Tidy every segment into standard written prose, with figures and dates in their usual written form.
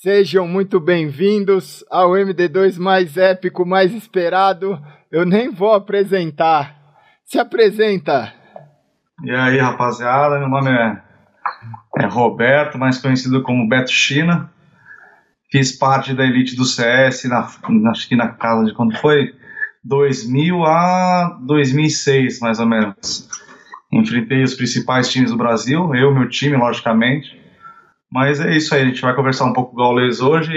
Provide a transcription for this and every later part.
Sejam muito bem-vindos ao MD2 mais épico, mais esperado. Eu nem vou apresentar. Se apresenta! E aí, rapaziada, meu nome é Roberto, mais conhecido como Beto China. Fiz parte da elite do CS, acho que na casa de quando foi? 2000 a 2006, mais ou menos. Enfrentei os principais times do Brasil, meu time, logicamente. Mas é isso aí, a gente vai conversar um pouco com o Gaules hoje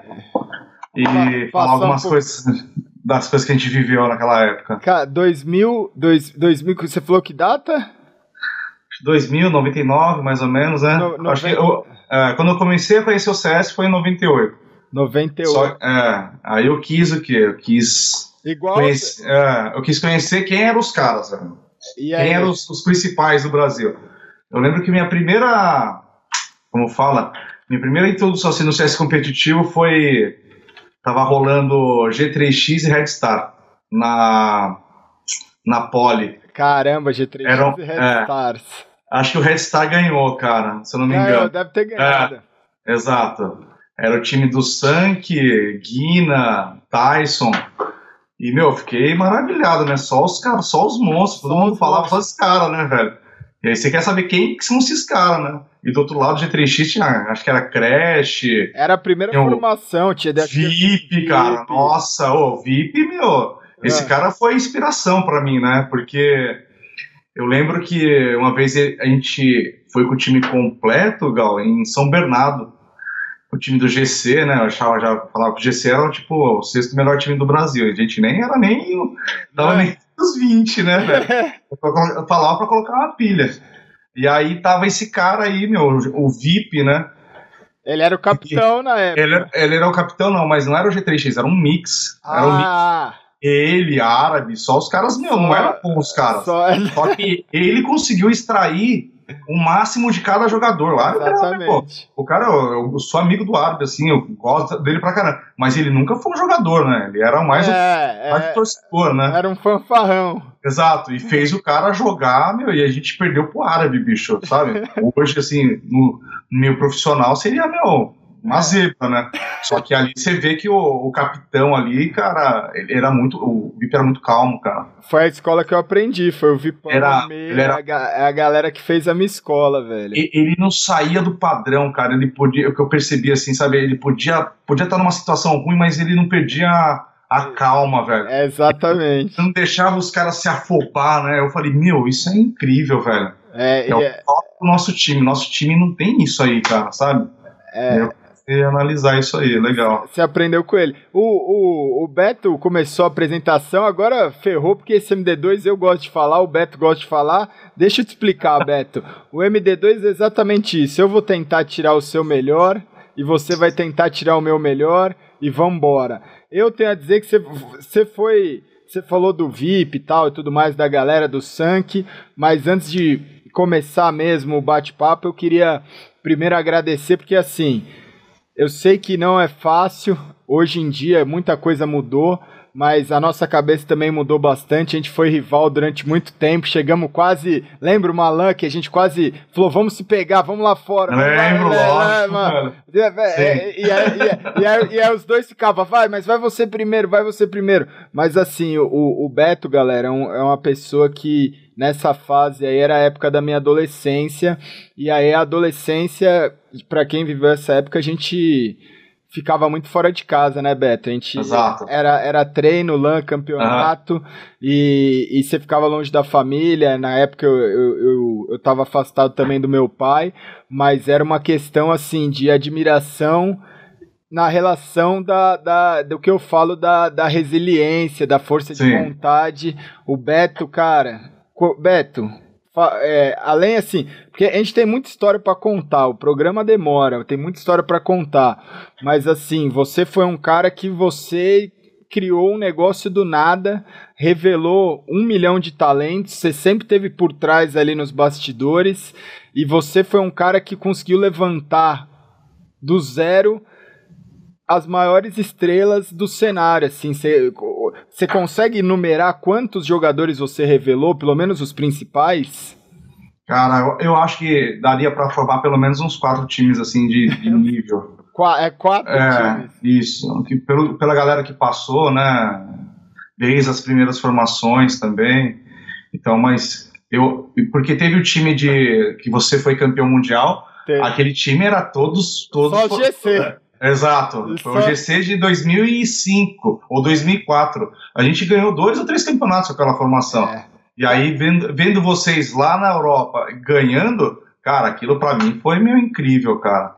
e falar algumas coisas das coisas que a gente viveu naquela época. Cara, 2000, você falou que data? 2000, 99, mais ou menos, né? Acho que quando eu comecei a conhecer o CS foi em 98. 98. Aí eu quis o quê? Eu quis conhecer quem eram os caras, velho. Quem eram os principais do Brasil. Eu lembro que minha primeira introdução assim, no CS competitivo foi... Tava rolando G3X e Red Star na Poly. Caramba, G3X e Red Stars. Acho que o Red Star ganhou, cara, se eu não me engano. Deve ter ganhado. Exato. Era o time do Sank, Guina, Tyson. E, fiquei maravilhado, né? Só os caras, só os monstros. Todo mundo falava só esses caras, né, velho? E aí você quer saber quem que são esses caras, né? E do outro lado, G3X tinha, acho que era Crash. Era a primeira formação, tinha VIP, cara. Nossa, VIP, esse cara foi inspiração pra mim, né? Porque eu lembro que uma vez a gente foi com o time completo, Gal, em São Bernardo. O time do GC, né? Eu falava que o GC era tipo o sexto melhor time do Brasil. A gente nem os 20, né, velho? Eu falava pra colocar uma pilha. E aí tava esse cara aí, o VIP, né? Ele era o capitão na época. Ele era o capitão, não, mas não era o G3X, era um mix. Era um mix. Ele, árabe, só os caras, não eram bons caras. Só que ele conseguiu extrair o máximo de cada jogador lá. Exatamente. O cara, eu sou amigo do árabe, assim, eu gosto dele pra caramba. Mas ele nunca foi um jogador, né? Ele era mais um torcedor, né? Era um fanfarrão. Exato, e fez o cara jogar, e a gente perdeu pro árabe, bicho, sabe? Hoje, assim, no meio profissional seria, uma zebra, né? Só que ali você vê que o capitão ali, cara, o VIP era muito calmo, cara. Foi a escola que eu aprendi, foi o VIP a galera que fez a minha escola, velho. Ele não saía do padrão, cara, ele podia, o que eu percebi, assim, sabe, ele podia estar numa situação ruim, mas ele não perdia a calma, velho. Exatamente. Ele não deixava os caras se afobar, né? Eu falei, isso é incrível, velho. O foco do nosso time não tem isso aí, cara, sabe? Analisar isso aí, legal. Você aprendeu com ele. O Beto começou a apresentação, agora ferrou, porque esse MD2 eu gosto de falar, o Beto gosta de falar. Deixa eu te explicar, Beto. O MD2 é exatamente isso. Eu vou tentar tirar o seu melhor e você vai tentar tirar o meu melhor e vambora. Eu tenho a dizer que você falou do VIP e tal e tudo mais, da galera do Sank, mas antes de começar mesmo o bate-papo, eu queria primeiro agradecer, porque assim... Eu sei que não é fácil, hoje em dia muita coisa mudou, mas a nossa cabeça também mudou bastante, a gente foi rival durante muito tempo, chegamos quase, lembra uma LAN que a gente quase falou, vamos se pegar, vamos lá fora. Lembro, lógico. E aí os dois ficavam, vai você primeiro, mas assim, o Beto, galera, é uma pessoa que nessa fase aí era a época da minha adolescência, e aí a adolescência, pra quem viveu essa época, a gente ficava muito fora de casa, né, Beto? A gente era treino, LAN, campeonato, e você ficava longe da família. Na época eu tava afastado também do meu pai, mas era uma questão assim de admiração na relação do que eu falo da resiliência, da força de vontade. O Beto, cara... Beto, além assim, porque a gente tem muita história para contar, o programa demora, tem muita história para contar, mas assim, você foi um cara que você criou um negócio do nada, revelou 1 milhão de talentos, você sempre teve por trás ali nos bastidores, e você foi um cara que conseguiu levantar do zero as maiores estrelas do cenário, assim, você consegue enumerar quantos jogadores você revelou, pelo menos os principais? Cara, eu acho que daria pra formar pelo menos uns 4 times, assim, de nível. Quatro times. Isso. Pela galera que passou, né? Desde as primeiras formações também. Então, mas porque teve o time que você foi campeão mundial, aquele time era todos só o GC. Exato, foi o GC de 2005 ou 2004. A gente ganhou 2 ou 3 campeonatos com aquela formação. E aí, vendo vocês lá na Europa ganhando, cara, aquilo pra mim foi meio incrível, cara.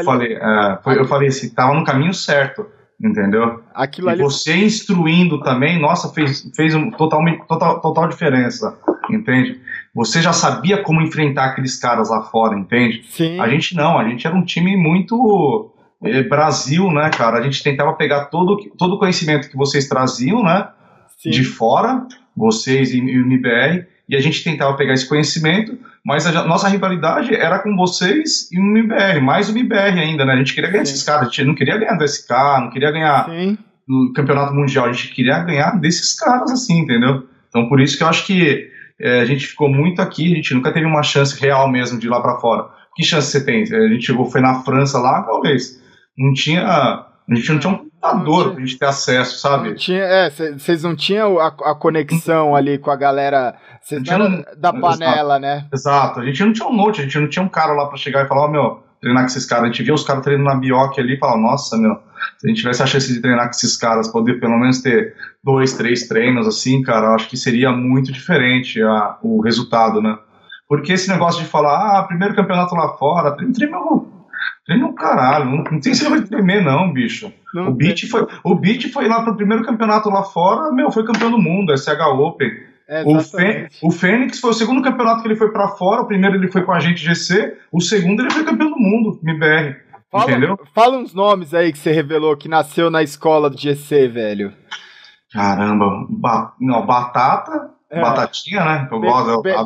Eu falei assim, tava no caminho certo, entendeu? Você instruindo também, nossa, fez total diferença, entende? Você já sabia como enfrentar aqueles caras lá fora, entende? Sim. A gente não, a gente era um time muito Brasil, né, cara? A gente tentava pegar todo o conhecimento que vocês traziam, né? Sim. De fora, vocês e o MBR, e a gente tentava pegar esse conhecimento, mas a nossa rivalidade era com vocês e o MBR, mais o MBR ainda, né? A gente queria ganhar esses caras, a gente não queria ganhar do SK, não queria ganhar no Campeonato Mundial, a gente queria ganhar desses caras, assim, entendeu? Então, por isso que eu acho que a gente ficou muito aqui, a gente nunca teve uma chance real mesmo de ir lá pra fora. Que chance você tem? A gente foi na França lá, talvez. A gente não tinha um computador pra gente ter acesso, sabe? Vocês não tinham a conexão ali com a galera, vocês não eram da panela, né? Exato, a gente não tinha um note, a gente não tinha um cara lá pra chegar e falar, treinar com esses caras. A gente via os caras treinando na Bioc ali e falava, nossa, se a gente tivesse a chance de treinar com esses caras, poder pelo menos ter 2, 3 treinos assim, cara, eu acho que seria muito diferente o resultado, né? Porque esse negócio de falar, primeiro campeonato lá fora, treina um caralho, não tem se vai tremer não, bicho. O Beat foi lá pro primeiro campeonato lá fora, foi campeão do mundo, SH Open. O Fênix foi o segundo campeonato que ele foi pra fora, o primeiro ele foi com a gente GC, o segundo ele foi campeão do mundo, MBR. Entendeu? Fala uns nomes aí que você revelou que nasceu na escola do GC, velho. Caramba, Batata, Batatinha, né? Que eu gosto, eu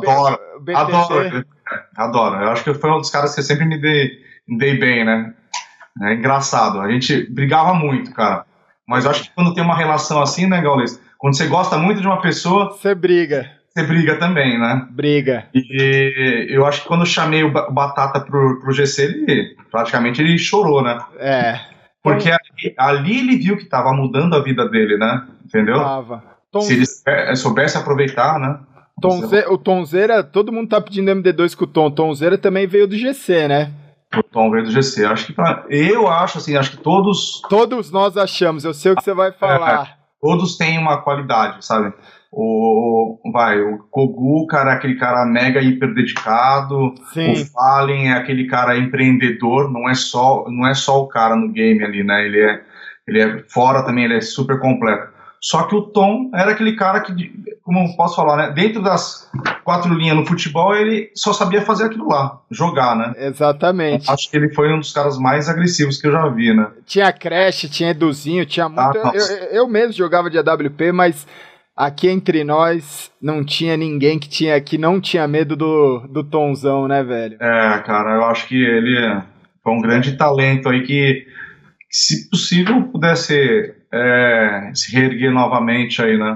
adoro. Eu acho que foi um dos caras que eu sempre me dei bem, né? É engraçado. A gente brigava muito, cara. Mas eu acho que quando tem uma relação assim, né, Gaules? Quando você gosta muito de uma pessoa... Você briga. Você briga também, né? Briga. E eu acho que quando eu chamei o Batata pro GC, ele chorou, né? Porque ali ele viu que tava mudando a vida dele, né? Entendeu? Se ele soubesse aproveitar, né? O Tonzeira, todo mundo tá pedindo MD2 com o Tom. Tonzeira também veio do GC, né? O Tom veio do GC. Acho que todos nós achamos, eu sei o que você vai falar. Todos têm uma qualidade, sabe? O Kogu, cara, é aquele cara mega hiper dedicado. Sim. O Fallen é aquele cara empreendedor, não é só o cara no game ali, né? Ele é fora também, ele é super completo. Só que o Tom era aquele cara que, como eu posso falar, né? Dentro das 4 linhas no futebol, ele só sabia fazer aquilo lá, jogar, né? Exatamente. Acho que ele foi um dos caras mais agressivos que eu já vi, né? Tinha Crash, tinha Eduzinho, tinha muito... Eu mesmo jogava de AWP, mas aqui entre nós não tinha ninguém que não tinha medo do Tomzão, né, velho? Cara, eu acho que ele foi um grande talento aí que se possível, pudesse se reerguer novamente aí, né?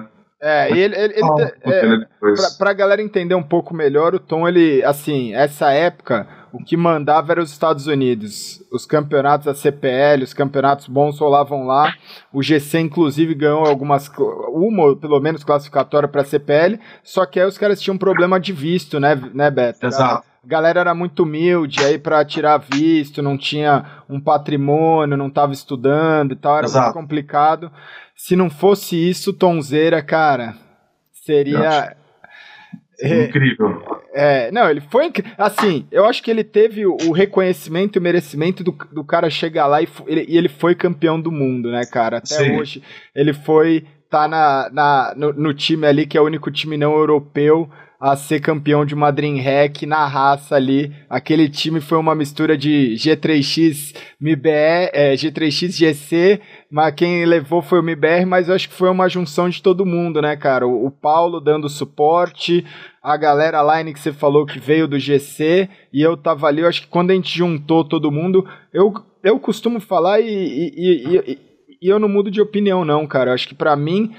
Pra galera entender um pouco melhor, o Tom, essa época, o que mandava era os Estados Unidos. Os campeonatos da CPL, os campeonatos bons rolavam lá. O GC, inclusive, ganhou uma, pelo menos, classificatória pra CPL, só que aí os caras tinham um problema de visto, né Beto? Exato. A galera era muito humilde, aí pra tirar visto, não tinha um patrimônio, não tava estudando e tal, era muito complicado. Se não fosse isso, Tonzeira, cara, seria... incrível. Não, ele foi incrível. Assim, eu acho que ele teve o reconhecimento e o merecimento do cara chegar lá e ele foi campeão do mundo, né, cara? Até hoje ele tá no time ali, que é o único time não europeu a ser campeão de uma DreamHack na raça ali. Aquele time foi uma mistura de G3X MBR, G3X GC, mas quem levou foi o MBR, mas eu acho que foi uma junção de todo mundo, né, cara? O Paulo dando suporte, a galera Line que você falou que veio do GC, e eu tava ali, eu acho que quando a gente juntou todo mundo, eu costumo falar e eu não mudo de opinião, não, cara. Eu acho que pra mim,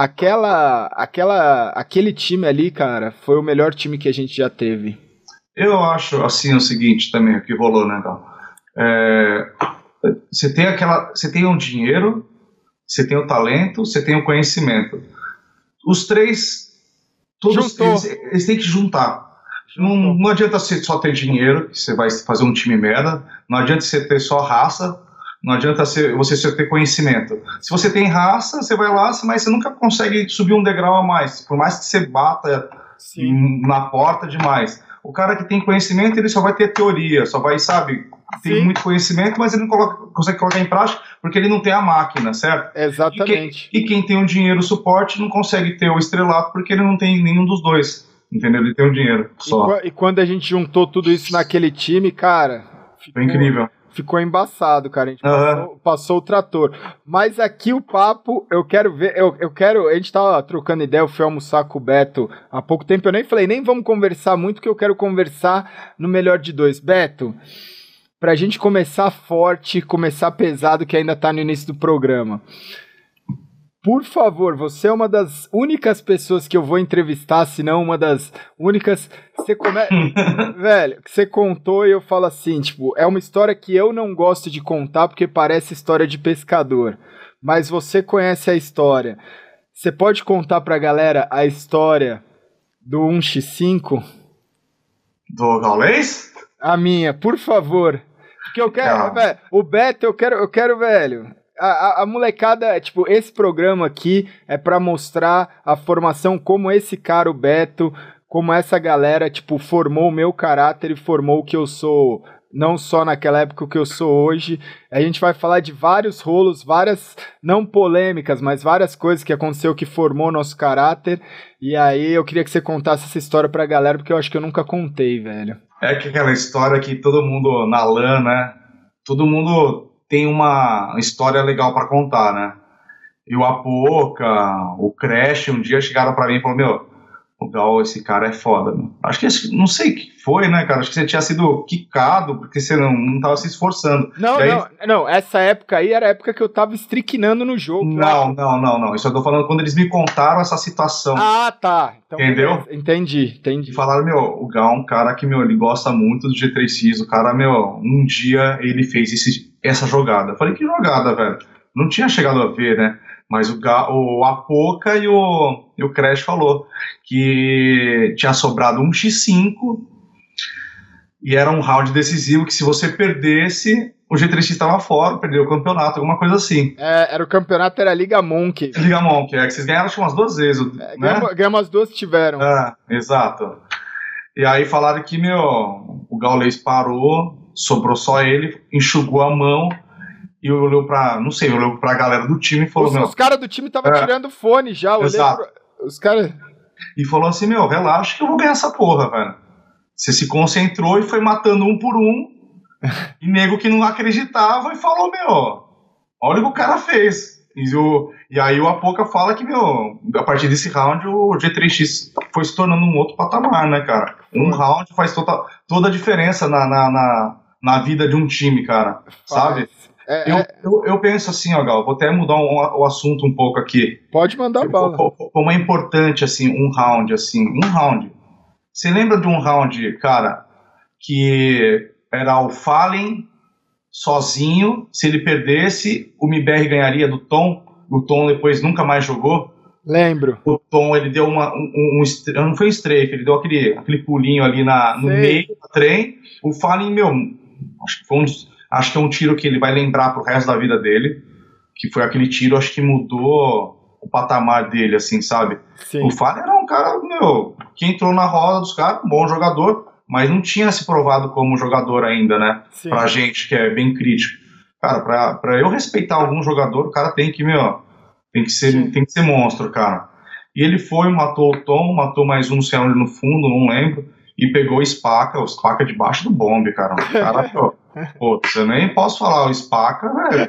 aquele time ali, cara, foi o melhor time que a gente já teve. Eu acho, assim, o seguinte também, o que rolou, né, Gal? Você tem o dinheiro, você tem o talento, você tem o conhecimento. Os três, todos eles têm que juntar. Não adianta você só ter dinheiro, que você vai fazer um time merda. Não adianta você ter só raça. Não adianta você só ter conhecimento. Se você tem raça, você vai lá, mas você nunca consegue subir um degrau a mais. Por mais que você bata na porta demais. O cara que tem conhecimento, ele só vai ter teoria, só vai, sabe, tem muito conhecimento, mas ele não consegue colocar em prática porque ele não tem a máquina, certo? Exatamente. E quem tem o dinheiro, o suporte, não consegue ter o estrelato porque ele não tem nenhum dos dois, entendeu? Ele tem o dinheiro só. E quando a gente juntou tudo isso naquele time, cara... Foi incrível. Ficou embaçado, cara. A gente passou o trator. Mas aqui o papo, eu quero ver. A gente tava trocando ideia, eu fui almoçar com o Beto há pouco tempo. Eu nem falei, nem vamos conversar muito, que eu quero conversar no melhor de dois. Beto, pra gente começar forte, começar pesado, que ainda tá no início do programa. Por favor, você é uma das únicas pessoas que eu vou entrevistar, se não uma das únicas. Velho, que você contou e eu falo assim, tipo, é uma história que eu não gosto de contar porque parece história de pescador. Mas você conhece a história. Você pode contar pra galera a história do 1x5? Do Gaulês? A minha, por favor. Porque eu quero, velho, o Beto, eu quero, velho. A molecada, tipo, esse programa aqui é pra mostrar a formação, como esse cara, o Beto, como essa galera, tipo, formou o meu caráter e formou o que eu sou, não só naquela época o que eu sou hoje. A gente vai falar de vários rolos, várias, não polêmicas, mas várias coisas que aconteceu que formou o nosso caráter. E aí eu queria que você contasse essa história pra galera, porque eu acho que eu nunca contei, velho. É que aquela história que todo mundo na LAN, né? Todo mundo tem uma história legal pra contar, né? E o Apoca, o Crash, um dia chegaram pra mim e falaram, meu, o Gal, esse cara é foda, meu. Acho que, não sei o que foi, né, cara? Acho que você tinha sido quicado porque você não tava se esforçando. Não, essa época aí era a época que eu tava estricnando no jogo. Não. Isso eu tô falando quando eles me contaram essa situação. Ah, tá. Então, entendeu? Entendi. E falaram, meu, o Gal é um cara que, meu, ele gosta muito do G3X. O cara, meu, um dia ele fez essa jogada. Eu falei, que jogada, velho? Não tinha chegado a ver, né? Mas o Apoca e o Crash falou que tinha sobrado um X5 e era um round decisivo que se você perdesse, o G3X estava fora, perdeu o campeonato, alguma coisa assim. Era o campeonato, era Liga Monk. Liga Monk, que vocês ganharam acho umas 2 vezes, né? Ganhamos as 2 que tiveram. Exato. E aí falaram que, meu, o Gaulês parou, sobrou só ele, enxugou a mão e olhou pra galera do time e falou, Os caras do time estavam tirando fone já. Os caras... E falou assim, meu, relaxa que eu vou ganhar essa porra, velho. Você se concentrou e foi matando um por um. E nego que não acreditava e falou, meu, olha o que o cara fez. E aí o Apoca fala que, meu, a partir desse round o G3X foi se tornando um outro patamar, né, cara? Um round faz toda a diferença na vida de um time, cara. Sabe? Eu penso assim, ó, Gal, vou até mudar o assunto um pouco aqui. Pode mandar bala. Como é importante, assim, um round. Você lembra de um round, cara, que era o Fallen sozinho, se ele perdesse, o MIBR ganharia do Tom, o Tom depois nunca mais jogou? Lembro. O Tom, ele deu não foi um strafe, ele deu aquele pulinho ali no meio do trem. O Fallen, meu, acho que é um tiro que ele vai lembrar pro resto da vida dele, que foi aquele tiro, acho que mudou o patamar dele, assim, sabe? Sim. O Fallen era um cara, meu, que entrou na roda dos caras, um bom jogador, mas não tinha se provado como jogador ainda, né? Sim. Pra gente, que é bem crítico. Cara, pra eu respeitar algum jogador, o cara tem que ser monstro, cara. E ele foi, matou o Tom, matou mais um, não sei onde no fundo, não lembro, e pegou o Spaca debaixo do bombe, cara. O cara, pô, eu nem posso falar, o Spaca, velho,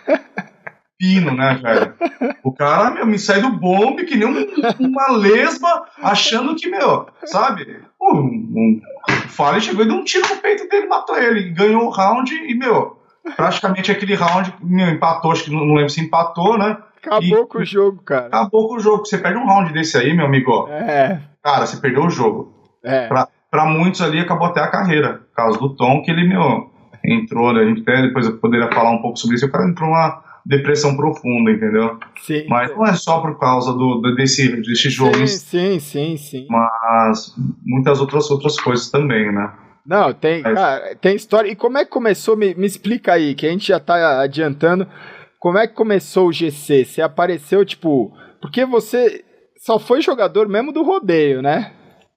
pino, né, velho? O cara, meu, me sai do bombe que nem uma lesma, achando que, meu, sabe? O Fallen chegou e deu um tiro no peito dele, matou ele, ganhou o round e, meu, praticamente aquele round, meu, empatou, acho que não lembro se empatou, né? Acabou com o jogo, cara. Acabou com o jogo. Você perde um round desse aí, meu amigo, cara, você perdeu o jogo. Pra muitos ali, acabou até a carreira, por causa do Tom, que ele, meu, entrou, né? A gente até depois eu poderia falar um pouco sobre isso, o cara entrou numa depressão profunda, entendeu? Sim. Mas não é só por causa desse jogo, Sim. mas muitas outras coisas também, né? Não, cara, tem história. E como é que começou? Me explica aí, que a gente já tá adiantando. Como é que começou o GC? Você apareceu, tipo... Porque você só foi jogador mesmo do rodeio, né?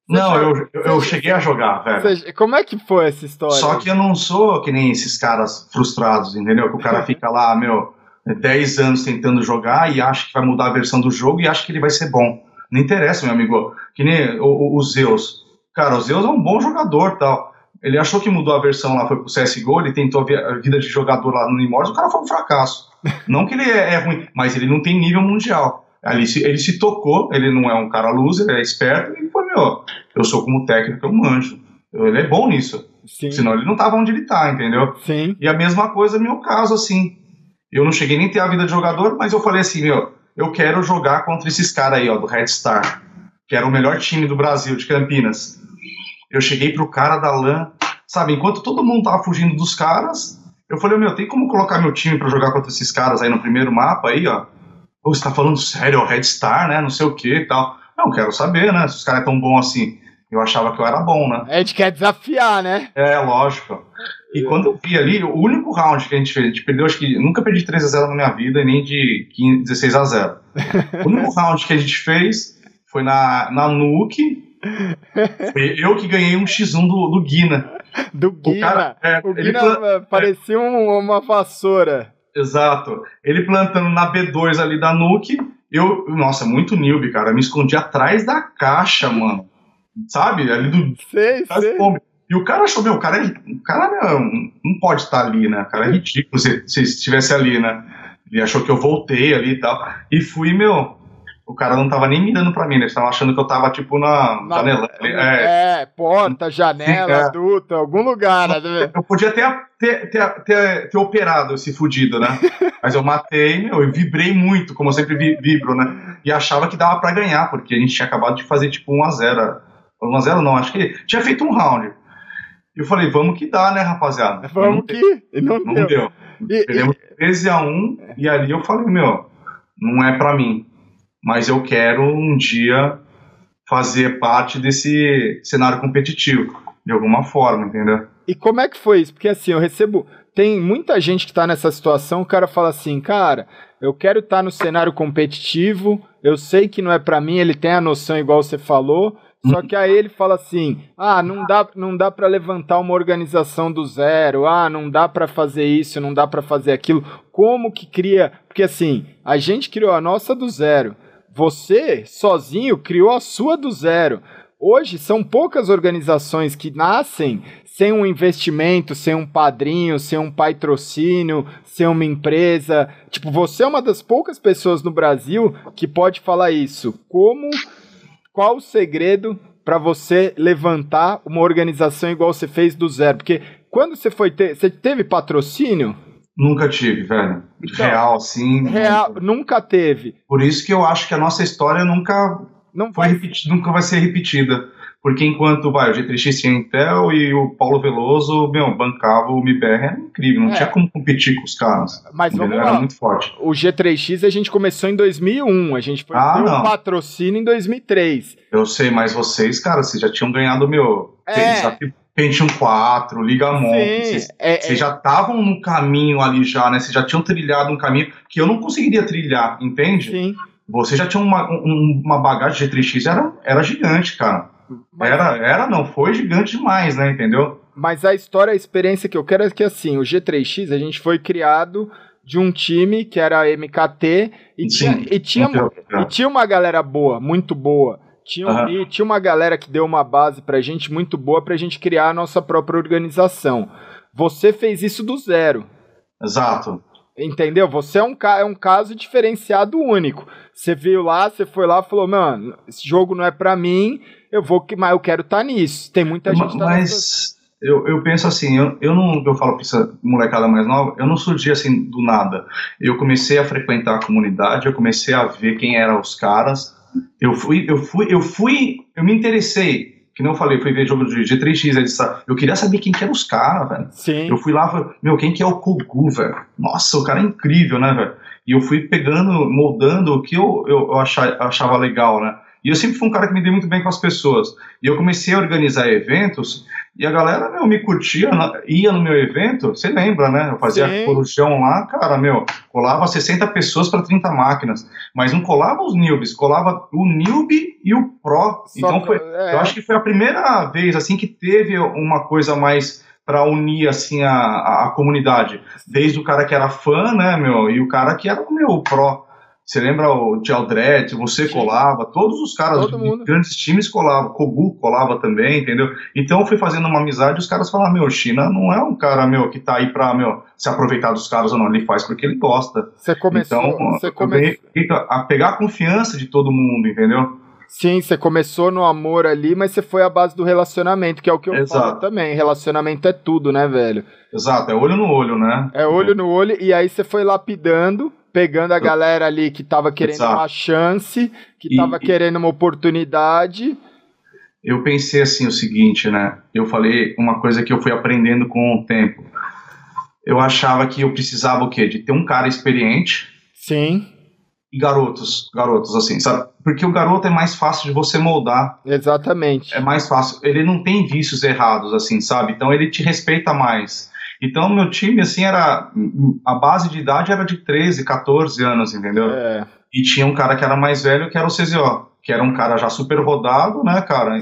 Eu cheguei a jogar, velho. Como é que foi essa história? Só que eu não sou que nem esses caras frustrados, entendeu? Que o cara fica lá, 10 anos tentando jogar e acha que vai mudar a versão do jogo e acha que ele vai ser bom. Não interessa, meu amigo. Que nem o Zeus. Cara, o Zeus é um bom jogador e tal. Ele achou que mudou a versão lá, foi pro CSGO, ele tentou a vida de jogador lá no Immortals, o cara foi um fracasso. Não que ele é ruim, mas ele não tem nível mundial. Ele se tocou, ele não é um cara loser, ele é esperto, e ele foi, eu sou como técnico, eu manjo. Ele é bom nisso. Sim. Senão ele não tava onde ele tá, entendeu? Sim. E a mesma coisa no meu caso, assim. Eu não cheguei nem a ter a vida de jogador, mas eu falei assim, eu quero jogar contra esses caras aí, do Red Star, que era o melhor time do Brasil, de Campinas. Eu cheguei pro cara da LAN, sabe, enquanto todo mundo tava fugindo dos caras, eu falei, tem como colocar meu time pra jogar contra esses caras aí no primeiro mapa aí, ó? Pô, você tá falando sério, Red Star, né, não sei o que e tal. Não, quero saber, né, se os caras é tão bons assim. Eu achava que eu era bom, né? A gente quer desafiar, né? É, lógico. E quando eu vi ali, o único round que a gente fez, a gente perdeu, acho que nunca perdi 3-0 na minha vida, nem de 16-0. O único round que a gente fez foi na Nuke. Foi eu que ganhei um X1 do Guina. Do Guina? O Guina parecia uma vassoura. Exato. Ele plantando na B2 ali da Nuke. Nossa, muito newbie, cara. Eu me escondi atrás da caixa, mano. Sabe? Ali do. Sei. E o cara achou, o cara não pode estar ali, né? O cara é ridículo se estivesse ali, né? Ele achou que eu voltei ali e tal. E fui, o cara não tava nem mirando pra mim, né? Eles estavam achando que eu tava, tipo, na janela. Porta, janela, duta, algum lugar, né? Eu podia ter operado esse fudido, né? Mas eu matei, eu vibrei muito, como eu sempre vibro, né? E achava que dava pra ganhar, porque a gente tinha acabado de fazer, tipo, 1-0. 1-0 não, acho que tinha feito um round. E eu falei, vamos que dá, né, rapaziada? Vamos que... Não deu. Perdemos 13-1, e ali eu falei, não é pra mim. Mas eu quero um dia fazer parte desse cenário competitivo, de alguma forma, entendeu? E como é que foi isso? Porque assim, tem muita gente que tá nessa situação, o cara fala assim, cara, eu quero estar no cenário competitivo, eu sei que não é pra mim, ele tem a noção igual você falou, só que aí ele fala assim, não dá pra levantar uma organização do zero, não dá pra fazer isso, não dá pra fazer aquilo. Como que cria? Porque assim, a gente criou a nossa do zero, você sozinho criou a sua do zero. Hoje são poucas organizações que nascem sem um investimento, sem um padrinho, sem um patrocínio, sem uma empresa. Tipo, você é uma das poucas pessoas no Brasil que pode falar isso. Qual o segredo para você levantar uma organização igual você fez do zero? Porque quando você você teve patrocínio? Nunca tive, velho. Então, real, assim. Nunca teve. Por isso que eu acho que a nossa história nunca vai ser repetida. Porque enquanto o G3X tinha Intel e o Paulo Veloso, bancava o MIBR, era incrível, não tinha como competir com os caras. Mas vamos lá, era muito forte. O G3X a gente começou em 2001, a gente foi ter um patrocínio em 2003. Eu sei, mas vocês, cara, vocês já tinham ganhado Pentium 4, Ligamon, vocês já estavam no caminho ali já, né? Vocês já tinham trilhado um caminho que eu não conseguiria trilhar, entende? Sim. Você já tinha uma bagagem G3X, era gigante, cara. Foi gigante demais, né, entendeu? Mas a experiência que eu quero é que, assim, o G3X, a gente foi criado de um time que era a MKT e tinha uma galera boa, muito boa. E tinha uma galera que deu uma base pra gente muito boa pra gente criar a nossa própria organização. Você fez isso do zero. Exato. Entendeu? Você é um caso diferenciado único. Você veio lá, você foi lá e falou, mano, esse jogo não é pra mim, mas eu quero estar nisso. Tem muita gente que tá Mas eu penso assim, eu falo pra essa molecada mais nova, eu não surgi assim do nada. Eu comecei a frequentar a comunidade, eu comecei a ver quem eram os caras. Eu me interessei que nem eu falei, fui ver jogo de G3X, eu queria saber quem que eram os caras, velho. Sim. Eu fui lá, falei, quem que é o Kogu, velho? Nossa, o cara é incrível, né, velho? E eu fui pegando, moldando o que eu achava legal, né? E eu sempre fui um cara que me dei muito bem com as pessoas. E eu comecei a organizar eventos, e a galera, me curtia, ia no meu evento, você lembra, né? Eu fazia corujão lá, cara, colava 60 pessoas para 30 máquinas. Mas não colava os newbies, colava o newbie e o pro. Então eu acho que foi a primeira vez, assim, que teve uma coisa mais para unir, assim, a comunidade. Desde o cara que era fã, né, e o cara que era o pro. Você lembra o Tchaldred, você colava, todos os caras de grandes times colavam, Kogu colava também, entendeu? Então eu fui fazendo uma amizade e os caras falaram, China não é um cara, que tá aí pra, se aproveitar dos caras ou não, ele faz porque ele gosta. Eu comecei a pegar a confiança de todo mundo, entendeu? Sim, você começou no amor ali, mas você foi à base do relacionamento, que é o que eu falo também. Relacionamento é tudo, né, velho? Exato, é olho no olho, né? É olho no olho, e aí você foi lapidando, pegando a galera ali que tava querendo uma chance, que tava querendo uma oportunidade. Eu pensei assim o seguinte, né? Eu falei uma coisa que eu fui aprendendo com o tempo. Eu achava que eu precisava o quê? De ter um cara experiente. Sim. E garotos assim, sabe? Porque o garoto é mais fácil de você moldar. Exatamente. É mais fácil. Ele não tem vícios errados, assim, sabe? Então ele te respeita mais. Então meu time, assim, a base de idade era de 13, 14 anos, entendeu? E tinha um cara que era mais velho, que era o CZO, que era um cara já super rodado, né, cara?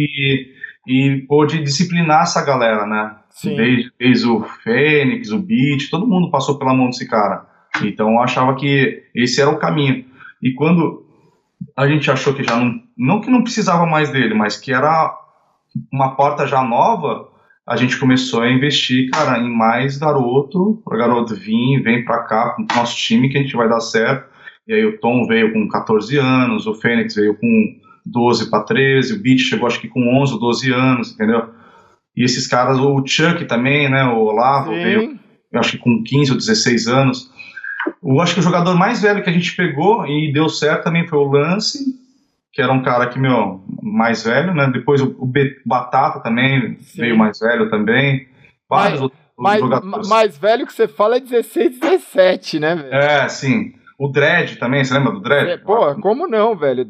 E pôde disciplinar essa galera, né? Sim. Desde o Fênix, o Beat, todo mundo passou pela mão desse cara. Então eu achava que esse era o caminho. E quando a gente achou que já não que não precisava mais dele, mas que era uma porta já nova, a gente começou a investir, cara, em mais garoto, para garoto vem pra cá, com o nosso time, que a gente vai dar certo. E aí o Tom veio com 14 anos, o Fênix veio com 12 para 13, o Beat chegou acho que com 11 ou 12 anos, entendeu? E esses caras, o Chuck também, né, o Olavo veio, eu acho que com 15 ou 16 anos. Eu acho que o jogador mais velho que a gente pegou e deu certo também foi o Lance, que era um cara que, mais velho, né? Depois o Batata também veio mais velho também. Vários outros jogadores. Mais velho que você fala é 16, 17, né, velho? É, sim. O Dredd também, você lembra do Dredd? Pô, como não, velho?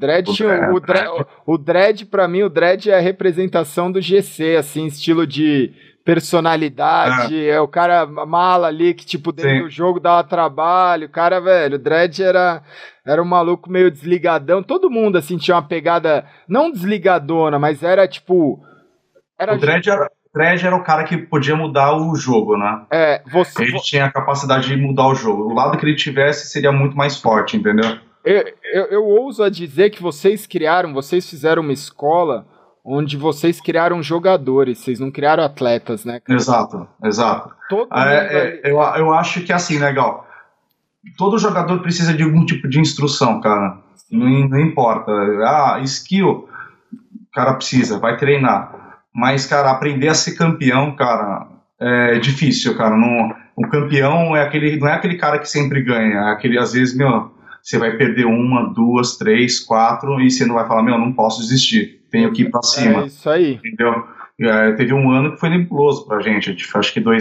O Dredd, pra mim, o Dredd é a representação do GC, assim, estilo de personalidade, é o cara mala ali que, tipo, dentro do jogo dava trabalho, o cara, velho, o Dredd era um maluco meio desligadão, todo mundo, assim, tinha uma pegada, não desligadona, mas era, tipo... O Dredd era o cara que podia mudar o jogo, né? Ele tinha a capacidade de mudar o jogo, o lado que ele tivesse seria muito mais forte, entendeu? Eu ouso a dizer que vocês fizeram uma escola onde vocês criaram jogadores, vocês não criaram atletas, né, cara? Exato. Eu acho que assim, legal. Todo jogador precisa de algum tipo de instrução, cara. Não importa. Skill, o cara precisa, vai treinar. Mas, cara, aprender a ser campeão, cara, é difícil, cara. O campeão não é aquele cara que sempre ganha. É aquele, às vezes, você vai perder 1, 2, 3, 4 e você não vai falar, não posso desistir. Tenho que ir pra cima. É isso aí. Entendeu? Teve um ano que foi nebuloso pra gente. Acho que em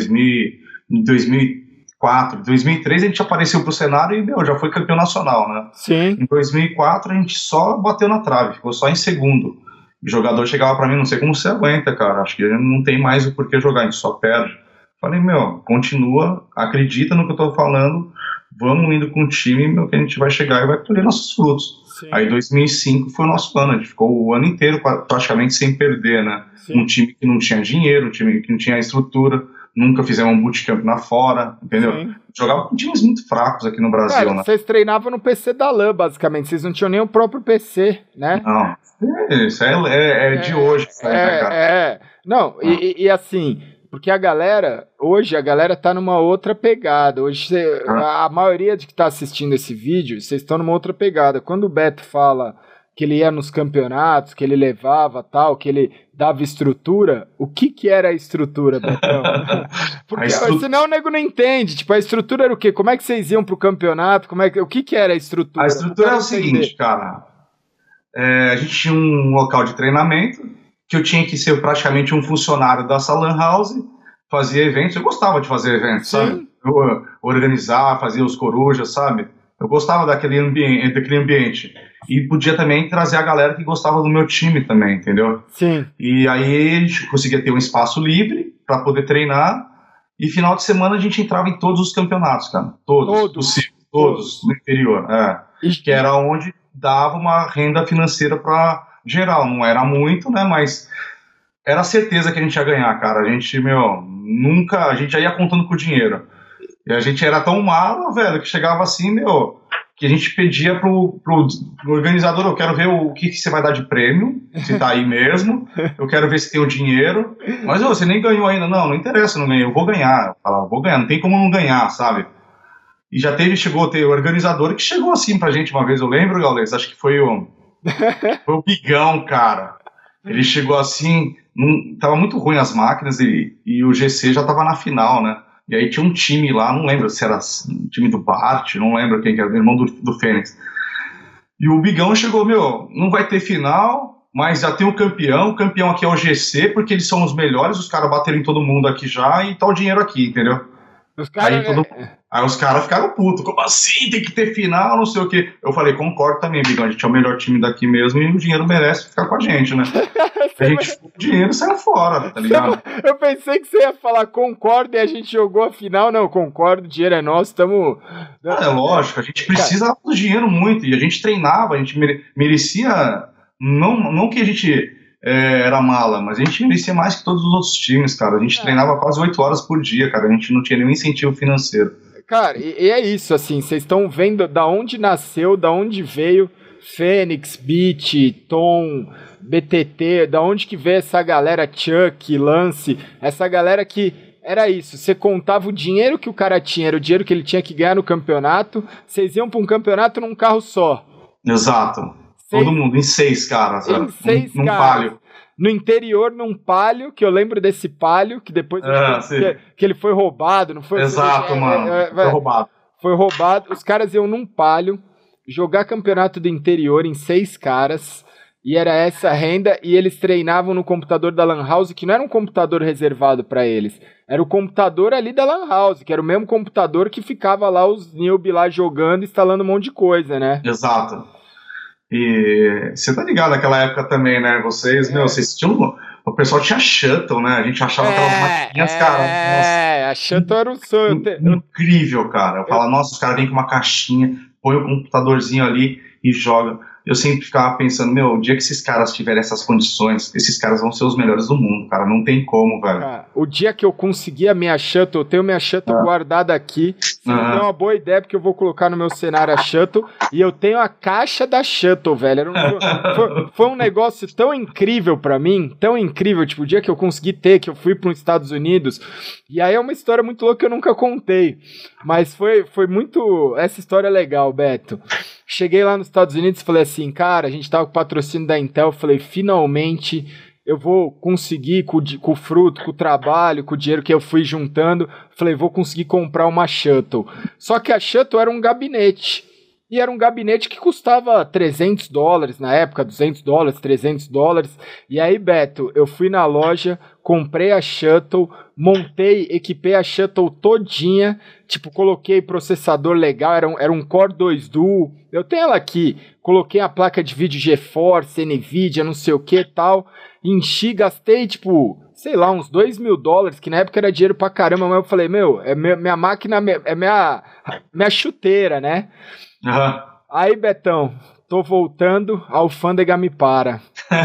2004, 2003 a gente apareceu pro cenário e, já foi campeão nacional, né? Sim. Em 2004 a gente só bateu na trave, ficou só em segundo. O jogador chegava pra mim, não sei como você aguenta, cara. Acho que não tem mais o porquê jogar, a gente só perde. Falei, continua, acredita no que eu tô falando, vamos indo com o time, que a gente vai chegar e vai colher nossos frutos. Sim. Aí 2005 foi o nosso ano, a gente ficou o ano inteiro praticamente sem perder, né? Sim. Um time que não tinha dinheiro, um time que não tinha estrutura, nunca fizemos um bootcamp lá fora, entendeu? Sim. Jogava com times muito fracos aqui no Brasil, cara, né? Vocês treinavam no PC da LAN, basicamente, vocês não tinham nem o próprio PC, né? Não, isso é de hoje, né, cara? Não, e assim... Porque hoje a galera tá numa outra pegada. Hoje a maioria de que tá assistindo esse vídeo, vocês estão numa outra pegada. Quando o Beto fala que ele ia nos campeonatos, que ele levava tal, que ele dava estrutura, o que era a estrutura, Betão? Porque senão o nego não entende. Tipo, a estrutura era o quê? Como é que vocês iam pro campeonato? O que era a estrutura? A estrutura é o seguinte, cara. A gente tinha um local de treinamento, que eu tinha que ser praticamente um funcionário dessa lan house, fazia eventos. Eu gostava de fazer eventos, sabe? Eu organizar, fazer os corujas, sabe? Eu gostava daquele ambiente. E podia também trazer a galera que gostava do meu time também, entendeu? Sim. E aí a gente conseguia ter um espaço livre para poder treinar. E final de semana a gente entrava em todos os campeonatos, cara. Todos no interior. Que era onde dava uma renda financeira para geral. Não era muito, né? Mas era a certeza que a gente ia ganhar, cara. A gente, a gente já ia contando com o dinheiro. E a gente era tão malo, velho, que chegava assim, que a gente pedia pro organizador: eu quero ver o que você vai dar de prêmio, se tá aí mesmo, eu quero ver se tem o dinheiro. Mas você nem ganhou ainda. Não interessa, não ganhei, eu vou ganhar. Eu falava, vou ganhar, não tem como não ganhar, sabe? E chegou a ter o organizador que chegou assim pra gente uma vez, eu lembro, Gaules, acho que foi o Bigão, cara. Ele chegou assim, tava muito ruim as máquinas e o GC já tava na final, né? E aí tinha um time lá, não lembro se era o time do Bart, não lembro quem que era, o irmão do Fênix. E o Bigão chegou, não vai ter final, mas já tem o campeão aqui é o GC, porque eles são os melhores, os caras bateram em todo mundo aqui já e tá o dinheiro aqui, entendeu? Aí os caras ficaram putos, como assim, tem que ter final, não sei o quê. Eu falei, concordo também, Bigão, a gente é o melhor time daqui mesmo e o dinheiro merece ficar com a gente, né? A gente o dinheiro saiu fora, tá ligado? Eu pensei que você ia falar concordo e a gente jogou a final. Não, concordo, o dinheiro é nosso, estamos... É lógico, a gente precisa do dinheiro muito, e a gente treinava, a gente merecia, não que a gente era mala, mas a gente merecia mais que todos os outros times, cara. A gente treinava quase 8 horas por dia, cara, a gente não tinha nenhum incentivo financeiro. Cara, e é isso, assim, vocês estão vendo da onde nasceu, da onde veio Fênix, Beat, Tom, BTT, da onde que veio essa galera, Chuck, Lance, essa galera que era isso, você contava o dinheiro que o cara tinha, era o dinheiro que ele tinha que ganhar no campeonato, vocês iam para um campeonato num carro só. Exato, todo mundo, em 6 caras, num Palio. No interior, num Palio, que eu lembro desse Palio, que depois que ele foi roubado, não foi? Exato, mano, foi roubado. Foi roubado, os caras iam num Palio, jogar campeonato do interior em 6 caras, e era essa renda, e eles treinavam no computador da Lan House, que não era um computador reservado para eles, era o computador ali da Lan House, que era o mesmo computador que ficava lá os newbie lá jogando, instalando um monte de coisa, né? Exato. E você tá ligado naquela época também, né? Vocês tinham... O pessoal tinha Shuttle, né? A gente achava aquelas maquininhas, cara. Nossa, a Shuttle era um sonho. Incrível, cara. Eu falo, nossa, os caras vêm com uma caixinha, põe o computadorzinho ali e joga. Eu sempre ficava pensando, o dia que esses caras tiverem essas condições, esses caras vão ser os melhores do mundo, cara. Não tem como, velho. Cara, o dia que eu conseguir a minha Shuttle, eu tenho minha Shuttle guardada aqui. Você me deu uma boa ideia, porque eu vou colocar no meu cenário a Shuttle. E eu tenho a caixa da Shuttle, velho. Foi um negócio tão incrível pra mim, tão incrível. Tipo, o dia que eu consegui ter, que eu fui para os Estados Unidos. E aí é uma história muito louca que eu nunca contei. Mas foi muito... Essa história é legal, Beto. Cheguei lá nos Estados Unidos e falei assim, cara, a gente tava com o patrocínio da Intel, eu falei, finalmente eu vou conseguir, com o fruto, com o trabalho, com o dinheiro que eu fui juntando, falei, vou conseguir comprar uma Shuttle. Só que a Shuttle era um gabinete, e era um gabinete que custava $300 na época, $200, $300, e aí, Beto, eu fui na loja, comprei a Shuttle, montei, equipei a Shuttle todinha, tipo, coloquei processador legal, era um Core 2 Duo, eu tenho ela aqui, coloquei a placa de vídeo GeForce, NVIDIA, não sei o que tal, enchi, gastei, tipo, sei lá, uns $2.000, que na época era dinheiro pra caramba, mas eu falei, minha máquina, é minha chuteira, né? Uhum. Aí, Betão, tô voltando, a alfândega me para.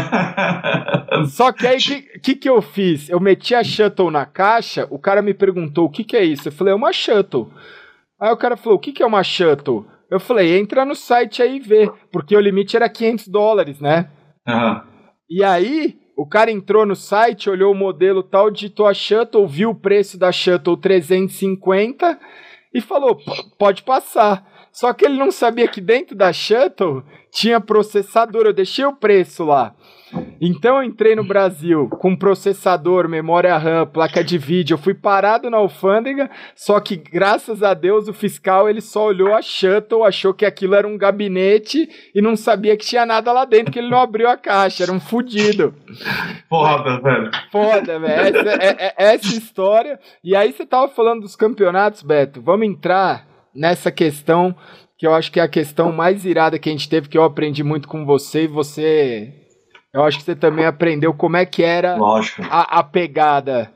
Só que aí, o que eu fiz? Eu meti a Shuttle na caixa, o cara me perguntou, o que é isso? Eu falei, é uma Shuttle. Aí o cara falou, o que é uma Shuttle? Eu falei, entra no site aí e vê, porque o limite era $500, né? Uhum. E aí, o cara entrou no site, olhou o modelo tal, digitou a Shuttle, viu o preço da Shuttle 350 e falou, pode passar. Só que ele não sabia que dentro da Shuttle tinha processador, eu deixei o preço lá. Então eu entrei no Brasil com processador, memória RAM, placa de vídeo, eu fui parado na alfândega, só que graças a Deus o fiscal ele só olhou a shuttle, achou que aquilo era um gabinete e não sabia que tinha nada lá dentro, que ele não abriu a caixa, era um fudido. Foda, velho. Foda, velho, essa história. E aí você tava falando dos campeonatos, Beto, vamos entrar nessa questão que eu acho que é a questão mais irada que a gente teve, que eu aprendi muito com você e você... Eu acho que você também aprendeu como é que era a pegada.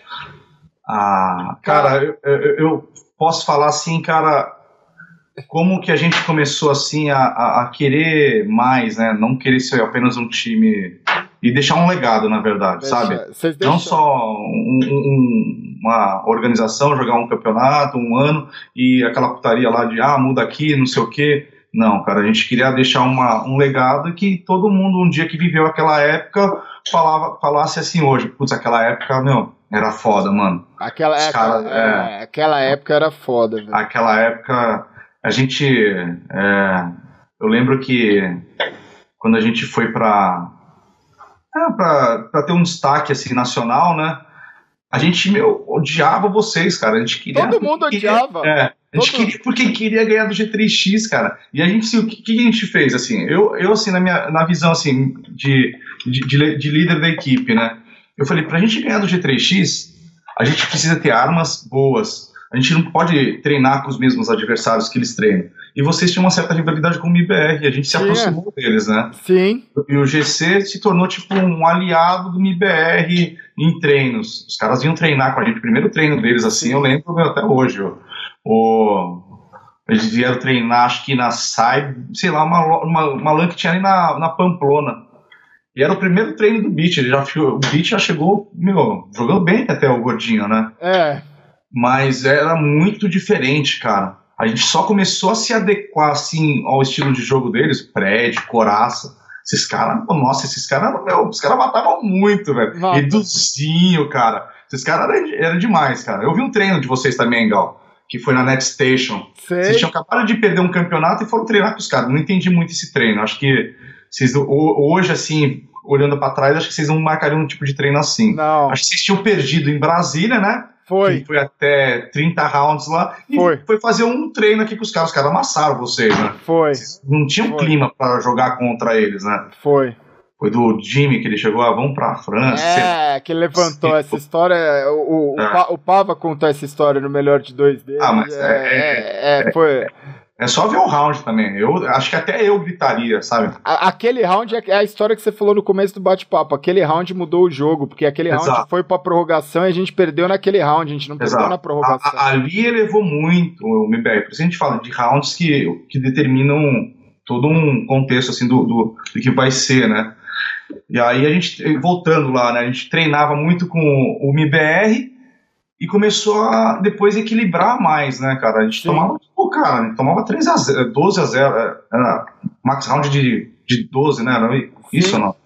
Cara, eu posso falar assim, cara, como que a gente começou assim a querer mais, né? Não querer ser apenas um time e deixar um legado, na verdade, sabe? Não só uma organização, jogar um campeonato, um ano e aquela putaria lá de muda aqui, não sei o quê. Não, cara, a gente queria deixar um legado que todo mundo, um dia que viveu aquela época, falasse assim hoje. Putz, aquela época, meu, era foda, mano. Aquela época era foda, velho. Aquela época, a gente... eu lembro que quando a gente foi pra ter um destaque, assim, nacional, né? A gente, odiava vocês, cara. A gente queria... Todo mundo odiava. A gente queria, porque queria ganhar do G3X, cara. E a gente, o que a gente fez, assim? Eu assim, na visão, assim, de líder da equipe, né? Eu falei, pra gente ganhar do G3X, a gente precisa ter armas boas. A gente não pode treinar com os mesmos adversários que eles treinam. E vocês tinham uma certa rivalidade com o MIBR, a gente se aproximou deles, né? Sim. E o GC se tornou, tipo, um aliado do MIBR em treinos. Os caras vinham treinar com a gente. O primeiro treino deles, assim, eu lembro até hoje, eles vieram treinar, acho que na SAI, sei lá, uma LAN que tinha ali na Pamplona. E era o primeiro treino do Beat. O Beat já chegou, jogando bem até o Gordinho, né? Mas era muito diferente, cara. A gente só começou a se adequar, assim, ao estilo de jogo deles, Prédio, Coraça. Esses caras matavam muito, velho. Eduzinho, cara. Esses caras eram demais, cara. Eu vi um treino de vocês também, Gal, que foi na NetStation. Vocês tinham acabado de perder um campeonato e foram treinar com os caras. Não entendi muito esse treino. Acho que vocês, hoje, assim, olhando pra trás, acho que vocês não marcariam um tipo de treino assim. Não. Acho que vocês tinham perdido em Brasília, né? Foi até 30 rounds lá. E foi fazer um treino aqui com os caras. Os caras amassaram vocês, né? Vocês não tinham clima pra jogar contra eles, né? Foi do Jimmy que ele chegou, vamos pra França. Que ele levantou essa história. O Pava contou essa história no Melhor de Dois dele. Mas foi... É só ver o round também. Eu acho que até eu gritaria, sabe? Aquele round é a história que você falou no começo do bate-papo. Aquele round mudou o jogo, porque aquele round foi pra prorrogação e a gente perdeu naquele round, a gente não perdeu na prorrogação. Ali elevou muito o MBR. Por isso a gente fala de rounds que determinam todo um contexto assim, do que vai ser, né? E aí a gente, voltando lá, né? A gente treinava muito com o MBR e começou a depois equilibrar mais, né, cara? A gente tomava 3-0, 12-0, era max round de 12, né? Era isso ou não?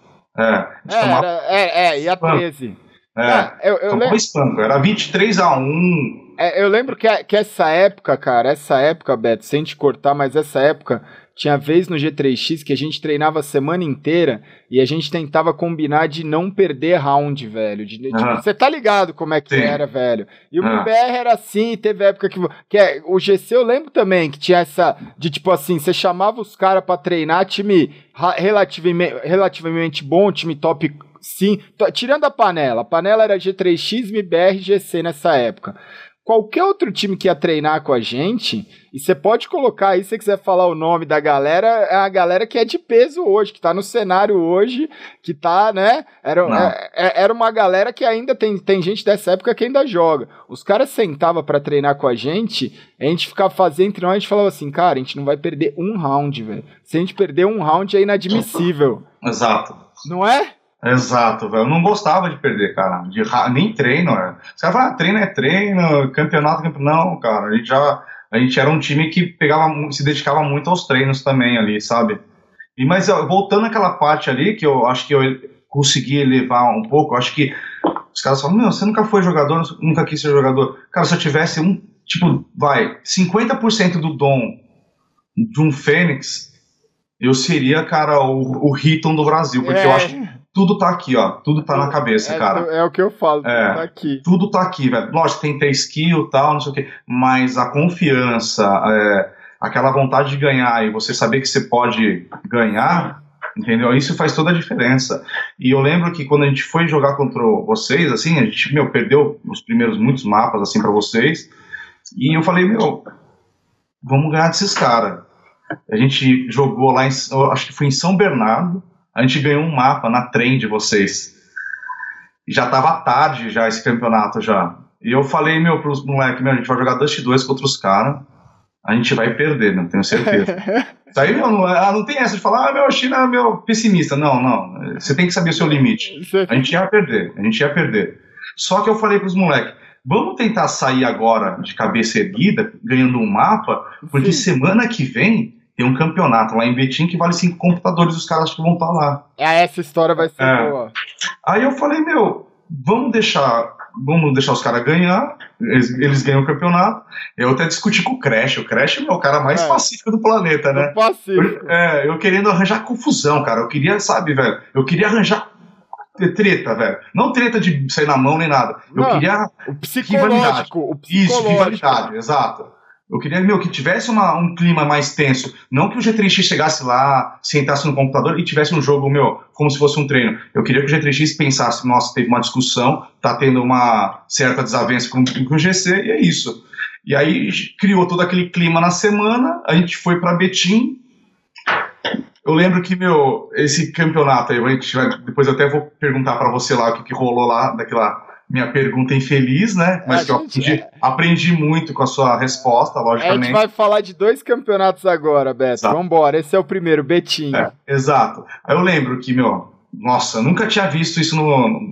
E a 13. Eu lembro. Espanco, era 23-1. Eu lembro que essa época, Beto, sem te cortar, mas essa época tinha vez no G3X que a gente treinava a semana inteira e a gente tentava combinar de não perder round, velho. Você tá ligado como é que era, velho. E o MBR era assim, teve época o GC eu lembro também que tinha essa de tipo assim, você chamava os caras pra treinar, time relativamente bom, time top 5, tirando a panela era G3X, MBR e GC nessa época. Qualquer outro time que ia treinar com a gente, e você pode colocar aí, se você quiser falar o nome da galera, é a galera que é de peso hoje, que tá no cenário hoje, que tá, né? Era uma galera que ainda tem gente dessa época que ainda joga. Os caras sentavam pra treinar com a gente ficava fazendo entre nós, a gente falava assim, cara, a gente não vai perder um round, velho. Se a gente perder um round é inadmissível. Exato. Não é? Exato, velho. Eu não gostava de perder, cara. Nem treino, velho. Os caras falam, treino é treino, campeonato. Não, cara. A gente era um time que se dedicava muito aos treinos também ali, sabe? Mas voltando àquela parte ali, que eu acho que eu consegui elevar um pouco, eu acho que os caras falam, você nunca foi jogador, nunca quis ser jogador. Cara, se eu tivesse 50% do dom de um Fênix, eu seria, cara, o Hitton do Brasil, porque eu acho que tudo tá aqui, ó. Tudo tá na cabeça, cara. É o que eu falo, tudo tá aqui. Tudo tá aqui, velho. Lógico, tem que ter skill e tal, não sei o quê. Mas a confiança, aquela vontade de ganhar e você saber que você pode ganhar, entendeu? Isso faz toda a diferença. E eu lembro que quando a gente foi jogar contra vocês, assim, a gente, perdeu os primeiros muitos mapas, assim, pra vocês. E eu falei, vamos ganhar desses caras. A gente jogou lá, acho que foi em São Bernardo, a gente ganhou um mapa na trem de vocês. E já tava tarde já esse campeonato já. E eu falei, pros moleques, a gente vai jogar Dust 2 contra os caras, a gente vai perder, tenho certeza. Isso aí, não tem essa de falar, a China é pessimista. Não. Você tem que saber o seu limite. A gente ia perder. Só que eu falei pros moleques, vamos tentar sair agora de cabeça erguida, ganhando um mapa, porque semana que vem tem um campeonato lá em Betim que vale 5 computadores, os caras que vão estar lá. Essa história vai ser boa. Aí eu falei, vamos deixar os caras ganhar, eles ganham o campeonato. Eu até discuti com o Crash. O Crash é o cara mais pacífico do planeta, né? Pacífico. Eu querendo arranjar confusão, cara. Eu queria, sabe, velho? Eu queria arranjar treta, velho. Não treta de sair na mão nem nada. Eu queria o psicológico. Isso, rivalidade, exato. Eu queria, que tivesse um clima mais tenso. Não que o G3X chegasse lá, sentasse no computador e tivesse um jogo, como se fosse um treino. Eu queria que o G3X pensasse, nossa, teve uma discussão, tá tendo uma certa desavença com o GC, e é isso. E aí criou todo aquele clima na semana, a gente foi pra Betim. Eu lembro que, esse campeonato aí, depois eu até vou perguntar pra você lá o que rolou lá, daquela minha pergunta infeliz, né? Mas que eu aprendi muito com a sua resposta, logicamente. A gente vai falar de 2 campeonatos agora, Beto. Exato. Vambora, esse é o primeiro, Betim. Exato. Aí eu lembro que, nossa, eu nunca tinha visto isso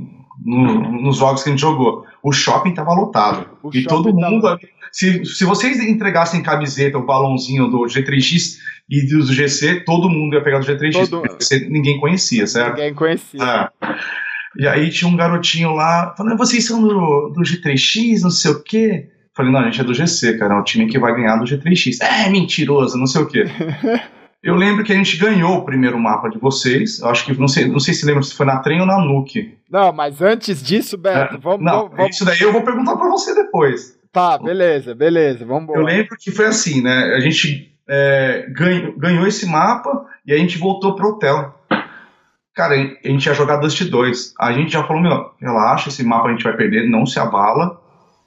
nos jogos que a gente jogou. O shopping tava lotado. E todo mundo... Se vocês entregassem camiseta, o balãozinho do G3X e do GC, todo mundo ia pegar do G3X. Ninguém conhecia, certo? Ninguém conhecia. E aí tinha um garotinho lá, falando, vocês são do G3X, não sei o quê. Falei, não, a gente é do GC, cara, é o time que vai ganhar do G3X. Mentiroso, não sei o quê. Eu lembro que a gente ganhou o primeiro mapa de vocês, eu acho que, não sei se lembra se foi na Trem ou na Nuke. Não, mas antes disso, Beto, vamos... Isso daí eu vou perguntar pra você depois. Tá, beleza, vamos embora. Eu lembro que foi assim, né, a gente ganhou esse mapa e a gente voltou pro hotel. Cara, a gente ia jogar Dust 2. A gente já falou, relaxa, esse mapa a gente vai perder, não se abala.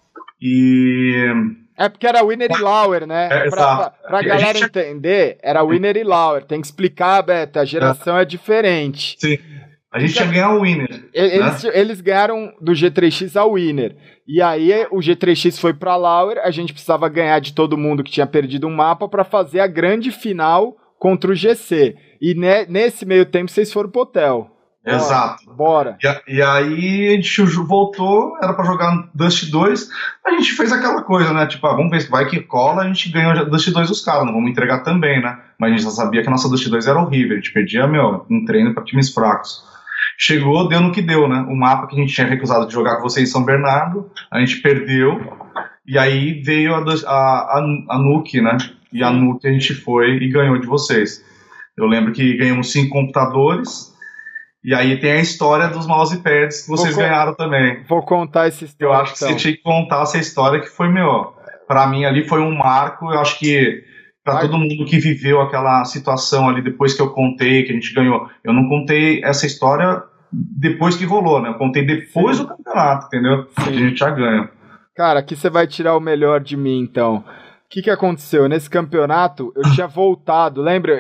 E... porque era Winner e Lauer, né? Pra galera entender, era Winner e Lauer. Tem que explicar, Beto, a geração é diferente. Sim. A gente ia ganhar o Winner. Eles ganharam do G3X ao Winner. E aí o G3X foi pra Lauer, a gente precisava ganhar de todo mundo que tinha perdido um mapa pra fazer a grande final contra o GC. E nesse meio tempo vocês foram pro hotel. Exato. Bora. E aí a gente voltou, era pra jogar Dust 2, a gente fez aquela coisa, né? Tipo, vamos ver se vai que cola, a gente ganhou Dust 2 dos caras, não vamos entregar também, né? Mas a gente já sabia que a nossa Dust 2 era horrível, a gente perdia, um treino pra times fracos. Chegou, deu no que deu, né? O mapa que a gente tinha recusado de jogar com vocês em São Bernardo, a gente perdeu, e aí veio a Nuke, né? E a Nuke a gente foi e ganhou de vocês. Eu lembro que ganhamos 5 computadores, e aí tem a história dos mousepads que vocês ganharam também. Vou contar essa história. Eu acho que você tinha que contar essa história que foi, pra mim ali foi um marco, eu acho que pra todo mundo que viveu aquela situação ali depois que eu contei, que a gente ganhou. Eu não contei essa história depois que rolou, né? Eu contei depois do campeonato, entendeu? Que a gente já ganha. Cara, aqui você vai tirar o melhor de mim, então. O que aconteceu? Nesse campeonato, eu tinha voltado, lembra?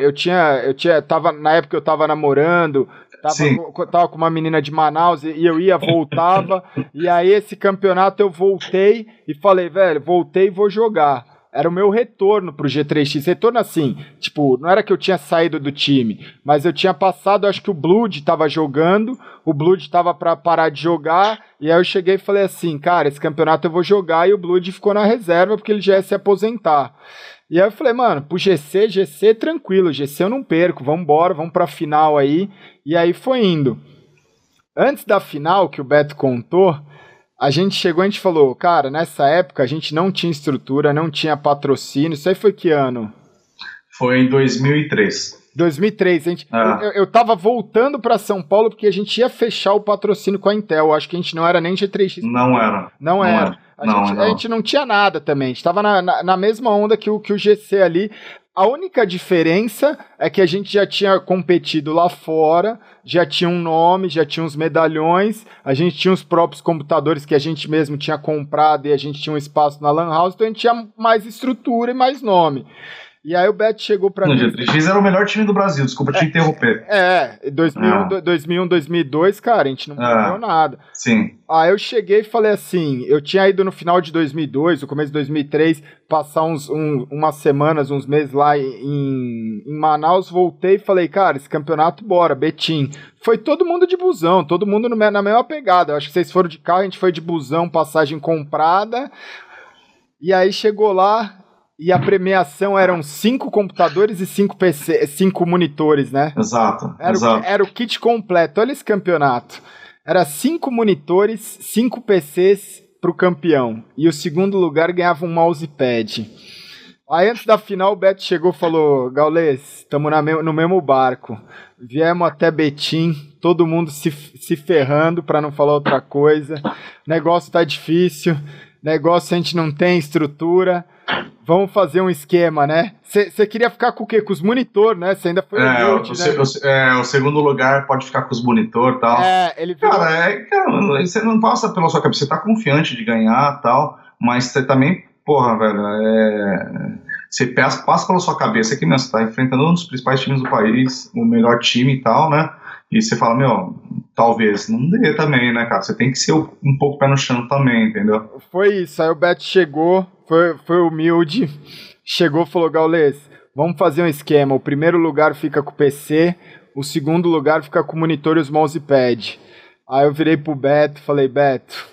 Na época eu tava namorando, tava com uma menina de Manaus e eu voltava, e aí esse campeonato eu voltei e falei, velho, voltei e vou jogar. Era o meu retorno pro G3X, retorno assim, tipo, não era que eu tinha saído do time, mas eu tinha passado, acho que o Blood tava jogando, o Blood tava pra parar de jogar, e aí eu cheguei e falei assim, cara, esse campeonato eu vou jogar, e o Blood ficou na reserva, porque ele já ia se aposentar. E aí eu falei, mano, pro GC tranquilo, GC eu não perco, vambora, vamos pra final aí, e aí foi indo. Antes da final, que o Beto contou, a gente falou, cara, nessa época a gente não tinha estrutura, não tinha patrocínio, isso aí foi que ano? Foi em 2003. 2003, eu tava voltando pra São Paulo porque a gente ia fechar o patrocínio com a Intel. Acho que a gente não era nem G3X. Não era. A gente não tinha nada também. A gente tava na mesma onda que o GC ali. A única diferença é que a gente já tinha competido lá fora, já tinha um nome, já tinha uns medalhões, a gente tinha os próprios computadores que a gente mesmo tinha comprado e a gente tinha um espaço na Lan House, então a gente tinha mais estrutura e mais nome. E aí o Beto chegou pra mim... O G3X era o melhor time do Brasil, desculpa te interromper. 2001, 2002, cara, a gente não perdeu nada. Sim. Aí eu cheguei e falei assim, eu tinha ido no final de 2002, no começo de 2003, passar umas semanas, uns meses lá em Manaus, voltei e falei, cara, esse campeonato, bora, Betim. Foi todo mundo de busão, todo mundo na mesma pegada. Eu acho que vocês foram de carro, a gente foi de busão, passagem comprada. E aí chegou lá... E a premiação eram 5 computadores e 5 monitores, né? Exato. Era o kit completo. Olha esse campeonato. Era 5 monitores, 5 PCs pro campeão. E o segundo lugar ganhava um mousepad. Aí antes da final o Beto chegou e falou, Gaules, estamos no mesmo barco. Viemos até Betim, todo mundo se ferrando para não falar outra coisa. Negócio tá difícil. Negócio a gente não tem estrutura. Vamos fazer um esquema, né? Você queria ficar com o quê? Com os monitor, né? Você ainda foi humilde, né? O segundo lugar pode ficar com os monitor e tal. Ele virou... Cara, você não passa pela sua cabeça. Você tá confiante de ganhar e tal, mas você também, porra, velho, você passa pela sua cabeça que, você tá enfrentando um dos principais times do país, o melhor time e tal, né? E você fala, talvez não dê também, né, cara? Você tem que ser um pouco pé no chão também, entendeu? Foi isso. Aí o Beto chegou, foi humilde, chegou e falou, Gaules, vamos fazer um esquema. O primeiro lugar fica com o PC, o segundo lugar fica com o monitor e os mousepad. Aí eu virei pro Beto e falei, Beto,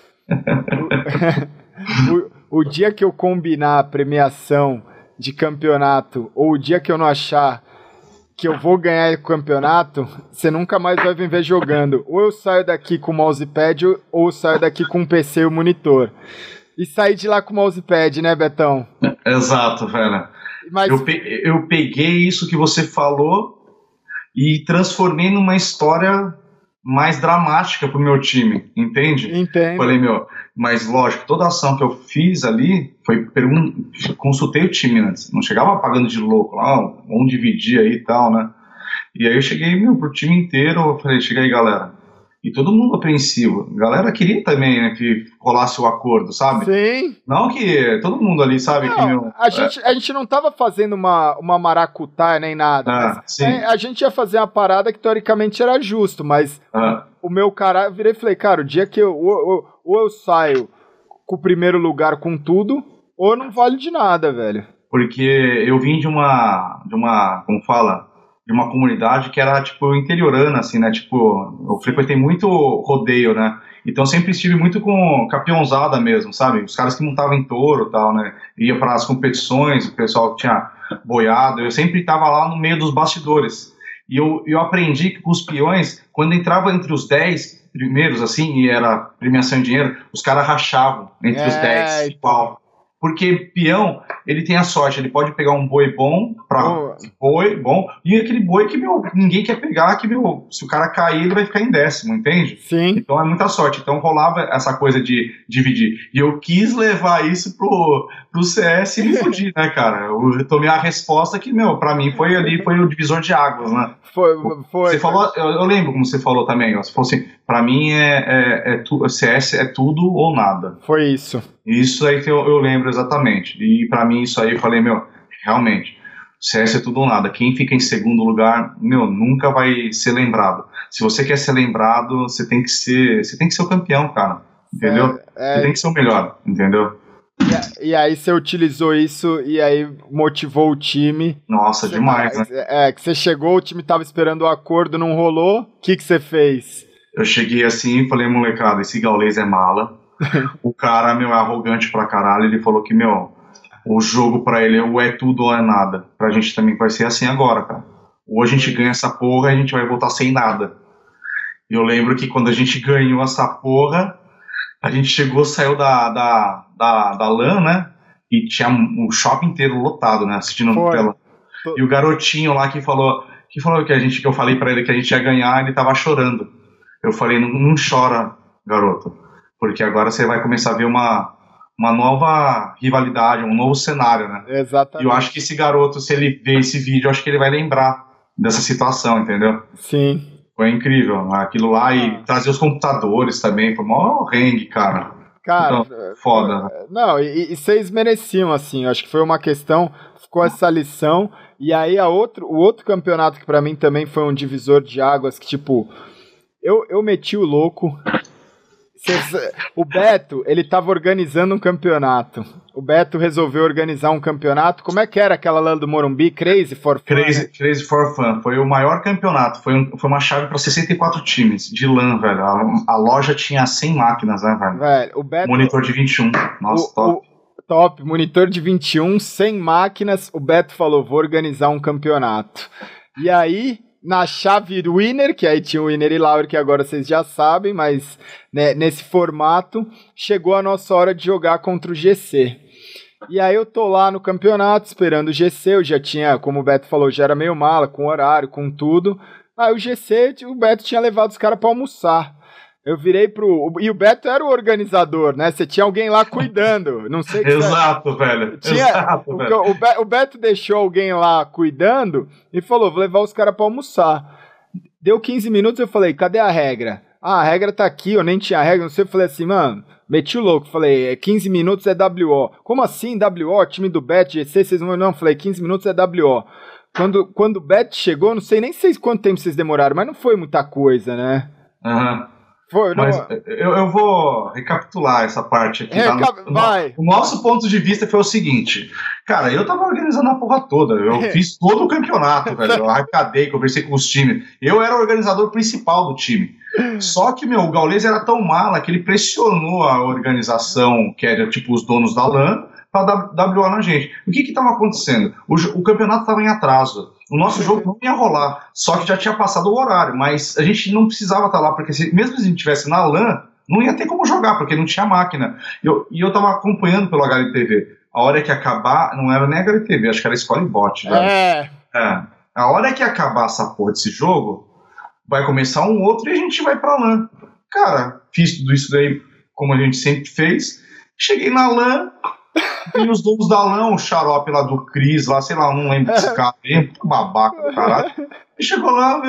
o dia que eu combinar a premiação de campeonato, ou o dia que eu não achar que eu vou ganhar o campeonato, você nunca mais vai me ver jogando. Ou eu saio daqui com o mousepad, ou eu saio daqui com o PC e o monitor. E saí de lá com o mousepad, né, Betão? Exato, velho. Mas... Eu peguei isso que você falou e transformei numa história mais dramática pro meu time, entende? Entendo. Falei, mas lógico, toda ação que eu fiz ali, consultei o time antes, não chegava pagando de louco, vamos dividir aí e tal, né? E aí eu cheguei, pro time inteiro, eu falei, chega aí, galera. E todo mundo apreensivo. A galera queria também, né, que rolasse o acordo, sabe? Sim. Não que todo mundo ali sabe não, que... A gente não tava fazendo uma maracutaia nem nada. Mas sim. A gente ia fazer uma parada que teoricamente era justo, mas o meu cara... Eu virei e falei, cara, o dia que ou eu saio com o primeiro lugar com tudo, ou não vale de nada, velho. Porque eu vim de uma como fala... de uma comunidade que era, interiorana, assim, né, eu frequentei muito rodeio, né, então sempre estive muito com campeãozada mesmo, sabe, os caras que montavam em touro e tal, né, ia para as competições, o pessoal tinha boiado, eu sempre estava lá no meio dos bastidores, e eu aprendi que com os peões, quando entrava entre os 10 primeiros, assim, e era premiação em dinheiro, os caras rachavam entre os 10, igual. Porque peão, ele tem a sorte, ele pode pegar um boi bom, e aquele boi que, ninguém quer pegar, que, se o cara cair, ele vai ficar em 10º, entende? Sim. Então é muita sorte. Então rolava essa coisa de dividir. E eu quis levar isso pro CS e me fudi, né, cara? Eu tomei a resposta que, pra mim foi o divisor de águas, né? Foi. Você falou, eu lembro como você falou também, você falou assim, pra mim CS é tudo ou nada. Foi isso. Isso aí que eu lembro exatamente. E pra mim isso aí eu falei, realmente, CS é tudo ou nada. Quem fica em segundo lugar, nunca vai ser lembrado. Se você quer ser lembrado, você tem que ser o campeão, cara. Entendeu? Você tem que ser o melhor, entendeu? E aí você utilizou isso e aí motivou o time. Nossa, demais, né? Que você chegou, o time tava esperando o acordo, não rolou. O que você fez? Eu cheguei assim e falei, molecada, esse Gaules é mala. O cara, é arrogante pra caralho. Ele falou que, o jogo pra ele é tudo ou é nada. Pra gente também vai ser assim agora, cara. Ou a gente ganha essa porra e a gente vai voltar sem nada. E eu lembro que quando a gente ganhou essa porra, a gente saiu da LAN, né? E tinha o shopping inteiro lotado, né? Assistindo a tela. E o garotinho lá que falou... que falou que eu falei pra ele que a gente ia ganhar, ele tava chorando. Eu falei, não chora, garoto, porque agora você vai começar a ver uma nova rivalidade, um novo cenário, né? Exatamente. E eu acho que esse garoto, se ele ver esse vídeo, eu acho que ele vai lembrar dessa situação, entendeu? Sim. Foi incrível, aquilo lá, e trazer os computadores também, foi mó rengue, cara. Cara, então, foda. Não, e vocês mereciam, assim, eu acho que foi uma questão, ficou essa lição, e aí o outro campeonato que pra mim também foi um divisor de águas, que tipo, eu meti o louco. O Beto, ele tava organizando um campeonato. O Beto resolveu organizar um campeonato. Como é que era aquela lá do Morumbi? Crazy for Fun? Crazy for Fun. Foi o maior campeonato. Foi uma chave para 64 times de LAN, velho. A loja tinha 100 máquinas, né, velho? O Beto, monitor de 21. Nossa, top. Top, monitor de 21, 100 máquinas. O Beto falou, vou organizar um campeonato. E aí, na chave Winner, que aí tinha o Winner e Lauer, que agora vocês já sabem, mas né, nesse formato, chegou a nossa hora de jogar contra o GC. E aí eu tô lá no campeonato, esperando o GC, eu já tinha, como o Beto falou, já era meio mala, com horário, com tudo. Aí o GC, o Beto tinha levado os caras pra almoçar. Eu virei e o Beto era o organizador, né? Você tinha alguém lá cuidando, não sei o que. Exato, velho. Exato, velho. O Beto deixou alguém lá cuidando e falou, vou levar os caras pra almoçar. Deu 15 minutos, eu falei, cadê a regra? Ah, a regra tá aqui, eu nem tinha regra, não sei, eu falei assim, mano, meti o louco, falei, 15 minutos é WO. Como assim, WO? Time do Beto, GC, vocês não, falei, 15 minutos é WO. Quando o Beto chegou, não sei nem quanto tempo vocês demoraram, mas não foi muita coisa, né? Aham. Mas eu vou recapitular essa parte aqui. Vai. O nosso ponto de vista foi o seguinte, cara, eu tava organizando a porra toda, eu fiz todo o campeonato, velho, eu arrecadei, conversei com os times, eu era o organizador principal do time, só que, o Gaules era tão mala que ele pressionou a organização, que era tipo os donos da LAN, pra WO na gente. O que tava acontecendo? O campeonato tava em atraso. O nosso jogo não ia rolar, só que já tinha passado o horário, mas a gente não precisava estar lá, porque mesmo se a gente estivesse na LAN, não ia ter como jogar, porque não tinha máquina. E eu tava acompanhando pelo HLTV. A hora que acabar, não era nem HLTV, acho que era Escola e Bot. A hora que acabar essa porra desse jogo, vai começar um outro e a gente vai pra LAN. Cara, fiz tudo isso daí como a gente sempre fez. Cheguei na LAN, tem os donos da LAN, o xarope lá do Cris, lá, sei lá, não lembro desse cara aí, babaca do caralho. E chegou lá,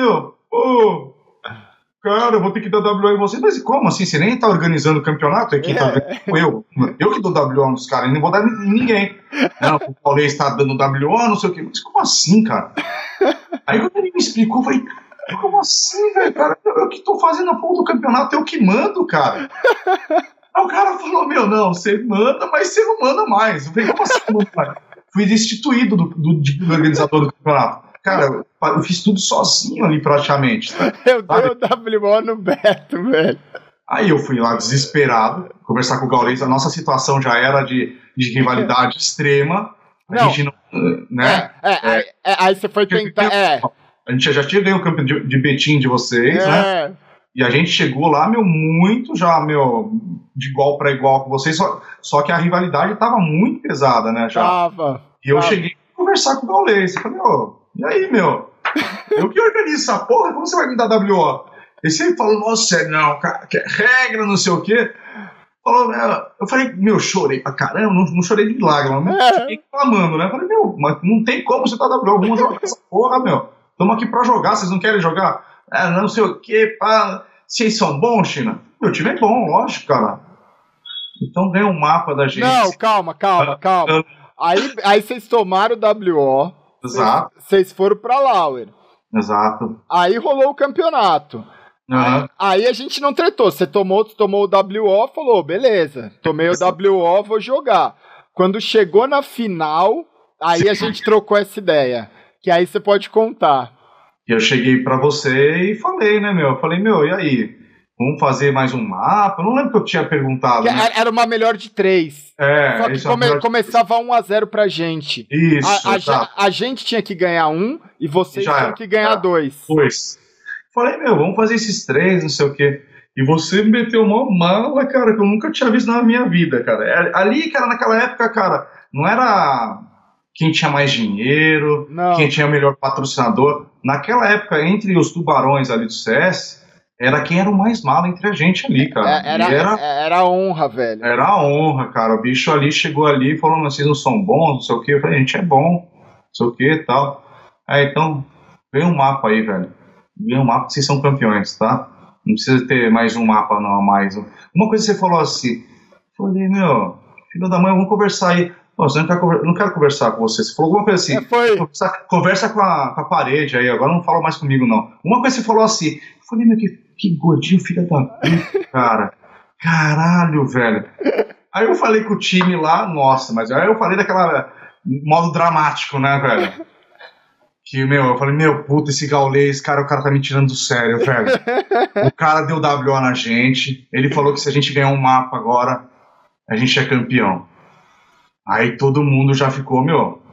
cara, eu vou ter que dar WO em você. Mas como assim? Você nem tá organizando o campeonato? Quem tá organizando? Eu que dou WO nos caras, eu não vou dar em ninguém. Não, o Paulês tá dando WO, não sei o quê. Mas como assim, cara? Aí quando ele me explicou, eu falei, como assim, velho, cara? Eu que tô fazendo a porra do campeonato, eu que mando, cara. Aí o cara falou, não, você manda, mas você não manda mais. Eu falei, como assim, mano? Fui destituído do organizador do campeonato. Cara, eu fiz tudo sozinho ali, praticamente. Tá? Eu dei o WO no Beto, velho. Aí eu fui lá desesperado, conversar com o Gaules. A nossa situação já era de rivalidade extrema. A gente não... Né? Aí você foi tentar... A gente já tinha ganho o campo de Betim de vocês, né? E a gente chegou lá, muito já, de igual para igual com vocês, só que a rivalidade tava muito pesada, né? Já. E eu cheguei a conversar com o Gaules. Eu falei, e aí, eu que organizo essa porra, como você vai me dar WO? Ele sempre falou, nossa, não, cara, que regra, não sei o quê. Eu falei, chorei pra caramba, não chorei de lágrimas, mas fiquei reclamando, né? Eu falei, mas não tem como você dar WO, vamos jogar essa porra, estamos aqui pra jogar, vocês não querem jogar? Não sei o que, pá. Vocês são bons, China? Meu time é bom, lógico, cara. Então ganha um mapa da gente. Não, calma. Aí vocês tomaram o WO. Exato. Vocês foram pra Lauer. Exato. Aí rolou o campeonato. Aí a gente não tretou. Você tomou o WO, falou, beleza. Tomei o WO, vou jogar. Quando chegou na final, aí a gente trocou essa ideia. Que aí você pode contar. E eu cheguei pra você e falei, né, Eu falei, e aí? Vamos fazer mais um mapa? Eu não lembro que eu tinha perguntado, né? Era uma melhor de 3. Só que começava 1-0 pra gente. Isso, a gente tinha que ganhar 1 e vocês tinham que ganhar 2. Falei, vamos fazer esses 3, não sei o quê. E você me meteu uma mala, cara, que eu nunca tinha visto na minha vida, cara. Ali, cara, naquela época, cara, não era quem tinha mais dinheiro, quem tinha o melhor patrocinador. Naquela época, entre os tubarões ali do CS, era quem era o mais malo entre a gente ali, cara. Era a honra, velho. Era a honra, cara. O bicho ali chegou ali e falou, vocês não são bons, não sei o quê. Eu falei, a gente é bom, não sei o quê e tal. Então, vem um mapa aí, velho. Vem um mapa que vocês são campeões, tá? Não precisa ter mais um mapa, não, mais um. Uma coisa que você falou assim, eu falei, meu, filho da mãe, vamos conversar aí. Você não quero conversar com você. Você falou alguma coisa assim, conversa com a parede aí, agora não fala mais comigo, não. Uma coisa que você falou assim, eu falei, meu, que gordinho, filho da puta, cara. Caralho, velho. Aí eu falei com o time lá, nossa, mas aí eu falei daquela modo dramático, né, velho? Que, eu falei, puta, esse gaulês, cara, o cara tá me tirando do sério, velho. O cara deu WO na gente, ele falou que se a gente ganhar um mapa agora, a gente é campeão. Aí todo mundo já ficou,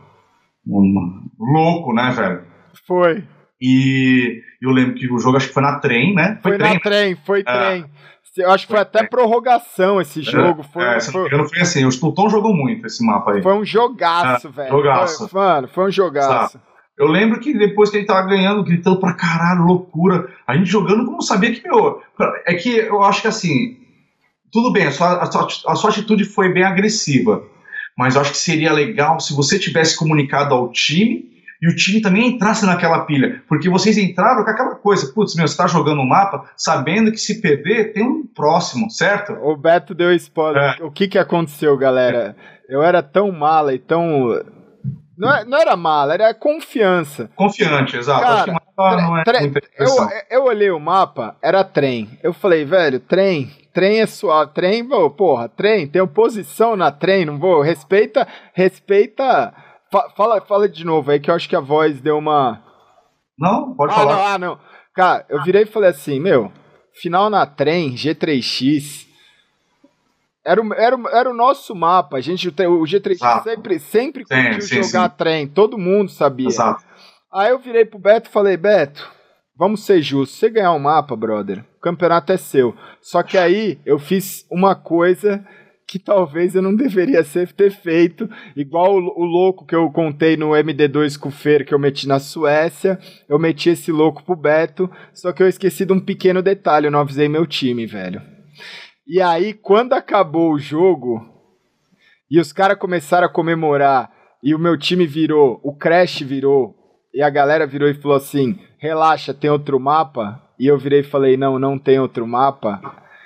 louco, né, velho? Foi. E eu lembro que o jogo, acho que foi na trem, né? Foi trem. Eu acho que foi até prorrogação esse jogo. Se não me engano, foi assim. O Tom jogou muito esse mapa aí. Foi um jogaço, velho. Jogaço. Foi um jogaço. Sabe? Eu lembro que depois que ele tava ganhando, gritando pra caralho, loucura, a gente jogando como sabia que, é que eu acho que assim, tudo bem, a sua atitude foi bem agressiva, mas eu acho que seria legal se você tivesse comunicado ao time e o time também entrasse naquela pilha, porque vocês entraram com aquela coisa, putz, você tá jogando um mapa sabendo que se perder tem um próximo, certo? O Beto deu spoiler. O que aconteceu, galera? Eu era tão mala e tão... Não era mala, era confiança. Confiante, exato. Cara, acho que mapa não é muita impressão. Eu olhei o mapa, era trem. Eu falei, velho, trem é suave. Trem, trem, tem oposição na trem, não vou. Respeita. Fala de novo aí, que eu acho que a voz deu uma... Não, pode falar. Não. Cara, eu virei e falei assim, final na trem, G3X... Era o nosso mapa. O G3X sempre curtiu jogar trem. Todo mundo sabia. Exato. Aí eu virei pro Beto e falei, Beto, vamos ser justos. Se você ganhar um mapa, brother, o campeonato é seu. Só que aí eu fiz uma coisa que talvez eu não deveria ter feito. Igual o louco que eu contei no MD2 com o Fer, que eu meti na Suécia. Eu meti esse louco pro Beto. Só que eu esqueci de um pequeno detalhe. Eu não avisei meu time, velho. E aí, quando acabou o jogo, e os caras começaram a comemorar, e o meu time virou, o Crash virou, e a galera virou e falou assim, relaxa, tem outro mapa? E eu virei e falei, não tem outro mapa.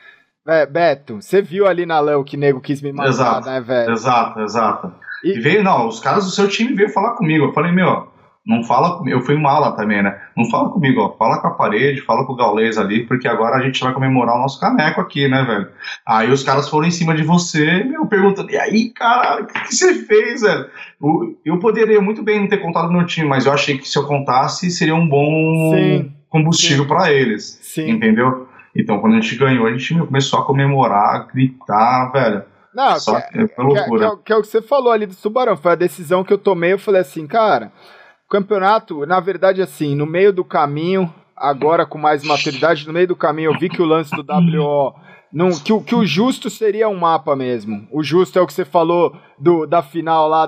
Beto, você viu ali na LAN que nego quis me matar, né, velho? Exato. E veio, os caras do seu time veio falar comigo. Eu falei, não fala comigo. Eu fui mala também, né? Não fala comigo, fala com a parede, fala com o gaulês ali, porque agora a gente vai comemorar o nosso caneco aqui, né, velho? Aí os caras foram em cima de você, perguntando, e aí, caralho, o que você fez, velho? Eu poderia muito bem não ter contado no meu time, mas eu achei que se eu contasse, seria um bom combustível pra eles. Sim. Entendeu? Então, quando a gente ganhou, a gente começou a comemorar, gritar, velho. Não, foi loucura. Que é o que você falou ali do Tubarão, foi a decisão que eu tomei, eu falei assim, cara... Campeonato, na verdade, assim, no meio do caminho, agora com mais maturidade, no meio do caminho eu vi que o lance do WO, que o justo seria um mapa mesmo. O justo é o que você falou da final lá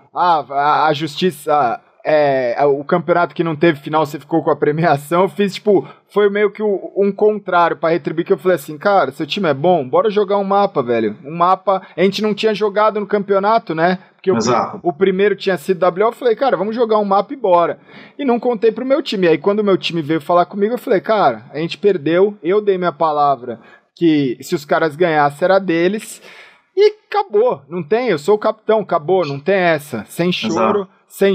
a justiça, o campeonato que não teve final, você ficou com a premiação. Eu fiz, foi meio que um contrário pra retribuir, que eu falei assim, cara, seu time é bom, bora jogar um mapa, velho. Um mapa, a gente não tinha jogado no campeonato, né? Porque o primeiro tinha sido WO, eu falei, cara, vamos jogar um mapa e bora. E não contei pro meu time. E aí, quando o meu time veio falar comigo, eu falei, cara, a gente perdeu, eu dei minha palavra que se os caras ganhassem era deles, e acabou. Não tem, eu sou o capitão, acabou, não tem essa. Sem choro,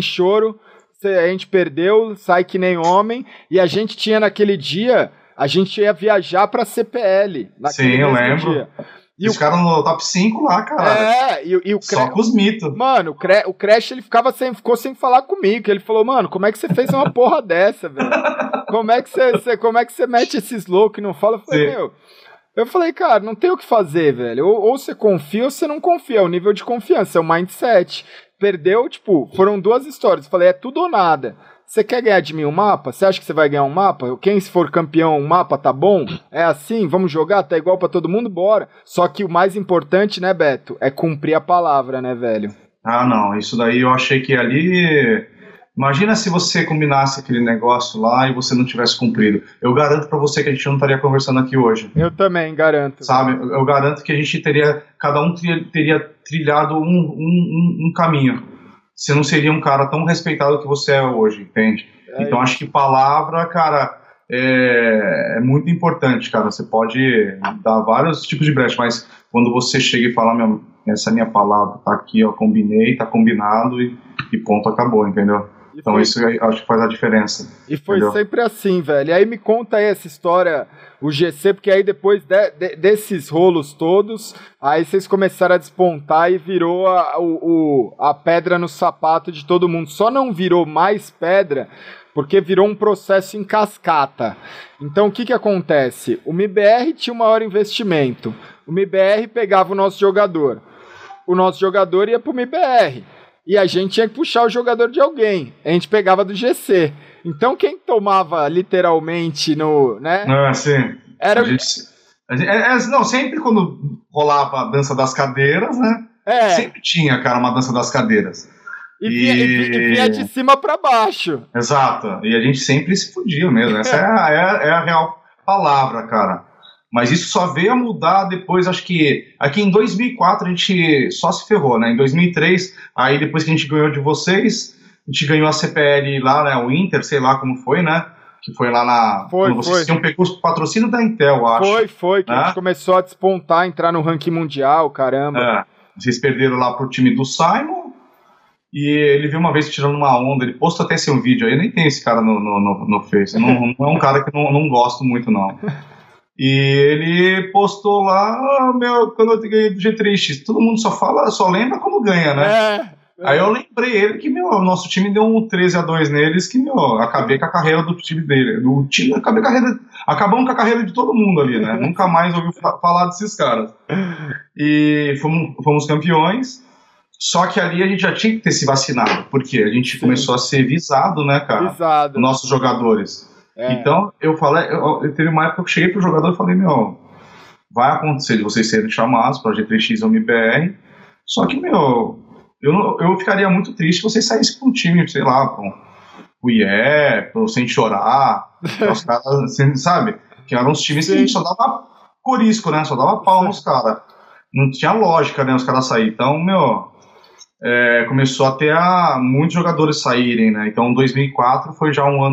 a gente perdeu, sai que nem homem, e a gente tinha naquele dia, a gente ia viajar pra CPL. Sim, eu lembro. Dia. E os caras no top 5 lá, cara. E o só com os mitos. Mano, o Crash, ele ficou sem falar comigo. Ele falou, mano, como é que você fez uma porra dessa, velho? Como é que você mete esses loucos e não fala? Eu falei, cara, não tem o que fazer, velho. Ou você confia ou você não confia. É o nível de confiança, é o mindset. Perdeu, foram duas histórias. Eu falei, é tudo ou nada. Você quer ganhar de mim um mapa? Você acha que você vai ganhar um mapa? Quem se for campeão, um mapa tá bom? É assim? Vamos jogar? Tá igual pra todo mundo? Bora. Só que o mais importante, né, Beto? É cumprir a palavra, né, velho? Ah, não, isso daí eu achei que ali. Imagina se você combinasse aquele negócio lá e você não tivesse cumprido. Eu garanto pra você que a gente não estaria conversando aqui hoje. Eu também garanto. Sabe? Eu garanto que a gente teria. Cada um teria trilhado um caminho. Você não seria um cara tão respeitado que você é hoje, entende? Então acho que palavra, cara, é muito importante, cara. Você pode dar vários tipos de brecha, mas quando você chega e fala, essa é a minha palavra, tá aqui, eu combinei, tá combinado e ponto, acabou, entendeu? Então isso eu acho que faz a diferença. E foi sempre assim, velho. E aí me conta aí essa história, o GC, porque aí depois desses rolos todos, aí vocês começaram a despontar e virou a pedra no sapato de todo mundo. Só não virou mais pedra porque virou um processo em cascata. Então o que acontece? O MIBR tinha o maior investimento. O MIBR pegava o nosso jogador ia pro MIBR. E a gente tinha que puxar o jogador de alguém. A gente pegava do GC. Então quem tomava literalmente no, né? Ah, sim. Era não, sempre quando rolava a dança das cadeiras, né? Sempre tinha, cara, uma dança das cadeiras. E vinha de cima pra baixo. Exato. E a gente sempre se fudia mesmo. Essa é a real palavra, cara. Mas isso só veio a mudar depois, acho que aqui em 2004 a gente só se ferrou, né? Em 2003, aí depois que a gente ganhou de vocês, a gente ganhou a CPL lá, né? O Inter, sei lá como foi, né? Que foi lá na... Foi. Vocês tinham pego o patrocínio da Intel, acho. Foi, que a gente começou a despontar, entrar no ranking mundial, caramba. Vocês perderam lá pro time do Simon, e ele viu uma vez tirando uma onda, ele postou até esse vídeo aí, nem tem esse cara no Face, não é um cara que não gosto muito, não. E ele postou lá, quando eu ganhei do G3X, todo mundo só lembra quando ganha, né? Aí eu lembrei ele que, o nosso time deu um 13-2 neles, que, acabei com a carreira do time dele. Acabamos com a carreira de todo mundo ali, né? Nunca mais ouviu falar desses caras. E fomos campeões, só que ali a gente já tinha que ter se vacinado, porque a gente começou a ser visado, né, cara? Visado. Nossos jogadores. Então, eu teve uma época que eu cheguei pro jogador e falei, vai acontecer de vocês serem chamados para G3X ou MBR, só que, eu ficaria muito triste se vocês saíssem para um time, sei lá, para o IE, Sem Chorar, os caras, assim, sabe? Que eram uns times que a gente só dava corisco, né? Só dava pau nos caras. Não tinha lógica, né? Os caras saírem. Então, começou a ter muitos jogadores saírem, né? Então, 2004 foi já um ano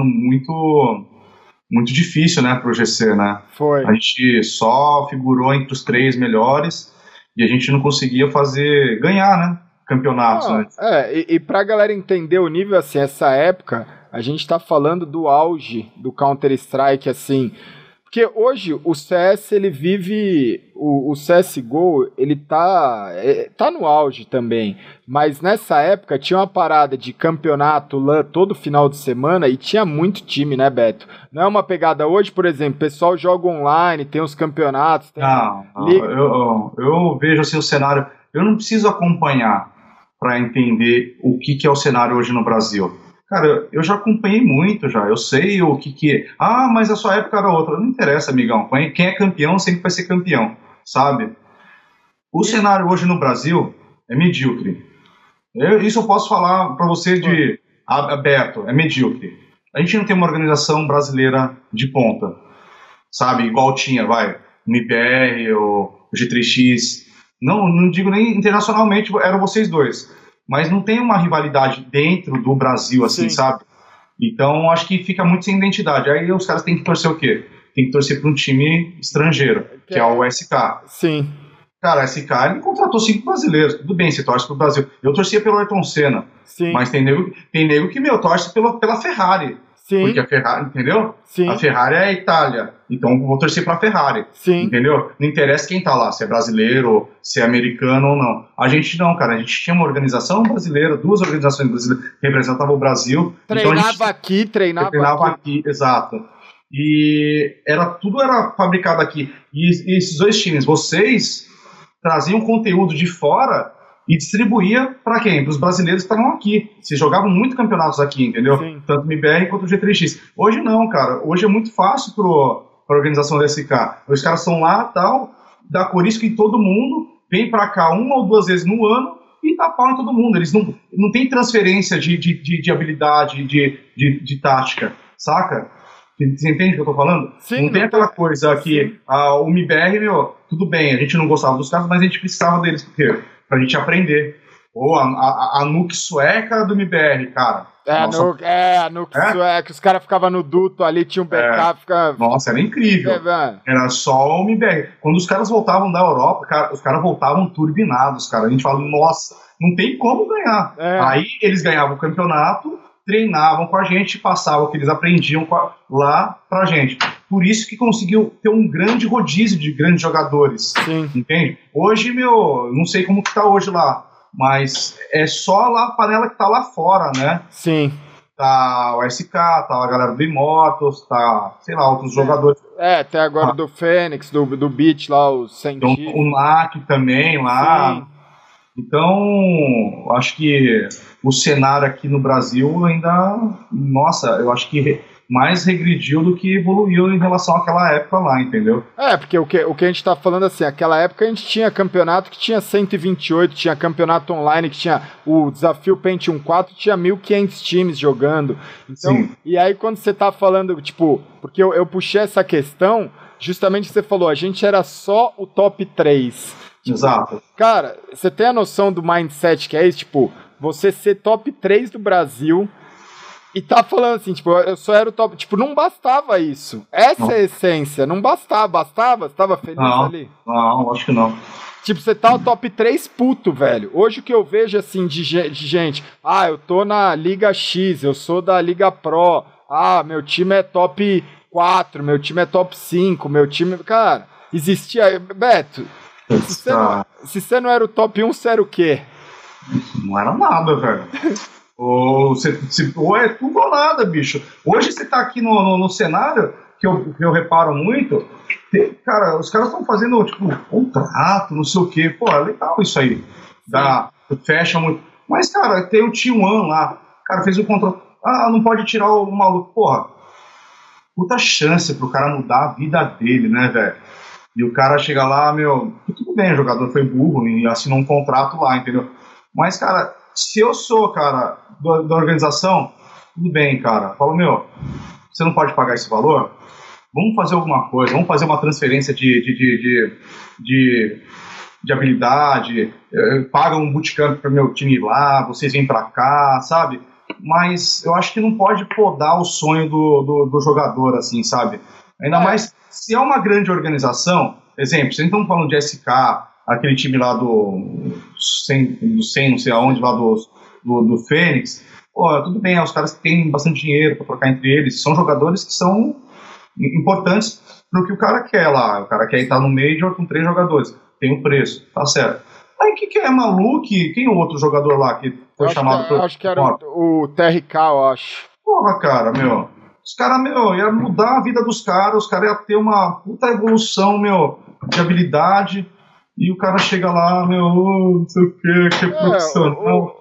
muito difícil, né, pro GC, né? Foi. A gente só figurou entre os 3 melhores e a gente não conseguia ganhar, né, campeonatos. Né? E pra galera entender o nível, assim, essa época, a gente tá falando do auge do Counter-Strike, assim, porque hoje o CS, ele vive, o CSGO, ele tá no auge também, mas nessa época tinha uma parada de campeonato LAN todo final de semana e tinha muito time, né, Beto? Não é uma pegada hoje, por exemplo, o pessoal joga online, tem os campeonatos... Eu vejo assim o cenário, eu não preciso acompanhar para entender o que é o cenário hoje no Brasil. Cara, eu já acompanhei muito já, eu sei o que é. Mas a sua época era outra. Não interessa, amigão. Quem é campeão sempre vai ser campeão, sabe? O cenário hoje no Brasil é medíocre. Isso eu posso falar para você de aberto, é medíocre. A gente não tem uma organização brasileira de ponta, sabe? Igual tinha, no IBR ou G3X. Não digo nem internacionalmente, eram vocês dois. Mas não tem uma rivalidade dentro do Brasil, assim, sabe? Então, acho que fica muito sem identidade. Aí os caras têm que torcer o quê? Tem que torcer para um time estrangeiro, que é o SK. Sim. Cara, a SK, ele contratou 5 brasileiros. Tudo bem, você torce pro Brasil. Eu torcia pelo Ayrton Senna. Sim. Mas tem nego que, torce pela Ferrari. Sim. Porque a Ferrari, entendeu? Sim. A Ferrari é a Itália. Então eu vou torcer pra Ferrari. Sim. Entendeu? Não interessa quem tá lá, se é brasileiro, se é americano ou não. A gente não, cara. A gente tinha uma organização brasileira, 2 organizações brasileiras que representavam o Brasil. Treinava treinava aqui, exato. E tudo era fabricado aqui. E esses 2 times, vocês traziam conteúdo de fora e distribuía para quem? Para os brasileiros que estavam aqui. Se jogavam muito campeonatos aqui, entendeu? Sim. Tanto o MBR quanto o G3X. Hoje não, cara. Hoje é muito fácil para a organização da SK. Os caras estão lá, tal, dá corisco em todo mundo, vem para cá 1 ou 2 vezes no ano e dá pau em todo mundo. Eles não tem transferência de habilidade, de tática, saca? Você entende o que eu tô falando? Sim, não tem aquela coisa que o MBR, tudo bem, a gente não gostava dos caras, mas a gente precisava deles, por quê? Pra gente aprender. Ou a nuke sueca do MBR, cara. A nuke sueca, os caras ficavam no duto ali, tinha um backup. Nossa, era incrível. Era só o MBR. Quando os caras voltavam da Europa, cara, os caras voltavam turbinados, cara. A gente fala, nossa, não tem como ganhar. Aí eles ganhavam o campeonato, treinavam com a gente, passavam o que eles aprendiam lá pra gente. Por isso que conseguiu ter um grande rodízio de grandes jogadores. Sim. Entende? Hoje, não sei como que tá hoje lá, mas é só lá a panela que tá lá fora, né? Sim. Tá o SK, tá a galera do Immortals, tá, sei lá, outros jogadores. Até agora do Fênix, do Beat lá, o Senti. Então, o NAC também lá. Sim. Então, acho que o cenário aqui no Brasil ainda, nossa, eu acho que mais regrediu do que evoluiu em relação àquela época lá, entendeu? Porque o que a gente tá falando assim, aquela época a gente tinha campeonato que tinha 128, tinha campeonato online que tinha o desafio Pentium 4, tinha 1.500 times jogando. Então, sim. E aí quando você tá falando, tipo, porque eu puxei essa questão, justamente você falou, a gente era só o top 3. Tipo, exato. Cara, você tem a noção do mindset que é isso? Tipo, você ser top 3 do Brasil e tá falando assim, tipo, eu só era o top. Tipo, não bastava isso. Essa é a essência. Não bastava. Bastava? Você tava feliz ali? Não, acho que não. Tipo, você tá o top 3 puto, velho. Hoje o que eu vejo, assim, de gente... eu tô na Liga X, eu sou da Liga Pro. Meu time é top 4, meu time é top 5, meu time... Cara, existia... Beto, se você não era o top 1, você era o quê? Não era nada, velho. Ou é tudo ou nada, bicho. Hoje você tá aqui no cenário, que eu reparo muito, cara, os caras estão fazendo, tipo, contrato, não sei o quê. Pô, é legal isso aí. Fecha muito. Mas, cara, tem o T1 lá, cara, fez um contrato. Não pode tirar o maluco. Porra, puta chance pro cara mudar a vida dele, né, velho? E o cara chega lá, tudo bem, o jogador foi burro e assinou um contrato lá, entendeu? Mas, cara, se eu sou, cara, da organização, tudo bem, cara. Falo, você não pode pagar esse valor? Vamos fazer alguma coisa, vamos fazer uma transferência de habilidade, paga um bootcamp para meu time ir lá, vocês vêm para cá, sabe? Mas eu acho que não pode podar o sonho do jogador, assim, sabe? Ainda mais se é uma grande organização, exemplo, vocês estão falando de SK, aquele time lá do 100, não sei aonde, lá do Fênix, tudo bem, os caras têm bastante dinheiro para trocar entre eles, são jogadores que são importantes pro que o cara quer lá, o cara quer estar no Major com 3 jogadores, tem um preço, tá certo. Aí que é maluco, quem é o outro jogador lá que foi chamado? Acho que era o TRK, eu acho. Porra, cara, os caras, ia mudar a vida dos caras, os caras iam ter uma puta evolução, de habilidade, e o cara chega lá, não sei o que é profissional.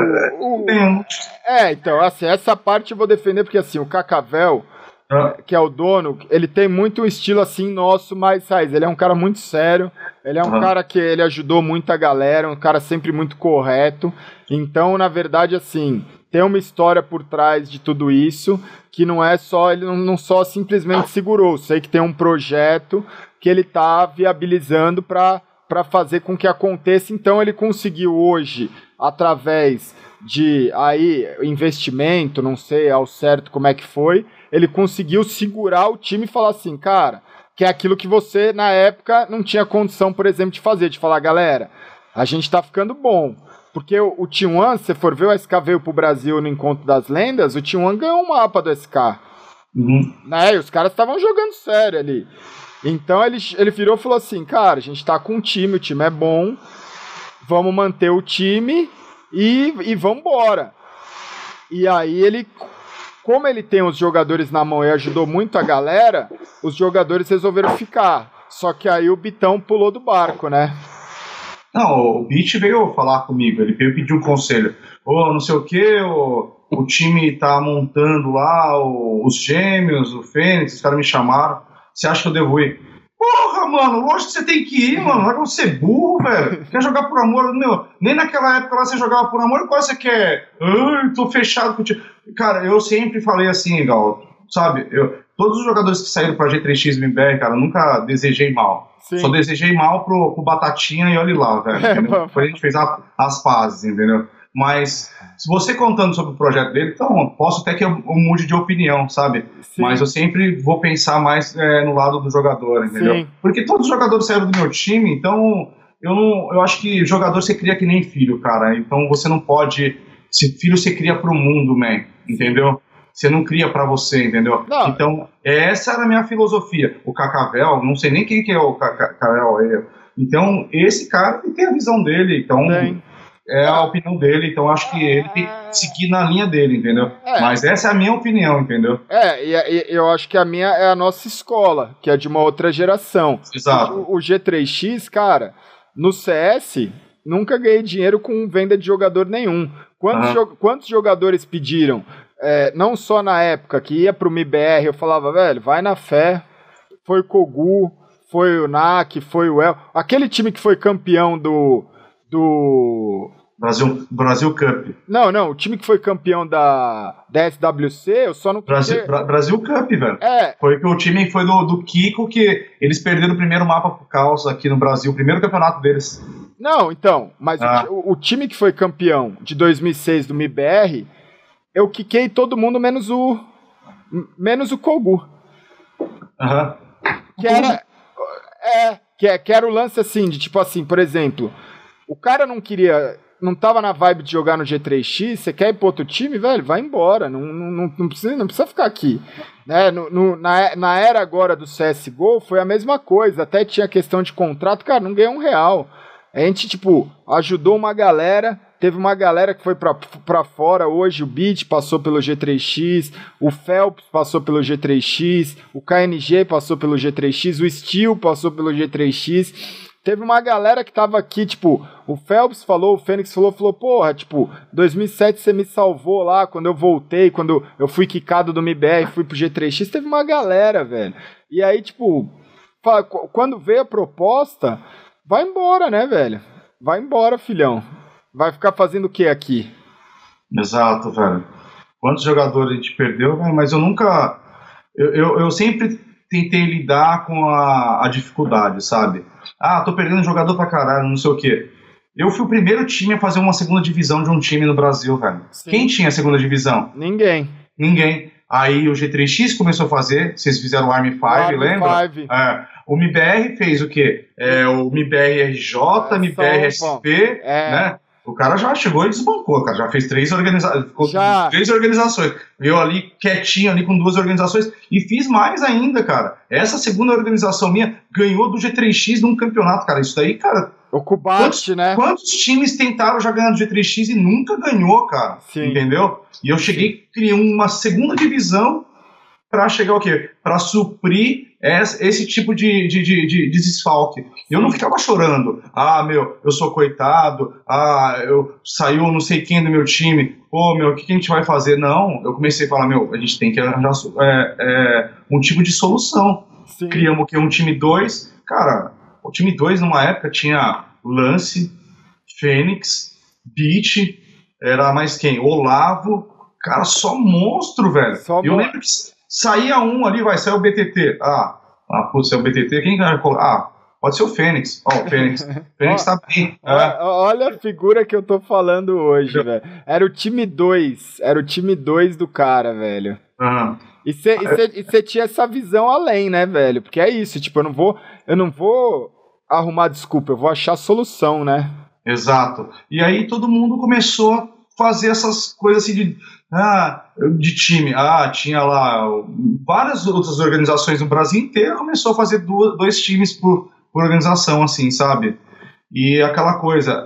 Então, assim, essa parte eu vou defender, porque assim, o Cacavel, que é o dono, ele tem muito um estilo assim nosso, mais raiz. Ele é um cara muito sério, ele é um cara que ele ajudou muita galera, um cara sempre muito correto. Então, na verdade, assim, tem uma história por trás de tudo isso, que não é só, ele não só simplesmente segurou. Sei que tem um projeto que ele tá viabilizando para fazer com que aconteça. Então ele conseguiu hoje, através de investimento, não sei ao certo como é que foi, ele conseguiu segurar o time e falar assim, cara, que é aquilo que você na época não tinha condição, por exemplo, de fazer, de falar, galera, a gente tá ficando bom. Porque o T1, se você for ver, o SK veio pro Brasil no Encontro das Lendas, o T1 ganhou um mapa do SK. Né? E os caras estavam jogando sério ali. Então ele virou e falou assim, cara, a gente tá com um time, o time é bom, vamos manter o time e vambora. E aí como ele tem os jogadores na mão e ajudou muito a galera, os jogadores resolveram ficar. Só que aí o Bitão pulou do barco, né? Não, o Beat veio falar comigo, ele veio pedir um conselho. Não sei o que, o time tá montando lá os gêmeos, o Fênix, os caras me chamaram. Você acha que eu devo ir? Porra, mano, lógico que você tem que ir, mano. Não é você ser burro, velho. Quer jogar por amor, meu. Nem naquela época lá você jogava por amor, qual você quer? Ai, tô fechado com o time. Cara, eu sempre falei assim, Gal, sabe? Todos os jogadores que saíram pra G3X e MBR, cara, eu nunca desejei mal. Sim. Só desejei mal pro Batatinha e olhe lá, velho. Depois a gente fez as pazes, entendeu? Mas, se você contando sobre o projeto dele, então, posso até que eu mude de opinião, sabe? Sim. Mas eu sempre vou pensar mais no lado do jogador, entendeu? Sim. Porque todos os jogadores saíram do meu time, então, eu acho que jogador você cria que nem filho, cara. Então, você não pode... Se filho você cria pro mundo, man, entendeu? Você não cria pra você, entendeu? Não. Então, essa era a minha filosofia. O Cacavel, não sei nem quem que é o Cacavel. Então, esse cara tem a visão dele, então... Tem. É a opinião dele, então acho que ele tem que seguir na linha dele, entendeu? Mas essa é a minha opinião, entendeu? E eu acho que a minha é a nossa escola, que é de uma outra geração. Exato. O G3X, cara, no CS, nunca ganhei dinheiro com venda de jogador nenhum. Quantos jogadores pediram? Não só na época que ia pro MIBR, eu falava, velho, vai na fé. Foi o Kogu, foi o NAC, foi o El. Aquele time que foi campeão do Brasil Cup. Não, o time que foi campeão da SWC, eu só não... Brasil Cup, velho. Foi o time foi do Kiko, que eles perderam o primeiro mapa pro Caos aqui no Brasil, o primeiro campeonato deles. Não, então, mas o time que foi campeão de 2006 do MIBR, eu quiquei todo mundo menos o Kogu. Que era o lance assim, de tipo assim, por exemplo... O cara não tava na vibe de jogar no G3X, você quer ir pro outro time, velho? Vai embora, não precisa ficar aqui. Né? Na era agora do CSGO foi a mesma coisa, até tinha questão de contrato, cara, não ganhou R$1. A gente, tipo, ajudou uma galera, teve uma galera que foi pra fora hoje, o Beat passou pelo G3X, o Phelps passou pelo G3X, o KNG passou pelo G3X, o Steel passou pelo G3X... Teve uma galera que tava aqui, tipo, o Phelps falou, o Fênix falou, porra, tipo, 2007 você me salvou lá, quando eu voltei, quando eu fui quicado do MIBR, fui pro G3X, teve uma galera, velho. E aí, tipo, quando veio a proposta, vai embora, né, velho? Vai embora, filhão. Vai ficar fazendo o que aqui? Exato, velho. Quantos jogadores a gente perdeu, velho, mas eu nunca... Eu sempre tentei lidar com a dificuldade, sabe? Tô perdendo um jogador pra caralho, não sei o quê. Eu fui o primeiro time a fazer uma segunda divisão de um time no Brasil, velho. Sim. Quem tinha a segunda divisão? Ninguém. Aí o G3X começou a fazer, vocês fizeram o Army 5, lembra? O MIBR fez o quê? O MIBR RJ, MIBR SP, né? O cara já chegou e desbancou, cara. Já fez 3 organizações. Eu ali, quietinho, ali com 2 organizações. E fiz mais ainda, cara. Essa segunda organização minha ganhou do G3X num campeonato, cara. Isso daí, cara... O Kubat, né? Quantos times tentaram já ganhar do G3X e nunca ganhou, cara? Sim. Entendeu? E eu cheguei, criei uma segunda divisão pra chegar o quê? Pra suprir esse tipo de desfalque. Eu não ficava chorando. Eu sou coitado. Eu saiu não sei quem do meu time. O que a gente vai fazer? Não. Eu comecei a falar, a gente tem que arranjar um tipo de solução. Sim. Criamos um time 2. Cara, o time 2 numa época tinha Lance, Fênix, Beat, era mais quem? Olavo. Cara, só monstro, velho. Eu lembro que saía um ali, vai sair o BTT. Putz, é o BTT. Quem vai colocar? Pode ser o Fênix. O Fênix. Fênix tá bem. Olha a figura que eu tô falando hoje, velho. Era o time 2. Era o time 2 do cara, velho. E você tinha essa visão além, né, velho? Porque é isso, tipo, eu não vou arrumar desculpa, eu vou achar solução, né? Exato. E aí todo mundo começou a fazer essas coisas assim de time. Tinha lá várias outras organizações no Brasil inteiro, começou a fazer 2 times por organização, assim, sabe? E aquela coisa,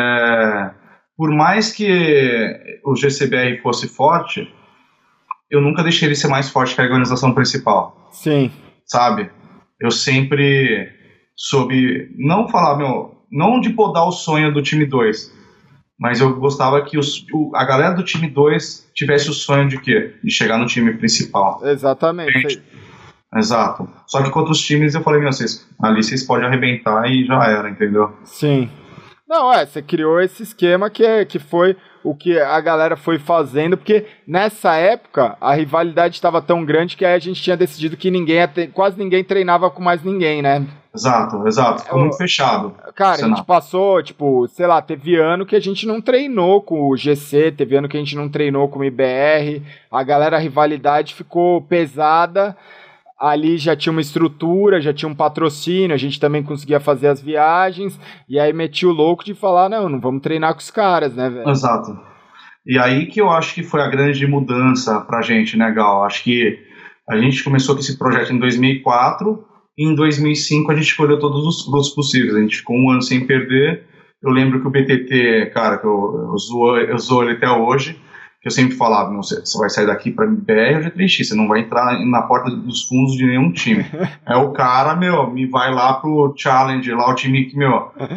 por mais que o GCBR fosse forte, eu nunca deixei ele ser mais forte que a organização principal. Sim. Sabe? Eu sempre soube não falar, não de podar o sonho do time 2, mas eu gostava que a galera do time 2 tivesse o sonho de quê? De chegar no time principal. Exatamente. Exato. Só que contra os times eu falei, meu, ali vocês podem arrebentar e já era, entendeu? Sim. Não, você criou esse esquema que foi o que a galera foi fazendo, porque nessa época a rivalidade estava tão grande que aí a gente tinha decidido que quase ninguém treinava com mais ninguém, né? Exato. Ficou muito fechado. Cara, a gente passou, tipo, sei lá, teve ano que a gente não treinou com o GC, teve ano que a gente não treinou com o IBR, a rivalidade ficou pesada. Ali já tinha uma estrutura, já tinha um patrocínio, a gente também conseguia fazer as viagens, e aí meti o louco de falar, não vamos treinar com os caras, né, velho? Exato. E aí que eu acho que foi a grande mudança pra gente, né, Gal? Acho que a gente começou com esse projeto em 2004, e em 2005 a gente colheu todos os frutos possíveis, a gente ficou um ano sem perder. Eu lembro que o BTT, cara, que eu zoo ele até hoje, que eu sempre falava, você vai sair daqui para MBR ou G3X, você não vai entrar na porta dos fundos de nenhum time. É o cara, me vai lá pro Challenge, lá o time que,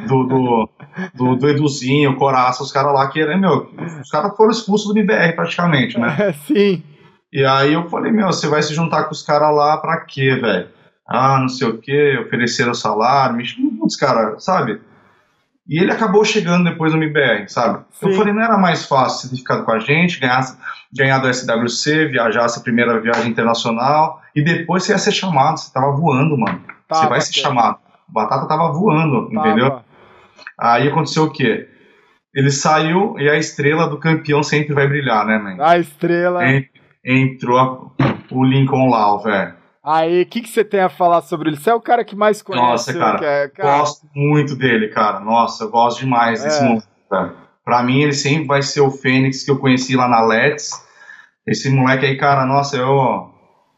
do Eduzinho, Coraça, os caras lá que, os caras foram expulsos do MBR praticamente, né? Sim. E aí eu falei, você vai se juntar com os caras lá pra quê, velho? Não sei o quê, ofereceram salário, muitos caras, sabe? E ele acabou chegando depois no MBR, sabe? Sim. Eu falei, não era mais fácil você ter ficado com a gente, ganhar do SWC, viajasse a primeira viagem internacional, e depois você ia ser chamado, você tava voando, mano. Você vai ser chamado. A Batata tava voando, entendeu? Aí aconteceu o quê? Ele saiu e a estrela do campeão sempre vai brilhar, né, man? A estrela... Entrou o Lincoln Lau, velho. Aí, o que você tem a falar sobre ele? Você é o cara que mais conhece. Nossa, cara, gosto muito dele, cara. Nossa, eu gosto demais desse moleque, cara. Pra mim, ele sempre vai ser o Fênix que eu conheci lá na Let's. Esse moleque aí, cara, nossa, eu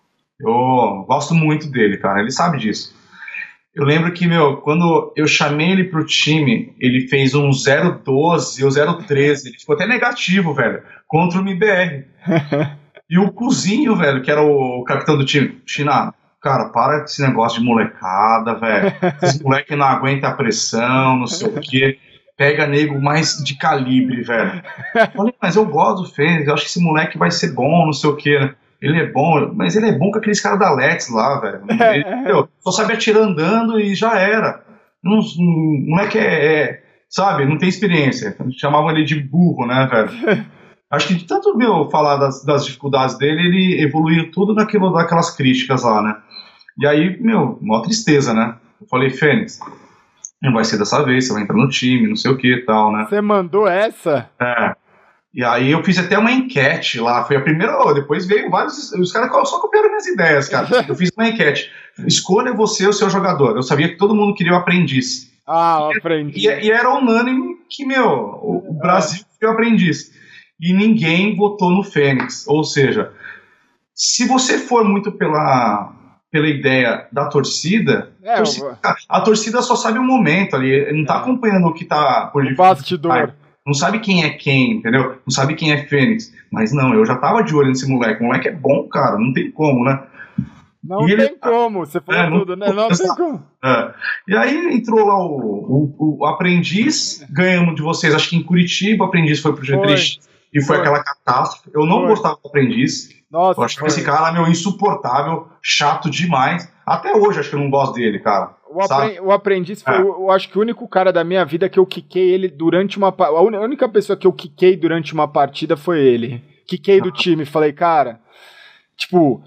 gosto muito dele, cara. Ele sabe disso. Eu lembro que, quando eu chamei ele pro time, ele fez um 0-12 ou 0-13. Ele ficou até negativo, velho, contra o MBR. E o Cuzinho, velho, que era o capitão do time, China, cara, para com esse negócio de molecada, velho. Esse moleque não aguenta a pressão, não sei o quê. Pega nego mais de calibre, velho. Eu falei, mas eu gosto do Fênix, eu acho que esse moleque vai ser bom, não sei o quê. Ele é bom, mas ele é bom com aqueles caras da Let's lá, velho. Ele só sabe atirar andando e já era. Não é que sabe, não tem experiência. Chamavam ele de burro, né, velho? Acho que de tanto falar das dificuldades dele, ele evoluiu tudo daquelas críticas lá, né? E aí, maior tristeza, né? Eu falei, Fênix, não vai ser dessa vez, você vai entrar no time, não sei o que e tal, né? Você mandou essa? E aí eu fiz até uma enquete lá, foi a primeira, depois veio vários, os caras só copiaram minhas ideias, cara. Eu fiz uma enquete, escolha você o seu jogador. Eu sabia que todo mundo queria o aprendiz. O aprendiz. E era unânime que, o Brasil queria o aprendiz. E ninguém votou no Fênix. Ou seja, se você for muito pela ideia da torcida, a torcida só sabe o momento ali, não tá acompanhando o que tá por bastidor. Não sabe quem é quem, entendeu? Não sabe quem é Fênix. Mas não, eu já tava de olho nesse moleque. O moleque é bom, cara, não tem como, né? Não tem como, você falou tudo, né? Não tem como. E aí entrou lá o aprendiz, ganhamos de vocês, acho que em Curitiba, o aprendiz foi pro G3. E foi aquela catástrofe. Eu não gostava do aprendiz. Nossa, eu achava esse cara, insuportável, chato demais. Até hoje acho que eu não gosto dele, cara. O aprendiz foi, eu acho que o único cara da minha vida que eu quiquei ele durante uma... A única pessoa que eu quiquei durante uma partida foi ele. Quiquei do time. Falei, cara... Tipo,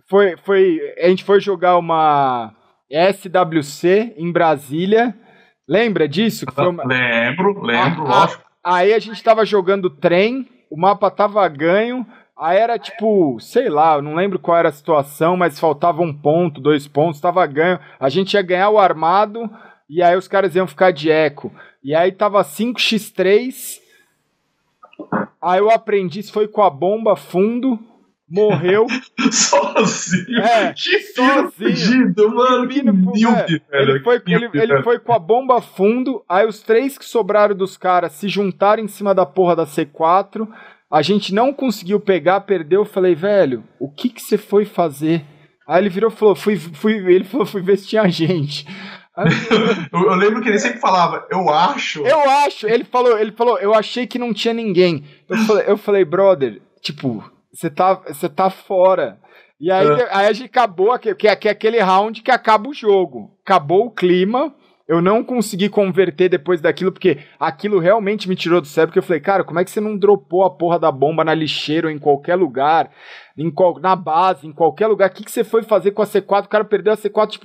a gente foi jogar uma SWC em Brasília. Lembra disso? Lembro, lógico. Aí a gente tava jogando trem, o mapa tava ganho, aí era tipo, sei lá, eu não lembro qual era a situação, mas faltava 1 ponto, 2 pontos, tava ganho, a gente ia ganhar o armado, e aí os caras iam ficar de eco. E aí tava 5x3, aí o aprendiz foi com a bomba fundo, morreu. Sozinho. Que sozinho. Fudido, mano. Que míope, velho. Ele foi com a bomba fundo, aí os 3 que sobraram dos caras se juntaram em cima da porra da C4, a gente não conseguiu pegar, perdeu, eu falei, velho, o que você foi fazer? Aí ele virou e falou, fui ver se tinha gente. Eu lembro que ele sempre falava, eu acho. Ele falou, eu achei que não tinha ninguém. Eu falei, brother, tipo... Você tá fora. E aí, aí a gente acabou, que é aquele round que acaba o jogo. Acabou o clima. Eu não consegui converter depois daquilo, porque aquilo realmente me tirou do sério, porque eu falei, cara, como é que você não dropou a porra da bomba na lixeira ou em qualquer lugar, na base, em qualquer lugar? O que você foi fazer com a C4? O cara perdeu a C4, tipo,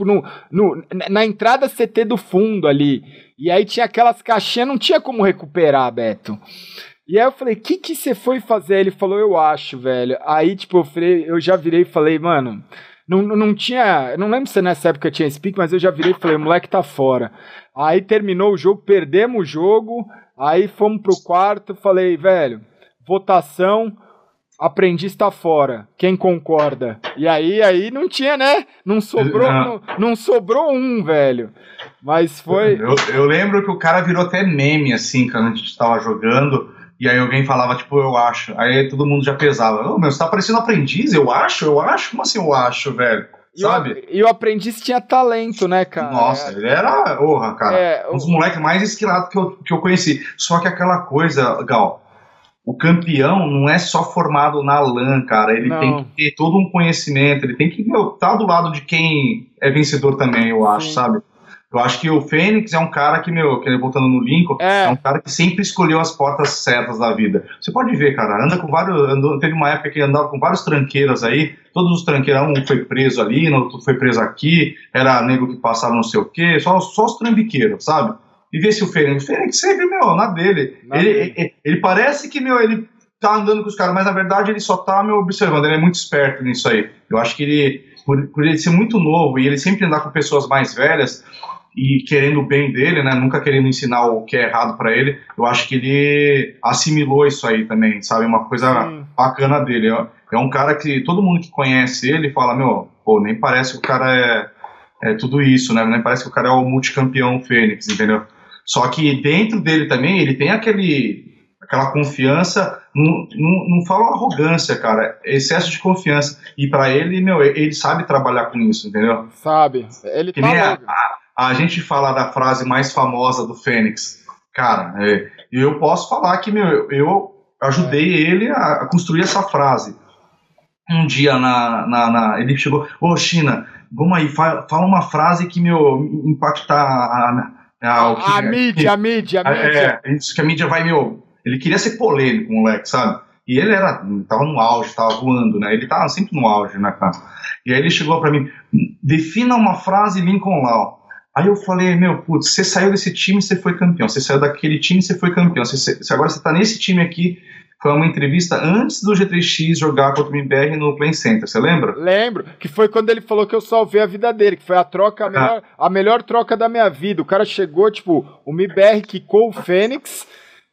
na entrada CT do fundo ali. E aí tinha aquelas caixinhas, não tinha como recuperar, Beto. E aí eu falei, o que você foi fazer? Ele falou, eu acho, velho. Aí, tipo, eu já virei e falei, mano... Não tinha, não lembro se nessa época tinha speak, mas eu já virei e falei, o moleque tá fora. Aí terminou o jogo, perdemos o jogo, aí fomos pro quarto, falei, velho, votação, aprendiz tá fora, quem concorda? E aí não tinha, né? Não sobrou um, velho. Mas foi... Eu lembro que o cara virou até meme, assim, quando a gente tava jogando... E aí alguém falava, tipo, eu acho. Aí todo mundo já pesava. Ô, meu, você tá parecendo aprendiz? Eu acho? Como assim eu acho, velho? Sabe? E o aprendiz tinha talento, né, cara? Nossa, ele era, cara, um dos moleques mais esquilados que eu conheci. Só que aquela coisa, Gal, o campeão não é só formado na LAN, cara. Ele tem que ter todo um conhecimento, ele tem que, tá do lado de quem é vencedor também, eu acho, sabe? Eu acho que o Fênix é um cara que, voltando no Lincoln, é um cara que sempre escolheu as portas certas da vida. Você pode ver, cara, teve uma época que ele andava com vários tranqueiros aí, todos os tranqueiros, um foi preso ali, outro foi preso aqui, era nego que passava não sei o quê, só os trambiqueiros, sabe? E vê se o Fênix sempre, na dele. Ele parece que, ele tá andando com os caras, mas na verdade ele só tá, observando, ele é muito esperto nisso aí. Eu acho que ele, por ele ser muito novo e ele sempre andar com pessoas mais velhas, e querendo o bem dele, né, nunca querendo ensinar o que é errado pra ele, eu acho que ele assimilou isso aí também, sabe, uma coisa bacana dele. É um cara que todo mundo que conhece ele fala, nem parece que o cara é tudo isso, né, nem parece que o cara é o multicampeão Fênix, entendeu? Só que dentro dele também, ele tem aquela confiança, não falo arrogância, cara, é excesso de confiança, e pra ele, ele sabe trabalhar com isso, entendeu? Sabe, ele que tá a gente fala da frase mais famosa do Fênix, cara, eu posso falar que, eu ajudei ele a construir essa frase. Um dia ele chegou, China, vamos aí, fala uma frase que, impactar a mídia. Isso que a mídia vai, ele queria ser polêmico, moleque, sabe? E ele tava no auge, tava voando, né? Ele tava sempre no auge, né, cara? E aí ele chegou pra mim, defina uma frase Lincoln Law. Aí eu falei, você saiu desse time, você foi campeão. Você saiu daquele time, você foi campeão. Agora você tá nesse time aqui. Foi uma entrevista antes do G3X jogar contra o MBR no Play Center, você lembra? Lembro, que foi quando ele falou que eu salvei a vida dele, que foi a melhor troca da minha vida. O cara chegou, tipo, o MBR quicou o Fênix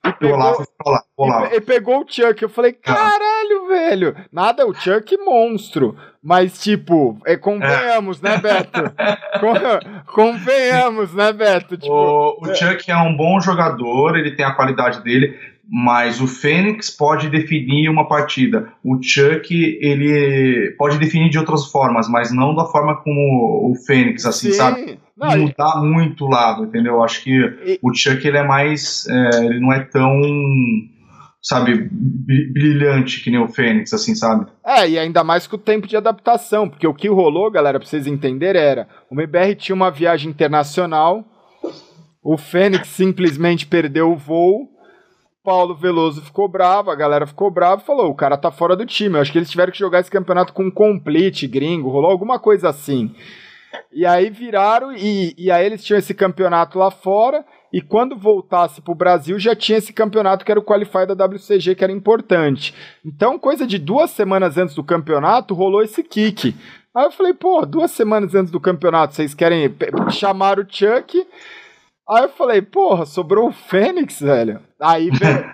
e pegou o Chuck. Eu falei, caralho, velho. Nada, o Chuck monstro. Mas, tipo, convenhamos, né, Beto? Convenhamos, né, Beto? Tipo, o Chuck é um bom jogador, ele tem a qualidade dele, mas o Fênix pode definir uma partida. O Chuck, ele pode definir de outras formas, mas não da forma como o Fênix, assim, sabe? Mudar muito o lado, entendeu? Eu acho que o Chuck, ele é mais... ele não é tão... sabe, brilhante que nem o Fênix, assim, sabe? E ainda mais com o tempo de adaptação, porque o que rolou, galera, pra vocês entenderem, o MBR tinha uma viagem internacional, o Fênix simplesmente perdeu o voo, Paulo Veloso ficou bravo, a galera ficou brava e falou, o cara tá fora do time. Eu acho que eles tiveram que jogar esse campeonato com um complete gringo, rolou alguma coisa assim. E aí viraram, e aí eles tinham esse campeonato lá fora, e quando voltasse pro Brasil já tinha esse campeonato que era o Qualify da WCG, que era importante. Então, coisa de 2 semanas antes do campeonato, rolou esse kick. Aí eu falei, 2 semanas antes do campeonato, vocês querem chamar o Chuck? Aí eu falei, sobrou o Fênix, velho. Aí, velho.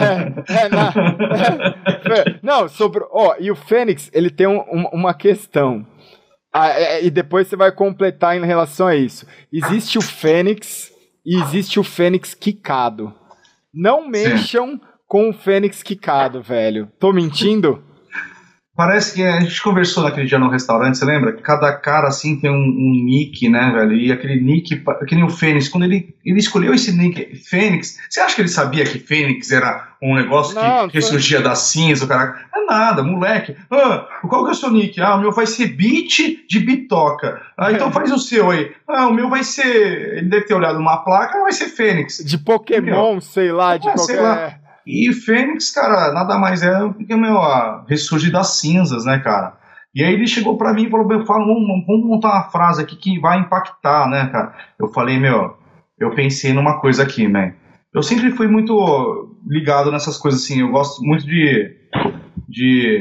Não, sobrou. E o Fênix, ele tem uma questão. E depois você vai completar em relação a isso. Existe o Fênix e existe o Fênix quicado. Não mexam com o Fênix quicado, velho. Tô mentindo? Parece que a gente conversou naquele dia no restaurante, você lembra? Cada cara, assim, tem um nick, né, velho? E aquele nick, que nem o Fênix, quando ele escolheu esse nick, Fênix, você acha que ele sabia que Fênix era um negócio que surgia da cinza, o cara? É nada, moleque. Qual que é o seu nick? O meu vai ser Beat de Bitoca. Então faz o seu aí. O meu vai ser... Ele deve ter olhado uma placa, vai ser Fênix. De Pokémon, sei lá, de qualquer... Sei lá. E Fênix, cara, nada mais é do que a ressurgir das cinzas, né, cara? E aí ele chegou pra mim e falou, vamos montar uma frase aqui que vai impactar, né, cara? Eu falei, eu pensei numa coisa aqui, man. Eu sempre fui muito ligado nessas coisas, assim, eu gosto muito de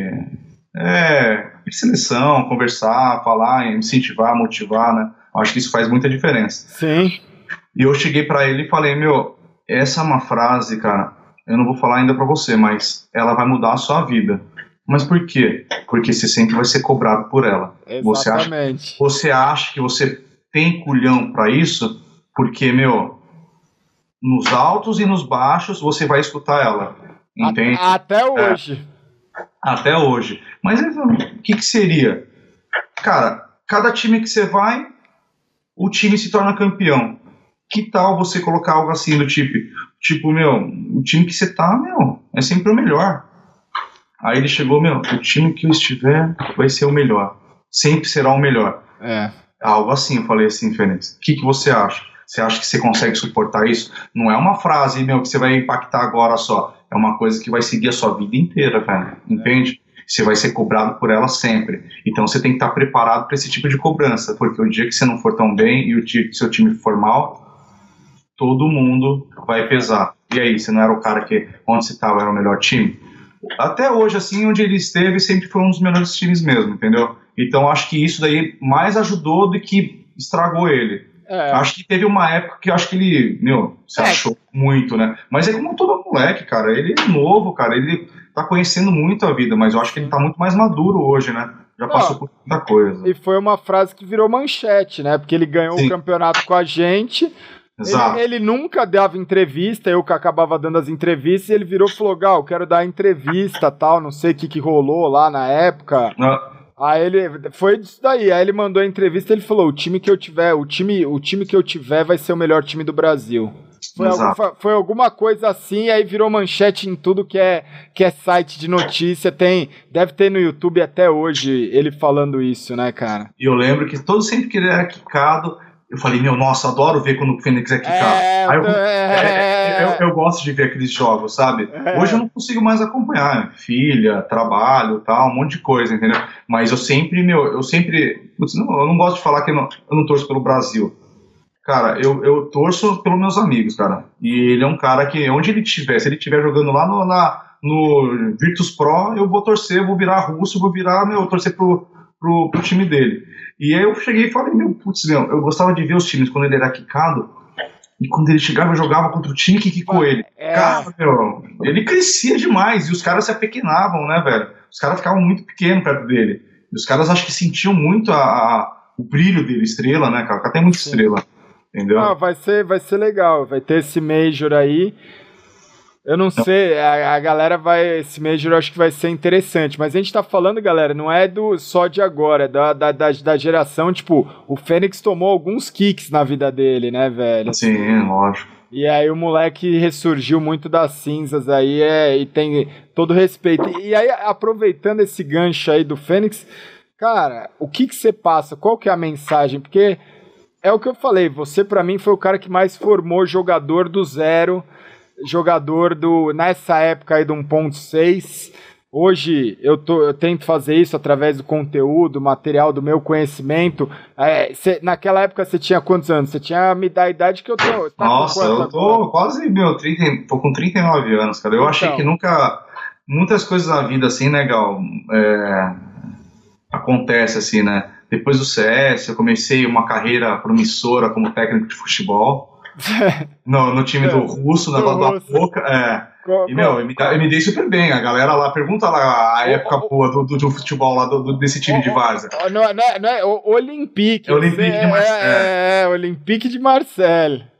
seleção, conversar, falar, incentivar, motivar, né? Acho que isso faz muita diferença. Sim. E eu cheguei pra ele e falei, essa é uma frase, cara, eu não vou falar ainda pra você, mas ela vai mudar a sua vida. Mas por quê? Porque você sempre vai ser cobrado por ela. Exatamente. Você acha que você tem culhão pra isso? Porque, nos altos e nos baixos você vai escutar ela. Entende? Até hoje. Até hoje. Mas o que seria? Cara, cada time que você vai, o time se torna campeão. Que tal você colocar algo assim do tipo, o time que você tá, é sempre o melhor. Aí ele chegou, o time que eu estiver vai ser o melhor. Sempre será o melhor. Algo assim, eu falei assim, Fênix. O que você acha? Você acha que você consegue suportar isso? Não é uma frase, que você vai impactar agora só. É uma coisa que vai seguir a sua vida inteira, velho. Entende? Você vai ser cobrado por ela sempre. Então você tem que estar preparado para esse tipo de cobrança. Porque o dia que você não for tão bem e o dia que seu time for mal, todo mundo vai pesar. E aí, você não era o cara que, onde você estava, era o melhor time? Até hoje, assim, onde ele esteve, sempre foi um dos melhores times mesmo, entendeu? Então, acho que isso daí mais ajudou do que estragou ele. Acho que teve uma época que eu acho que ele, se achou muito, né? Mas é como todo moleque, cara. Ele é novo, cara. Ele tá conhecendo muito a vida, mas eu acho que ele tá muito mais maduro hoje, né? Já passou por muita coisa. E foi uma frase que virou manchete, né? Porque ele ganhou o campeonato com a gente... Ele nunca dava entrevista, eu que acabava dando as entrevistas, e ele virou e falou, Gal, quero dar entrevista, tal, não sei o que rolou lá na época. Aí ele, foi disso daí, aí ele mandou a entrevista e ele falou, o time que eu tiver vai ser o melhor time do Brasil. Foi alguma coisa assim, aí virou manchete em tudo que é site de notícia, deve ter no YouTube até hoje ele falando isso, né, cara? E eu lembro que sempre que ele era quicado, eu falei, nossa, adoro ver quando o Fênix é quicado. Eu gosto de ver aqueles jogos, sabe? Hoje eu não consigo mais acompanhar, filha, trabalho, tal, um monte de coisa, entendeu? Mas eu sempre, eu não gosto de falar que eu não torço pelo Brasil. Cara, eu torço pelos meus amigos, cara. E ele é um cara que, onde ele estiver, se ele estiver jogando lá no Virtus Pro, eu vou torcer, eu vou virar russo, eu torcer pro time dele. E aí eu cheguei e falei, eu gostava de ver os times quando ele era quicado, e quando ele chegava e jogava contra o time que quicou ele. Cara, ele crescia demais, e os caras se apequenavam, né, velho? Os caras ficavam muito pequenos perto dele. E os caras acho que sentiam muito o brilho dele, estrela, né, cara? O cara tem muita estrela, entendeu? Vai ser legal, vai ter esse Major aí. Eu não sei, a galera esse Major eu acho que vai ser interessante, mas a gente tá falando, galera, não é só de agora, é da geração, tipo, o Fênix tomou alguns kicks na vida dele, né, velho? Sim, lógico. E aí o moleque ressurgiu muito das cinzas aí, e tem todo respeito. E aí, aproveitando esse gancho aí do Fênix, cara, o que você passa? Qual que é a mensagem? Porque é o que eu falei, você pra mim foi o cara que mais formou jogador do zero, nessa época aí do 1.6, hoje eu tento fazer isso através do conteúdo, material, do meu conhecimento. Naquela época você tinha quantos anos? Você tinha a idade que eu tô. Nossa, eu tô quase, tô com 39 anos, cara. Eu achei que muitas coisas na vida assim, né, Gal, acontece assim, né? Depois do CS, eu comecei uma carreira promissora como técnico de futebol. No time do Russo, na Boca. Eu me dei super bem. A galera lá, pergunta lá a época boa do futebol lá, desse time de várzea. Não é Olympique. Olympique de Marseille. Olympique de Marseille.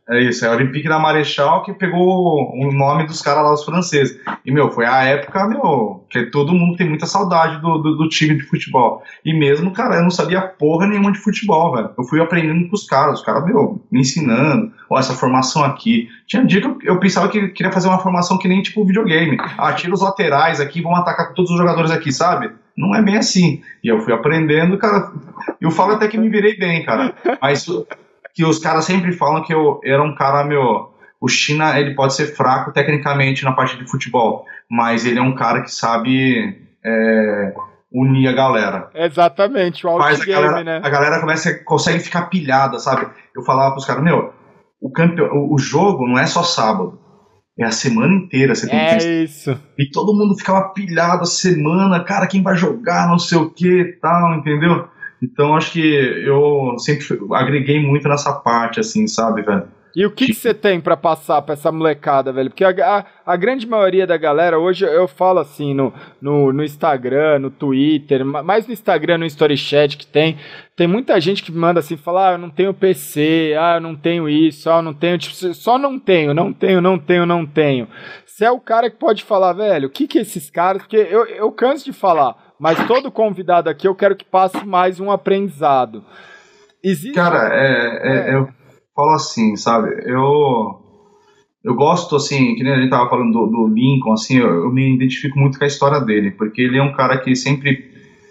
É isso, é o Olympique da Marechal que pegou o nome dos caras lá, os franceses. E, meu, foi a época, meu, que todo mundo tem muita saudade do time de futebol. E mesmo, cara, eu não sabia porra nenhuma de futebol, velho. Eu fui aprendendo com os caras, meu, me ensinando. Ó, essa formação aqui. Tinha um dia que eu pensava que queria fazer uma formação que nem, tipo, videogame. Ah, tira os laterais aqui, vamos atacar com todos os jogadores aqui, sabe? Não é bem assim. E eu fui aprendendo, cara. Eu falo até que me virei bem, cara. Mas que os caras sempre falam que eu era um cara, meu... O China, ele pode ser fraco tecnicamente na parte de futebol, mas ele é um cara que sabe unir a galera. Exatamente, o outgame, né? A galera consegue ficar pilhada, sabe? Eu falava pros caras, meu, o jogo não é só sábado, é a semana inteira. Você tem que... isso. E todo mundo ficava pilhado a semana, cara, quem vai jogar, não sei o que, tal, entendeu? Então, acho que eu sempre agreguei muito nessa parte, assim, sabe, velho? E o que você tem pra passar pra essa molecada, velho? Porque a grande maioria da galera, hoje eu falo assim, no Instagram, no Twitter, mais no Instagram, no StoryChat que tem muita gente que manda assim, fala, eu não tenho PC, eu não tenho isso, eu não tenho, tipo, só não tenho. Você é o cara que pode falar, velho, o que esses caras... Porque eu canso de falar, mas todo convidado aqui eu quero que passe mais um aprendizado. Existe... Cara, eu falo assim, sabe, eu gosto, assim, que nem a gente tava falando do Lincoln, assim, eu me identifico muito com a história dele, porque ele é um cara que sempre,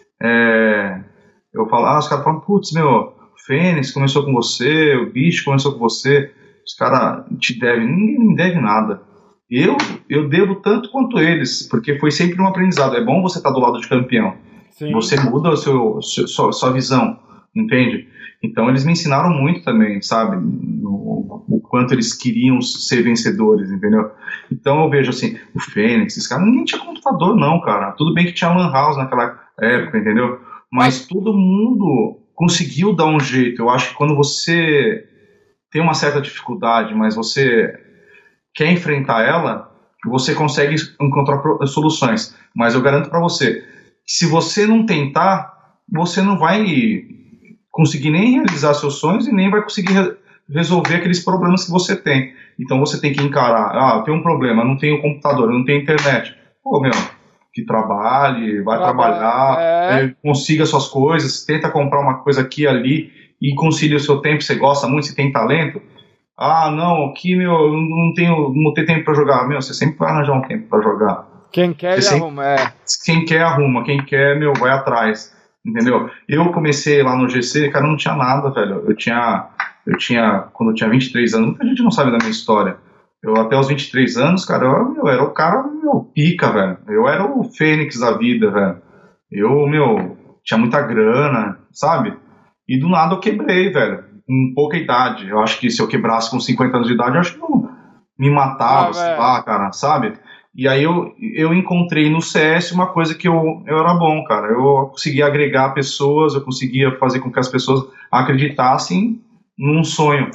eu falo, os caras falam, putz, meu, o Fênix começou com você, o Bicho começou com você, os caras te devem, ninguém me deve nada. Eu devo tanto quanto eles, porque foi sempre um aprendizado. É bom você estar do lado de campeão. Sim. Você muda sua visão, entende? Então eles me ensinaram muito também, sabe? O quanto eles queriam ser vencedores, entendeu? Então eu vejo assim, o Fênix, esse cara, ninguém tinha computador não, cara. Tudo bem que tinha Lan House naquela época, entendeu? Mas todo mundo conseguiu dar um jeito. Eu acho que quando você tem uma certa dificuldade, mas você quer enfrentar ela, você consegue encontrar soluções. Mas eu garanto para você, se você não tentar, você não vai conseguir nem realizar seus sonhos e nem vai conseguir resolver aqueles problemas que você tem. Então você tem que encarar, eu tenho um problema, eu não tenho computador, eu não tenho internet. Pô, meu, que trabalhe, vai trabalhar, consiga suas coisas, tenta comprar uma coisa aqui e ali e concilia o seu tempo, você gosta muito, você tem talento. Não, aqui, meu, eu não tenho tempo pra jogar. Meu, você sempre vai arranjar um tempo pra jogar. Quem quer, arruma, Quem quer, arruma. Quem quer, meu, vai atrás. Entendeu? Eu comecei lá no GC, cara, não tinha nada, velho. Eu tinha, quando eu tinha 23 anos, muita gente não sabe da minha história. Eu, até os 23 anos, cara, eu era o cara, meu, pica, velho. Eu era o Fênix da vida, velho. Eu, meu, tinha muita grana, sabe? E do nada eu quebrei, velho. Com pouca idade. Eu acho que se eu quebrasse com 50 anos de idade, eu acho que eu me matava, sei lá, cara, sabe? E aí eu encontrei no CS uma coisa que eu era bom, cara. Eu conseguia agregar pessoas, eu conseguia fazer com que as pessoas acreditassem num sonho.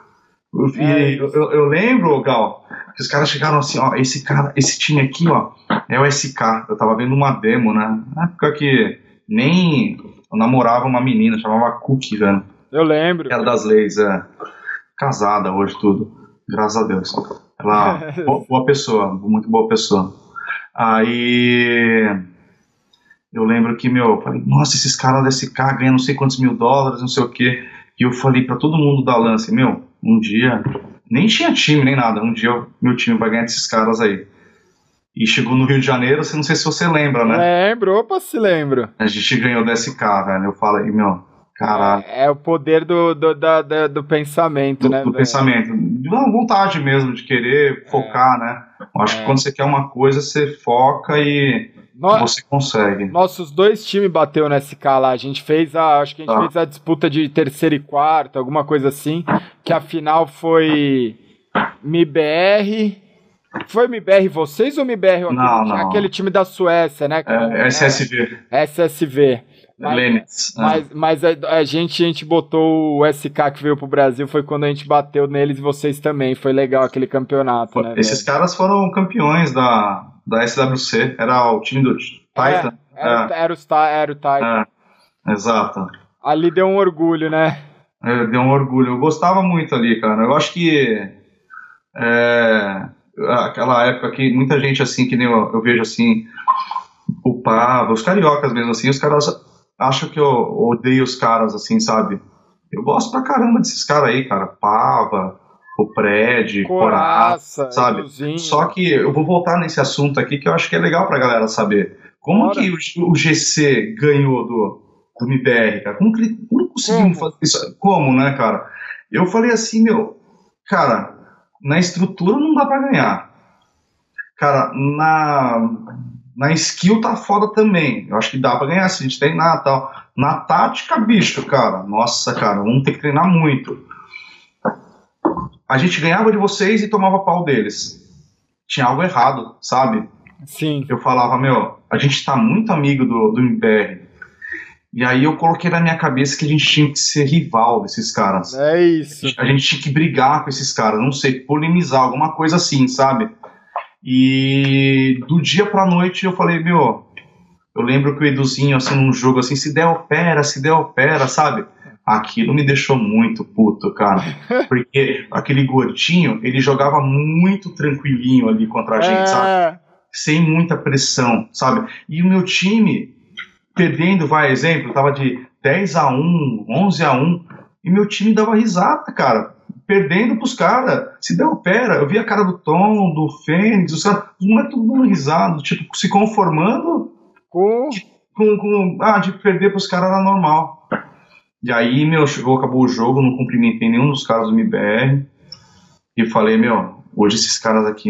Eu lembro, Gal, que os caras chegaram assim, ó, esse time aqui, ó, é o SK. Eu tava vendo uma demo, né? Na época que nem eu namorava uma menina, chamava Cookie, velho. Eu lembro. Era das leis, casada hoje, tudo. Graças a Deus. Ela, boa pessoa, muito boa pessoa. Aí eu lembro que, meu, eu falei, nossa, esses caras da SK ganham não sei quantos $1.000, não sei o quê. E eu falei pra todo mundo da lance, meu, um dia, nem tinha time nem nada, um dia meu time vai ganhar desses caras aí. E chegou no Rio de Janeiro, não sei se você lembra, né? Lembro, opa, se lembro. A gente ganhou do SK, velho. Eu falei, meu, caralho. É o poder do pensamento, né? Do pensamento. De uma vontade mesmo, de querer focar, né? Eu acho que quando você quer uma coisa, você foca e você consegue. Nossos dois times bateu na SK lá. A gente fez fez a disputa de terceiro e quarto, alguma coisa assim. Que a final foi MIBR. Foi MIBR vocês ou MIBR não. Aquele time da Suécia, né? SSV. SSV. Mas a gente botou o SK que veio pro Brasil, foi quando a gente bateu neles e vocês também. Foi legal aquele campeonato, né? Esses caras foram campeões da SWC. Era o time do Titan. Era o Titan. Exato. Ali deu um orgulho, né? Deu um orgulho. Eu gostava muito ali, cara. Eu acho que aquela época que muita gente assim, que nem eu vejo assim, o Pava, os cariocas mesmo assim, os caras acham que eu odeio os caras assim, sabe? Eu gosto pra caramba desses caras aí, cara. Pava, o Pred, Coraça, sabe? Eduzinho. Só que eu vou voltar nesse assunto aqui que eu acho que é legal pra galera saber. Como Bora. que o GC ganhou do MBR, cara? Como conseguimos fazer isso? Como, né, cara? Eu falei assim, cara, na estrutura não dá pra ganhar. Cara, na skill tá foda também. Eu acho que dá pra ganhar se a gente treinar e tal. Na tática, bicho, cara, nossa, cara, vamos ter que treinar muito. A gente ganhava de vocês e tomava pau deles. Tinha algo errado, sabe? Sim. Eu falava, a gente tá muito amigo do MBR. E aí eu coloquei na minha cabeça que a gente tinha que ser rival desses caras. É isso. A gente tinha que brigar com esses caras, não sei, polemizar, alguma coisa assim, sabe? E do dia pra noite eu falei, eu lembro que o Eduzinho, assim, num jogo assim, se der opera, sabe? Aquilo me deixou muito puto, cara. Porque aquele gordinho, ele jogava muito tranquilinho ali contra a gente, sabe? Sem muita pressão, sabe? E o meu time, perdendo, exemplo, tava de 10-1, 11-1, e meu time dava risada, cara. Perdendo pros caras, se der opera. Eu vi a cara do Tom, do Fênix, os moleques tudo dando risada, tipo, se conformando de perder pros caras era normal. E aí, acabou o jogo, não cumprimentei nenhum dos caras do MBR. E falei, hoje esses caras aqui,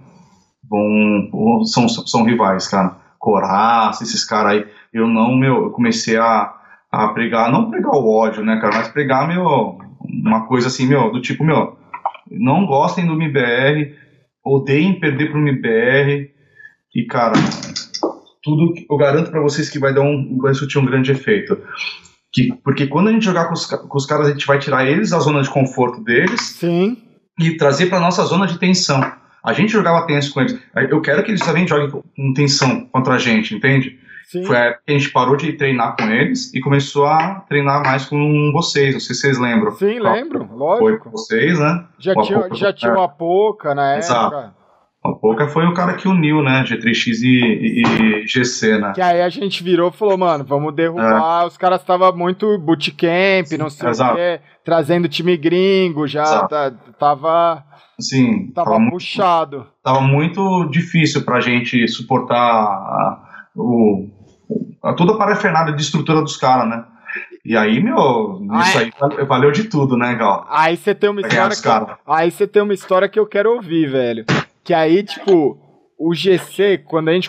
são rivais, cara. Coraça, esses caras aí. Eu comecei a pregar, não pregar o ódio, né, cara, mas pregar, uma coisa assim, do tipo, não gostem do MBR, odeiem perder pro MBR. E, cara, tudo, eu garanto pra vocês que vai surtir um grande efeito. Porque quando a gente jogar com os caras, a gente vai tirar eles da zona de conforto deles. Sim. E trazer pra nossa zona de tensão. A gente jogava tenso com eles. Eu quero que eles também joguem com tensão contra a gente, entende? Sim. Foi a época que a gente parou de treinar com eles e começou a treinar mais com vocês. Não sei se vocês lembram. Sim, lembro, lógico. Foi com vocês, né? Já tinha uma Apoca na Exato. época. A Apoca foi o cara que uniu, né? G3X e GC, né? Que aí a gente virou e falou, mano, vamos derrubar. Os caras estavam muito bootcamp, não sei o quê, trazendo time gringo, já tava... Sim, tava puxado. Tava muito difícil pra gente suportar toda a parafernália de estrutura dos caras, né? E aí, isso aí valeu de tudo, né, Gal? Aí você tem uma história que eu quero ouvir, velho. Que aí, tipo, o GC, quando a gente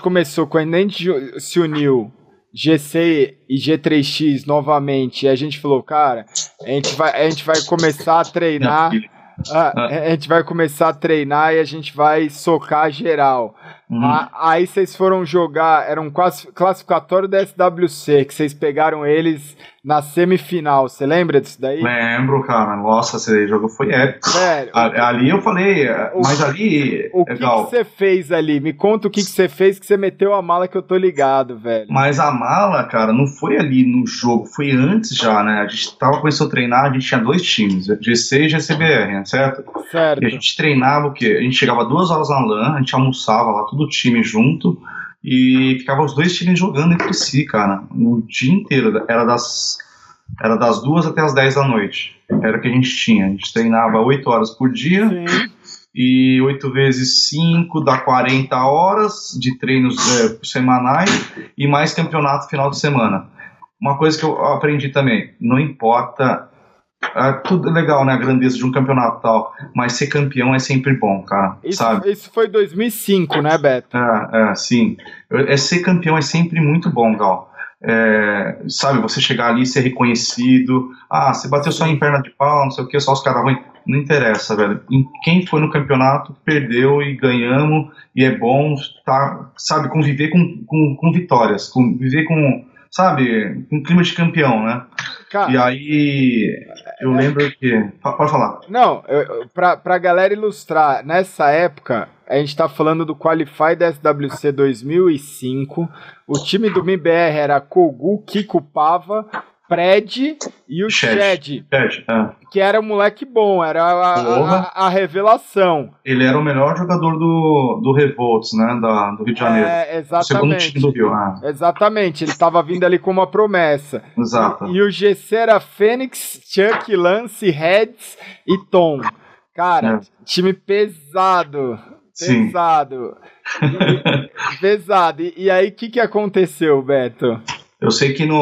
se uniu, GC e G3X novamente, e a gente falou, cara, a gente vai começar a treinar. A gente vai começar a treinar e a gente vai socar geral. Aí vocês foram jogar, era um classificatório da SWC, que vocês pegaram eles na semifinal. Você lembra disso daí? Lembro, cara. Nossa, esse jogo foi épico. Sério, ali eu falei, mas ali... O que você fez ali? Me conta o que você fez, que você meteu a mala, que eu tô ligado, velho. Mas a mala, cara, não foi ali no jogo, foi antes já, né? A gente tava começando a treinar, a gente tinha 2 times, GC e GCBR, né? Certo? Certo. E a gente treinava o quê? A gente chegava 2 horas na LAN, a gente almoçava lá, todo o time junto, e ficava os 2 times jogando entre si, cara, o dia inteiro. Era das 2 até as 10 da noite. Era o que a gente tinha. A gente treinava 8 horas por dia. Sim. E 8 vezes 5 dá 40 horas de treinos semanais e mais campeonato final de semana. Uma coisa que eu aprendi também, não importa, tudo é legal, né, a grandeza de um campeonato e tal, mas ser campeão é sempre bom, cara, sabe? Isso foi 2005, né, Beto? Sim. Ser campeão é sempre muito bom, Gal. Sabe, você chegar ali e ser reconhecido, você bateu só em perna de pau, não sei o que, só os caras ruins, não interessa, velho. Quem foi no campeonato perdeu e ganhamos, e é bom, sabe, conviver com vitórias, conviver com, sabe, com clima de campeão, né? Cara, e aí, eu lembro que... Pode falar. Não, pra galera ilustrar, nessa época, a gente tá falando do Qualify da SWC 2005, o time do MBR era Kogu, Kiko Pava, Pred e o Shed, é. que era um moleque bom, era a revelação. Ele era o melhor jogador do Revolts, né, do Rio de Janeiro. Exatamente. O segundo time do Rio. Exatamente, ele estava vindo ali como uma promessa. Exato. E o GC era Fênix, Chuck, Lance, Reds e Tom. Cara, time pesado. Sim. Pesado. Pesado. E aí, o que aconteceu, Beto? Eu sei que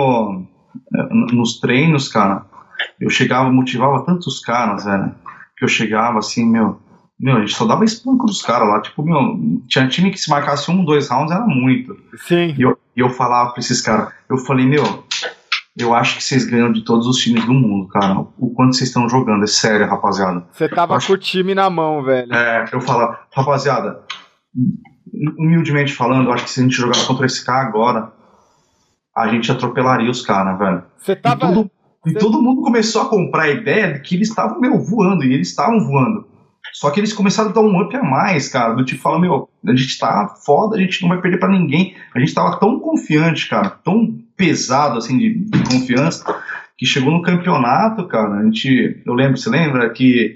nos treinos, cara, eu chegava, motivava tantos caras, velho, que eu chegava assim, meu, a gente só dava espanco dos caras lá, tipo, tinha time que se marcasse 1, 2 rounds era muito. Sim. E eu falava pra esses caras, eu falei, eu acho que vocês ganham de todos os times do mundo, cara, o quanto vocês estão jogando, é sério, rapaziada. Você tava com o time na mão, velho. Eu falava, rapaziada, humildemente falando, eu acho que se a gente jogar contra esse cara agora, a gente atropelaria os caras, velho. E todo mundo começou a comprar a ideia de que eles estavam, voando, e eles estavam voando. Só que eles começaram a dar um up a mais, cara, do tipo, falar, a gente tá foda, a gente não vai perder pra ninguém. A gente tava tão confiante, cara, tão pesado, assim, de confiança, que chegou no campeonato, cara, eu lembro, você lembra que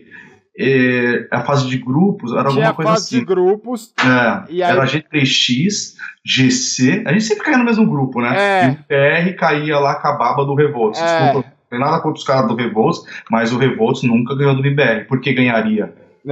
a fase de grupos era alguma coisa assim. Tinha fase de grupos. E aí... Era G3X, GC, a gente sempre caía no mesmo grupo, né? E o PR caía lá com a baba do Revolts. Desculpa, não tem nada contra os caras do Revolts, mas o Revolts nunca ganhou do MBR. Por que ganharia?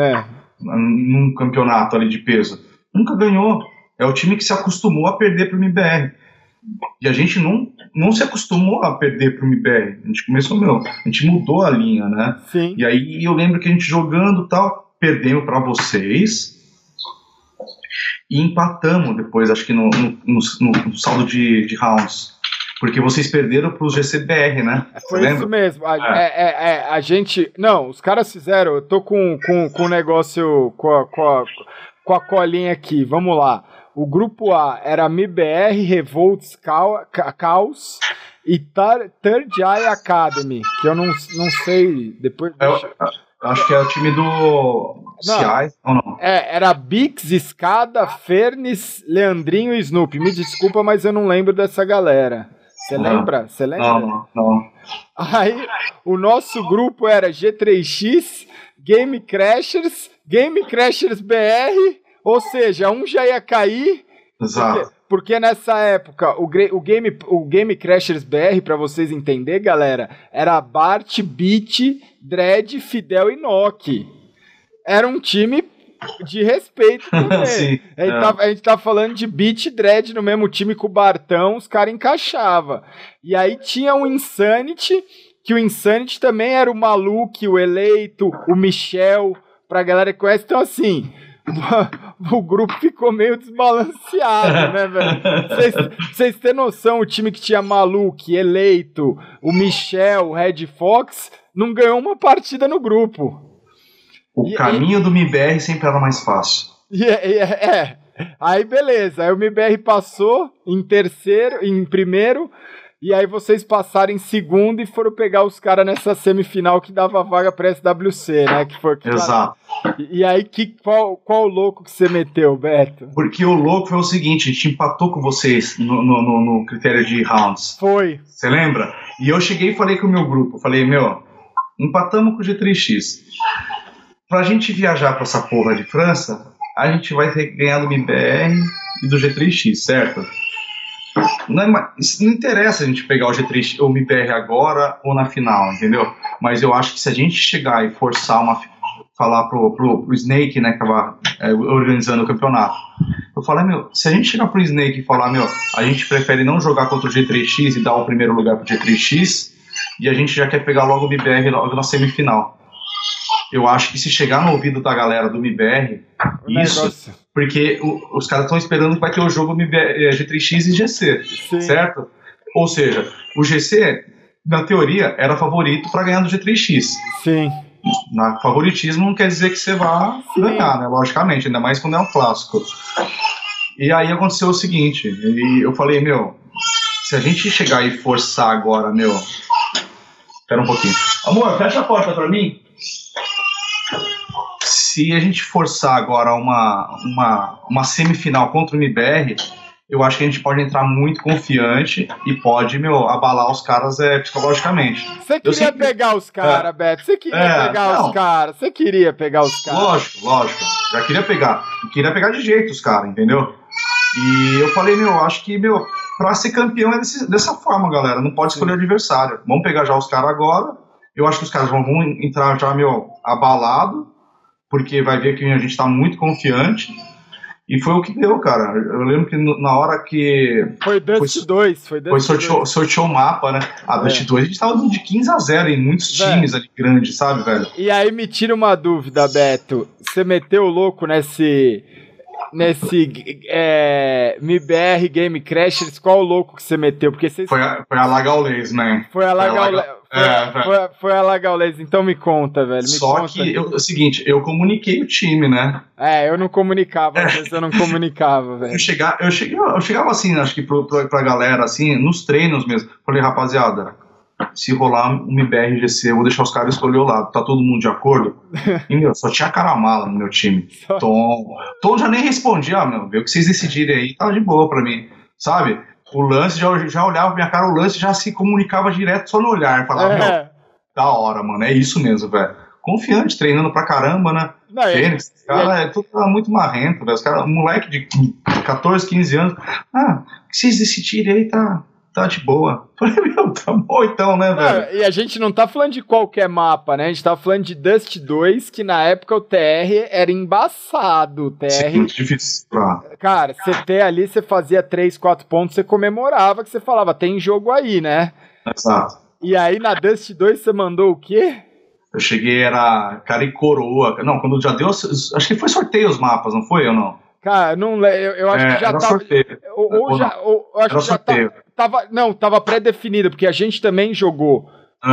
Num campeonato ali de peso. Nunca ganhou. É o time que se acostumou a perder pro MBR. E a gente não se acostumou a perder pro MBR. A gente começou, a gente mudou a linha, né? Sim. E aí eu lembro que a gente jogando e tal, perdemos pra vocês e empatamos depois, acho que no saldo de rounds. Porque vocês perderam pros GCBR, né? Foi isso mesmo. A gente... Não, os caras fizeram... Eu tô com o negócio, com a colinha aqui. Vamos lá. O grupo A era MBR, Revolts, Caos e Third Eye Academy, que eu não sei, depois... Acho que é o time do CI, ou não? Era Bix, Escada, Fernes, Leandrinho e Snoopy. Me desculpa, mas eu não lembro dessa galera. Você lembra? Você lembra? Não. Aí, o nosso grupo era G3X, Game Crashers BR... Ou seja, um já ia cair. Exato. Porque nessa época, o Game Crashers BR, pra vocês entenderem, galera, era Bart, Beat, Dredd, Fidel e Nock. Era um time de respeito também. Sim, a gente tá falando de Beat e Dredd no mesmo time com o Bartão, os caras encaixavam. E aí tinha o Insanity, que o Insanity também era o Maluque, o Eleito, o Michel, pra galera que conhece. Então, assim... O grupo ficou meio desbalanceado, né, velho? Vocês têm noção, o time que tinha Maluque, Eleito, o Michel, o Red Fox, não ganhou uma partida no grupo. O caminho do MBR sempre era mais fácil. Aí beleza, aí o MBR passou em primeiro, e aí vocês passaram em segundo e foram pegar os caras nessa semifinal que dava vaga pra SWC, né? Que foi, exato. E aí, qual louco que você meteu, Beto? Porque o louco foi o seguinte, a gente empatou com vocês no critério de rounds. Foi. Você lembra? E eu cheguei e falei com o meu grupo, falei, empatamos com o G3X. Pra gente viajar pra essa porra de França, a gente vai ter que ganhar do MBR e do G3X, certo? Isso não interessa a gente pegar o G3 ou o MBR agora ou na final, entendeu? Mas eu acho que se a gente chegar e forçar falar pro Snake, né, que tava organizando o campeonato, eu falei, se a gente chegar pro Snake e falar, a gente prefere não jogar contra o G3X e dar o primeiro lugar pro G3X e a gente já quer pegar logo o MBR logo na semifinal. Eu acho que se chegar no ouvido da galera do MBR, porque os caras estão esperando que vai ter o jogo G3X e GC, sim, certo? Ou seja, o GC, na teoria, era favorito para ganhar do G3X. Sim. Na favoritismo não quer dizer que você vá ganhar, né? Logicamente, ainda mais quando é um clássico. E aí aconteceu o seguinte, e eu falei, se a gente chegar e forçar agora, espera um pouquinho. Amor, fecha a porta pra mim. Se a gente forçar agora uma semifinal contra o MBR, eu acho que a gente pode entrar muito confiante e pode, abalar os caras psicologicamente. Você queria pegar os caras, Beto. Você queria pegar os caras. Você queria pegar os caras. Lógico. Já queria pegar. E queria pegar de jeito os caras, entendeu? E eu falei, acho que, pra ser campeão é dessa forma, galera. Não pode escolher adversário. Vamos pegar já os caras agora. Eu acho que os caras vão entrar já, abalado, porque vai ver que a gente tá muito confiante. E foi o que deu, cara. Eu lembro que na hora que... Foi Dust 2. Sorteou o mapa, né? A Dust 2 a gente tava de 15-0 em muitos times ali grandes, sabe, velho? E aí me tira uma dúvida, Beto. Você meteu o louco nesse MBR Game Crashers, qual o louco que você meteu? Porque Foi a Lagaulês, man. Foi a Lagaulês, então me conta, velho. Que, é o seguinte, eu comuniquei o time, né? Eu não comunicava, às vezes eu não comunicava, velho. Eu chegava assim, acho que pra galera, assim, nos treinos mesmo. Falei, rapaziada, se rolar um MBR-GC, eu vou deixar os caras escolher o lado. Tá todo mundo de acordo? E, só tinha caramala no meu time. Tom já nem respondia, vê o que vocês decidirem aí, tá de boa pra mim, sabe? O Lance já olhava pra minha cara, o Lance já se comunicava direto só no olhar. Falava, da hora, mano, é isso mesmo, velho. Confiante, treinando pra caramba, né? Fênix, cara, é tudo muito marrento, velho. Os caras, moleque de 14, 15 anos, o que vocês decidirem aí, tá de boa. Falei, tá bom então, né, velho? E a gente não tá falando de qualquer mapa, né? A gente tá falando de Dust 2, que na época o TR era embaçado. O TR... Sim, muito difícil. Cara, CT ali, você fazia 3, 4 pontos, você comemorava, que você falava, tem jogo aí, né? Exato. E aí na Dust 2 você mandou o quê? Eu cheguei, era cara e coroa. Não, quando já deu, acho que foi sorteio os mapas, não foi ou não? Cara, eu acho que já era tava... sorteio. Acho que já sorteio. Tava pré-definido, porque a gente também jogou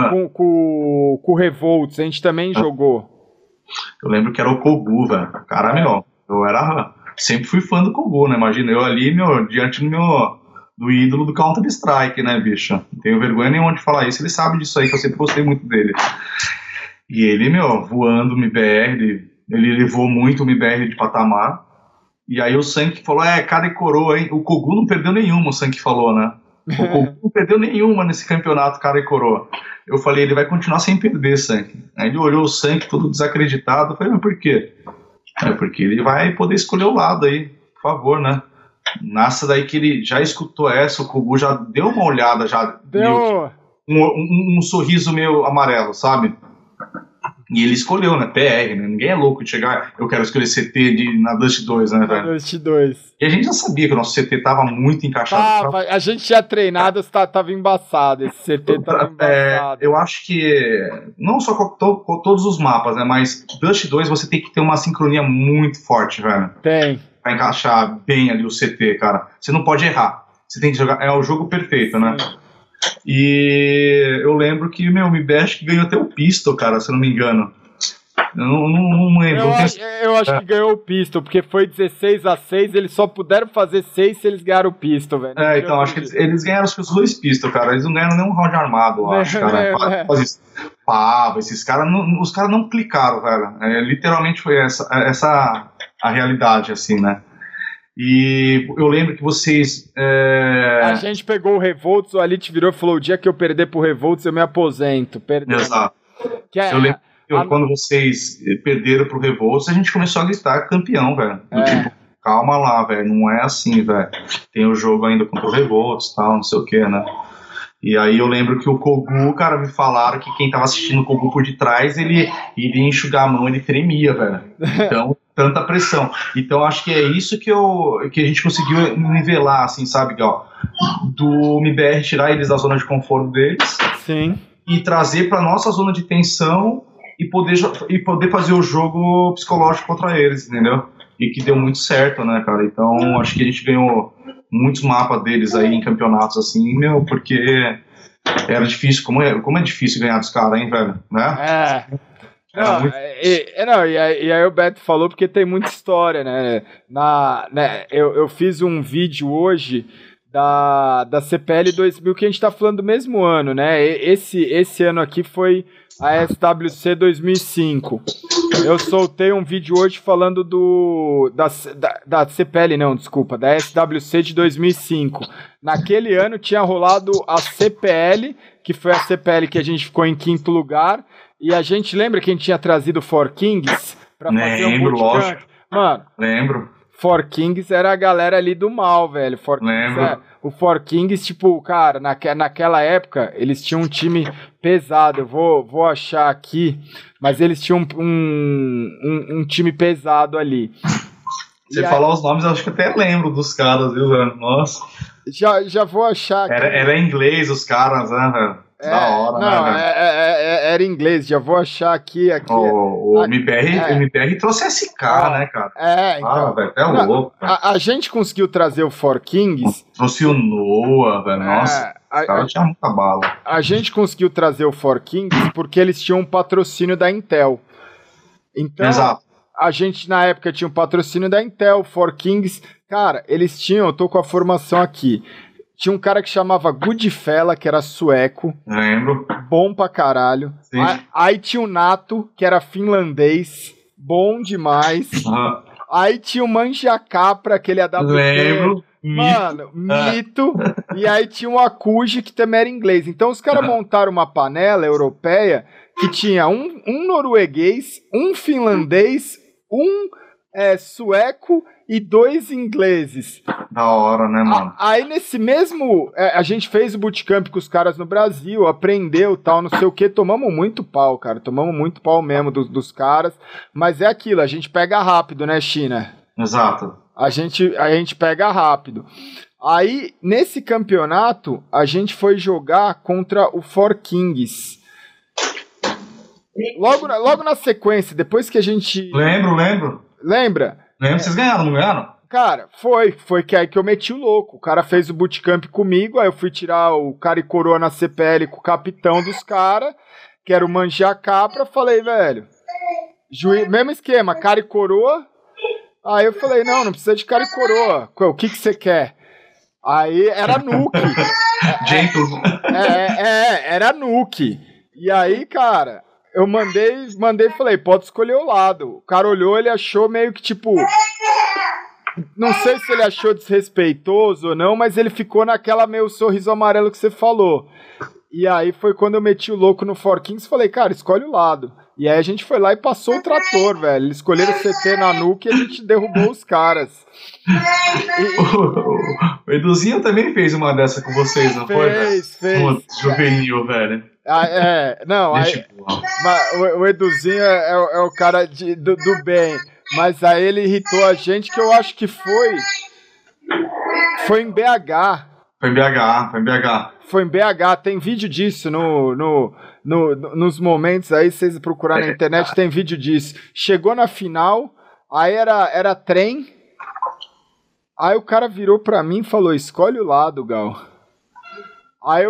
com o Revolts, a gente também jogou. Eu lembro que era o Kogu, velho. Cara, sempre fui fã do Kogu, né? Imagina, eu ali, diante do ídolo do Counter-Strike, né, bicho? Não tenho vergonha nenhuma de falar isso, ele sabe disso aí, que eu sempre gostei muito dele. E ele, voando o MBR, ele levou muito o MBR de patamar. E aí o Sank falou, cara e coroa, hein? O Kogu não perdeu nenhuma, o Sank falou, né? O Kogu não perdeu nenhuma nesse campeonato, cara e coroa. Eu falei, ele vai continuar sem perder, Sank. Aí ele olhou o Sank todo desacreditado, eu falei, mas por quê? Porque ele vai poder escolher o lado aí, por favor, né? Nessa daí que ele já escutou essa, o Kogu já deu uma olhada, já deu um sorriso meio amarelo, sabe? E ele escolheu, né? PR, né? Ninguém é louco de chegar, eu quero escolher CT na Dust 2, né, velho? Dust 2. E a gente já sabia que o nosso CT tava muito encaixado. A gente já treinado, tava embaçado, esse CT tava embaçado. Eu acho que, não só com todos os mapas, né? Mas Dust 2 você tem que ter uma sincronia muito forte, velho. Tem. Pra encaixar bem ali o CT, cara. Você não pode errar. Você tem que jogar, é o jogo perfeito, né? E eu lembro que, o MBR ganhou até o Pistol, cara, se eu não me engano. Eu não lembro. Eu acho que ganhou o Pistol, porque foi 16-6, eles só puderam fazer 6 se eles ganharam o Pistol, velho. Então, acho que eles ganharam os 2 Pistol, cara. Eles não ganharam nenhum round armado, eu acho, cara. Esses caras, os caras não clicaram, velho. Literalmente foi essa a realidade, assim, né? E eu lembro que vocês... A gente pegou o Revolts, o Alit virou e falou, o dia que eu perder pro Revolts, eu me aposento. Exato. Eu lembro que quando vocês perderam pro Revolts, a gente começou a gritar campeão, velho. Tipo, calma lá, velho, não é assim, velho. Tem o jogo ainda contra o Revolts e tal, não sei o que, né? E aí eu lembro que o Kogu, cara, me falaram que quem tava assistindo o Kogu por detrás, ele iria enxugar a mão, ele tremia, velho. Então, tanta pressão. Então, acho que é isso que a gente conseguiu nivelar, assim, sabe, Gal? Do MBR tirar eles da zona de conforto deles. Sim. E trazer pra nossa zona de tensão e poder fazer o jogo psicológico contra eles, entendeu? E que deu muito certo, né, cara? Então, acho que a gente ganhou muitos mapas deles aí em campeonatos assim, porque era difícil, como é difícil ganhar dos caras, hein, velho, né? E aí o Beto falou porque tem muita história, né? Eu fiz um vídeo hoje da CPL 2000 que a gente tá falando do mesmo ano, né? Esse ano aqui foi a SWC 2005. Eu soltei um vídeo hoje falando da CPL, não, desculpa, da SWC de 2005. Naquele ano tinha rolado a CPL, que foi a CPL que a gente ficou em 5º lugar, e a gente lembra quem tinha trazido o Four Kings pra fazer um bootcamp? Lógico. Mano, Lembro. Four Kings era a galera ali do mal, velho. O Four Kings, tipo, cara, naquela época, eles tinham um time pesado. Eu vou achar aqui, mas eles tinham um time pesado ali. Você falar os nomes, eu acho que até lembro dos caras, viu, velho? Nossa. Já vou achar aqui. Era inglês os caras, né, velho? Da hora, não, né, velho? Era inglês, já vou achar aqui. O MPR trouxe SK, né, cara? Então. Velho, é louco. A gente conseguiu trazer o Four Kings. Trouxe o Noah, velho. Nossa, o cara tinha muita bala. A gente conseguiu trazer o Four Kings porque eles tinham um patrocínio da Intel. Então, exato. A gente na época tinha um patrocínio da Intel, Four Kings. Cara, eles tinham, eu tô com a formação aqui. Tinha um cara que chamava Goodfella, que era sueco. Lembro. Bom pra caralho. Aí tinha o Nato, que era finlandês. Bom demais. Aí tinha o Manjacapra, aquele AWP. Lembro. Mano, mito. E aí tinha o Akuji, que também era inglês. Então os caras montaram uma panela europeia que tinha um norueguês, um finlandês, um sueco e 2 ingleses. Da hora, né, mano? Aí nesse mesmo... a gente fez o bootcamp com os caras no Brasil, aprendeu tal, não sei o que. Tomamos muito pau, cara. Tomamos muito pau mesmo dos caras. Mas é aquilo, a gente pega rápido, né, China? Exato. A gente pega rápido. Aí, nesse campeonato, a gente foi jogar contra o Four Kings. Logo na sequência, depois que a gente... Lembro. Lembra? Lembro, vocês ganharam, não ganharam? Cara, foi que aí que eu meti o louco. O cara fez o bootcamp comigo, aí eu fui tirar o cara e coroa na CPL com o capitão dos caras, que era o Manjacapra. Falei, velho, mesmo esquema, cara e coroa. Aí eu falei, não precisa de cara e coroa. O que você quer? Aí era nuke. Era nuke. E aí, cara, eu mandei e falei, pode escolher o lado. O cara olhou, ele achou meio que tipo... Não sei se ele achou desrespeitoso ou não, mas ele ficou naquela meio sorriso amarelo que você falou. E aí foi quando eu meti o louco no Four Kings e falei, cara, escolhe o lado. E aí a gente foi lá e passou o trator, velho. Eles escolheram o CT na nuke e a gente derrubou os caras. O Eduzinho também fez uma dessa com vocês, não foi? Fez. Juvenil, velho. Não, aí, o Eduzinho é o cara do bem. Mas aí ele irritou a gente, que eu acho que foi em BH. Foi em BH, tem vídeo disso nos momentos aí, vocês procurarem na internet, tem vídeo disso. Chegou na final, aí era trem, aí o cara virou pra mim e falou, escolhe o lado, Gal. Aí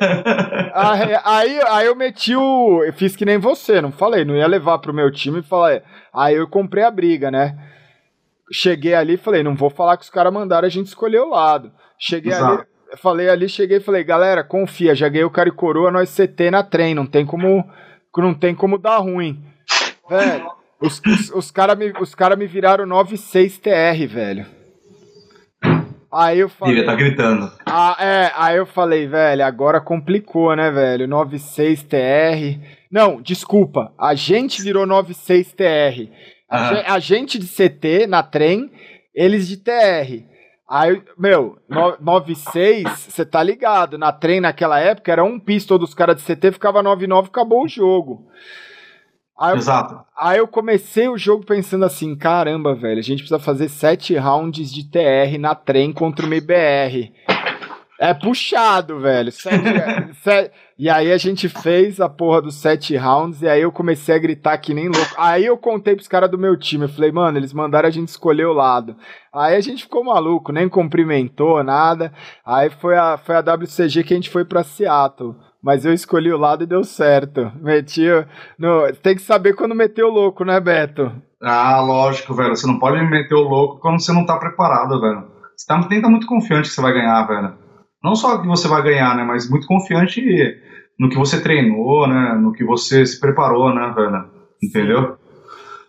eu meti eu fiz que nem você, não falei, não ia levar pro meu time e falei. Aí eu comprei a briga, né? Cheguei ali e falei, não vou falar que os caras mandaram a gente escolher o lado. Cheguei ali, cheguei e falei, galera, confia, já ganhei o cara e coroa, nós CT na trem, não tem como dar ruim. Velho, os caras me viraram 9-6 TR, velho. Aí eu falei... Ele tá gritando. Aí eu falei, velho, agora complicou, né, velho? 9-6 TR... Não, desculpa, a gente virou 9-6 TR. A gente de CT na trem, eles de TR. Aí, 9-6, você tá ligado, na trem naquela época era um pistol dos caras de CT, ficava 9-9, acabou o jogo. Exato. Aí eu comecei o jogo pensando assim, caramba, velho, a gente precisa fazer 7 rounds de TR na trem contra uma IBR. É puxado, velho. E aí a gente fez a porra dos 7 rounds e aí eu comecei a gritar que nem louco. Aí eu contei pros caras do meu time, eu falei, mano, eles mandaram a gente escolher o lado. Aí a gente ficou maluco, nem cumprimentou, nada. Aí foi a WCG que a gente foi pra Seattle. Mas eu escolhi o lado e deu certo. Tem que saber quando meter o louco, né, Beto? Ah, lógico, velho. Você não pode meter o louco quando você não tá preparado, velho. Você tem que estar muito confiante que você vai ganhar, velho. Não só que você vai ganhar, né, mas muito confiante no que você treinou, né, no que você se preparou, né, velho. Entendeu?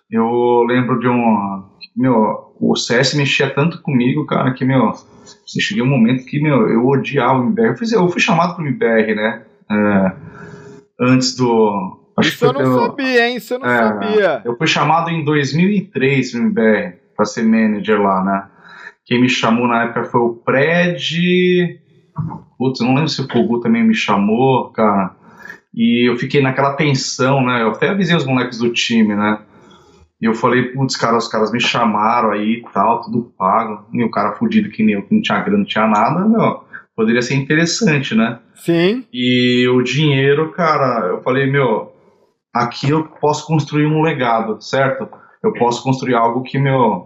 Eu lembro de o CS mexia tanto comigo, cara, que, cheguei um momento que, eu odiava o MBR. Eu fui chamado pro MBR, né? Antes do... Isso eu não sabia, hein? Isso eu não sabia. Eu fui chamado em 2003 pro MBR, pra ser manager lá, né? Quem me chamou na época foi o Pred... Putz, eu não lembro se o Kogu também me chamou, cara. E eu fiquei naquela tensão, né? Eu até avisei os moleques do time, né? E eu falei, putz, cara, os caras me chamaram aí e tal, tudo pago. E o cara fudido que nem eu, que não tinha grana, não tinha nada, poderia ser interessante, né? Sim. E o dinheiro, cara, eu falei, aqui eu posso construir um legado, certo? Eu posso construir algo que,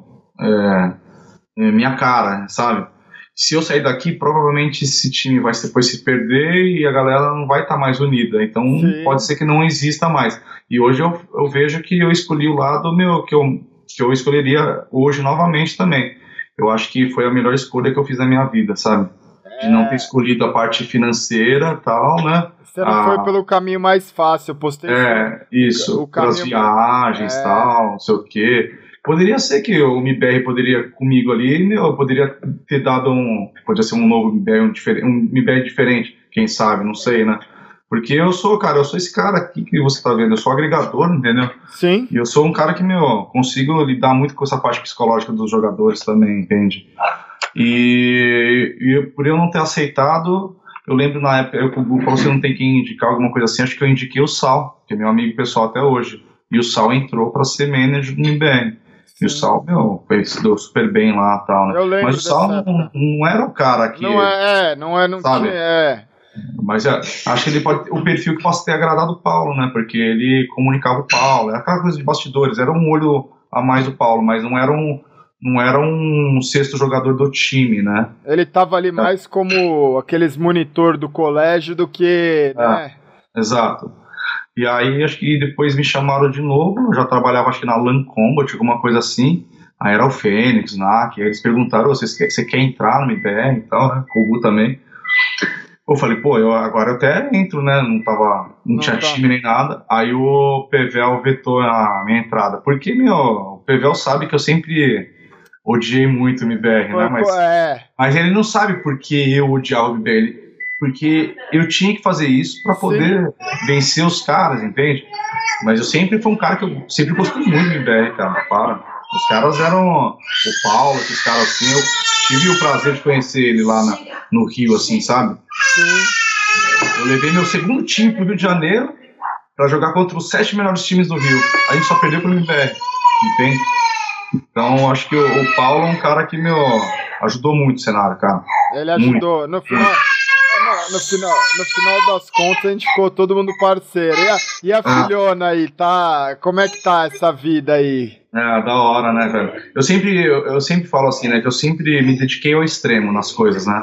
minha cara, sabe? Se eu sair daqui, provavelmente esse time vai depois se perder e a galera não vai estar mais unida. Então, pode ser que não exista mais. E hoje eu vejo que eu escolhi o lado que eu escolheria hoje novamente também. Eu acho que foi a melhor escolha que eu fiz na minha vida, sabe? De não ter escolhido a parte financeira e tal, né? Você não foi pelo caminho mais fácil, eu postei. Isso. Pelas viagens e tal, não sei o quê. Poderia ser que o MBR poderia, comigo ali, eu poderia ter dado podia ser um novo MBR, um MBR diferente, quem sabe, não sei, né? Porque eu sou esse cara aqui que você tá vendo, eu sou agregador, entendeu? Sim. E eu sou um cara que, consigo lidar muito com essa parte psicológica dos jogadores também, entende? E por eu não ter aceitado, eu lembro na época, o Gugu falou, você não tem que indicar alguma coisa assim, acho que eu indiquei o Sal, que é meu amigo pessoal até hoje. E o Sal entrou para ser manager do MBR. E o Sal, deu super bem lá e tal, né? Eu lembro. Mas o Sal não era o cara que... Não sabe? tinha, Mas acho que ele o perfil que possa ter agradado o Paulo, né? Porque ele comunicava o Paulo, era aquela coisa de bastidores, era um olho a mais do Paulo, mas não era um sexto jogador do time, né? Ele tava ali mais como aqueles monitor do colégio do que, né? Exato. E aí, acho que depois me chamaram de novo, eu já trabalhava, acho que na LAN Combat, alguma coisa assim. Aí era o Fênix, NAC, aí eles perguntaram, você quer entrar no MBR e tal, né? Kogu também. Eu falei, agora eu até entro, né? Não tinha time nem nada. Aí o PVL vetou a minha entrada. Porque, o PVL sabe que eu sempre odiei muito o MBR, né? Mas ele não sabe por que eu odiava o MBR. Porque eu tinha que fazer isso para poder vencer os caras, entende? Mas eu sempre fui um cara que eu sempre gostei muito do MBR, cara, para. Os caras eram o Paulo, esses caras assim, eu tive o prazer de conhecer ele lá no Rio, assim, sabe? Sim. Eu levei meu segundo time pro Rio de Janeiro para jogar contra os 7 melhores times do Rio. A gente só perdeu pro MBR, entende? Então, acho que o Paulo é um cara que, ajudou muito o cenário, cara. Ele ajudou. Muito. No final das contas, a gente ficou todo mundo parceiro. E a filhona aí, tá? Como é que tá essa vida aí? Da hora, né, velho? Eu sempre falo assim, né, que eu sempre me dediquei ao extremo nas coisas, né?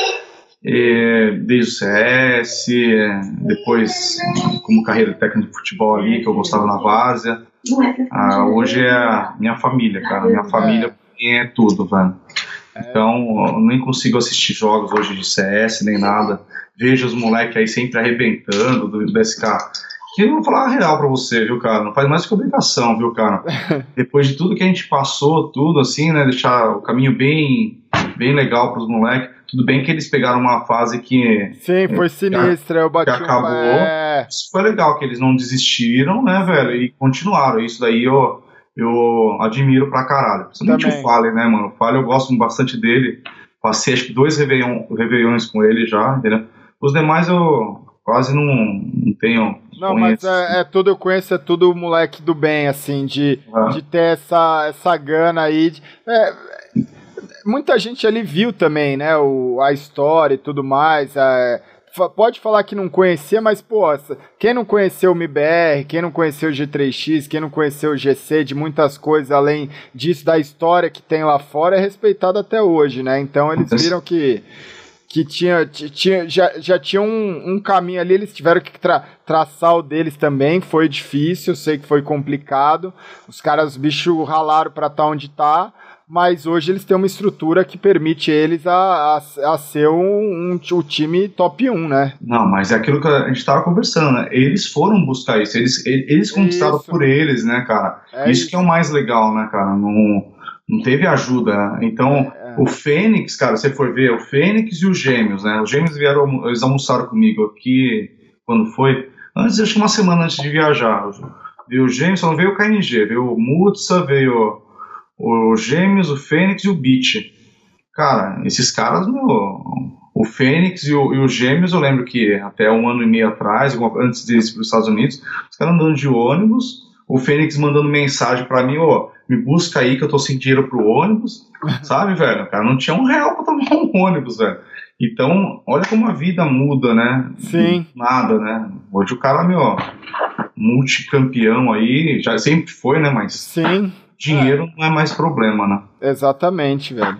Desde o CS, depois como carreira técnica de futebol ali, que eu gostava na Várzea. Hoje é a minha família, cara. Minha família é tudo, velho. Então, eu nem consigo assistir jogos hoje de CS, nem nada. Vejo os moleques aí sempre arrebentando do SK. Que eu vou falar a real pra você, viu, cara? Não faz mais que obrigação, viu, cara? Depois de tudo que a gente passou, tudo assim, né? Deixar o caminho bem legal pros moleques. Tudo bem que eles pegaram uma fase que... Sim, foi sinistra, eu bati que acabou. Isso foi legal, que eles não desistiram, né, velho? E continuaram. Isso daí eu admiro pra caralho. Principalmente o Fallen, né, mano? O Fallen eu gosto bastante dele. Passei acho que 2 Réveillões com ele já, entendeu? Os demais eu quase não tenho... Não, mas tudo eu conheço, é tudo moleque do bem, assim, de ter essa gana aí. Muita gente ali viu também, né, a história e tudo mais. Pode falar que não conhecia, mas, pô, quem não conheceu o MBR, quem não conheceu o G3X, quem não conheceu o GC, de muitas coisas, além disso, da história que tem lá fora, é respeitado até hoje, né? Então eles viram que já tinha um caminho ali, eles tiveram que traçar o deles também, foi difícil, eu sei que foi complicado, os bichos ralaram pra estar onde tá, mas hoje eles têm uma estrutura que permite eles a ser o time top 1, né? Não, mas é aquilo que a gente estava conversando, né? Eles foram buscar isso, eles conquistaram por eles, né, cara? Isso que é o mais legal, né, cara? Não teve ajuda. Então, o Fênix, cara, você for ver, o Fênix e os Gêmeos, né? Os Gêmeos vieram, eles almoçaram comigo aqui, quando foi? Antes, acho que uma semana antes de viajar. Veio o Gêmeos, só não veio o KNG, veio o Mutsa, veio o Gêmeos, o Fênix e o Beat. Cara, esses caras, o Fênix e os Gêmeos, eu lembro que até 1 ano e meio atrás, antes deles ir para os Estados Unidos, os caras andando de ônibus, o Fênix mandando mensagem para mim, me busca aí que eu tô sem dinheiro pro ônibus, sabe, velho? O cara não tinha R$1 pra tomar um ônibus, velho. Então, olha como a vida muda, né? Sim. Nada, né? Hoje o cara, multicampeão aí, já sempre foi, né? Mas sim. Dinheiro não é mais problema, né? Exatamente, velho.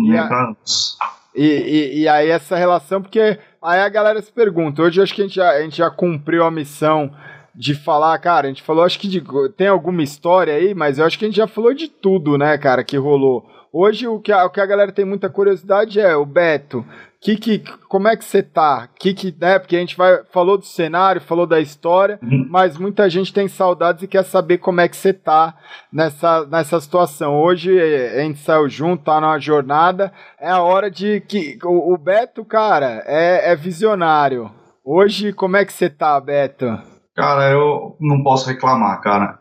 E aí essa relação, porque aí a galera se pergunta, hoje eu acho que a gente já cumpriu a missão de falar, cara, a gente falou, acho que tem alguma história aí, mas eu acho que a gente já falou de tudo, né, cara, que rolou. Hoje o que a galera tem muita curiosidade é, o Beto, como é que você tá? Né, porque a gente falou do cenário, falou da história, mas muita gente tem saudades e quer saber como é que você tá nessa situação. Hoje a gente saiu junto, tá numa jornada, é a hora de que o Beto, cara, é visionário. Hoje, como é que você tá, Beto? Cara, eu não posso reclamar, cara.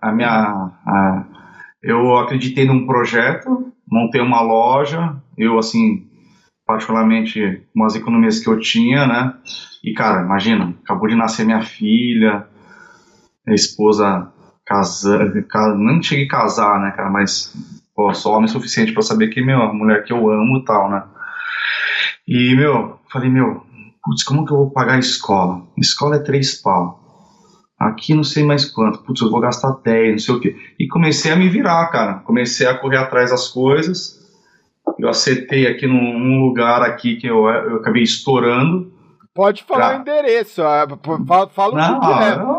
Eu acreditei num projeto, montei uma loja, eu, assim, particularmente, com as economias que eu tinha, né? E, cara, imagina, acabou de nascer minha filha, minha esposa nem cheguei a casar, né, cara? Mas, pô, sou homem suficiente pra saber que, a mulher que eu amo e tal, né? E, falei, putz, como que eu vou pagar a escola? Escola é 3 pau. Aqui não sei mais quanto, putz, eu vou gastar 10, não sei o quê. E comecei a me virar, cara. Comecei a correr atrás das coisas. Eu acertei aqui num lugar aqui que eu acabei estourando. Pode falar o endereço, fala o que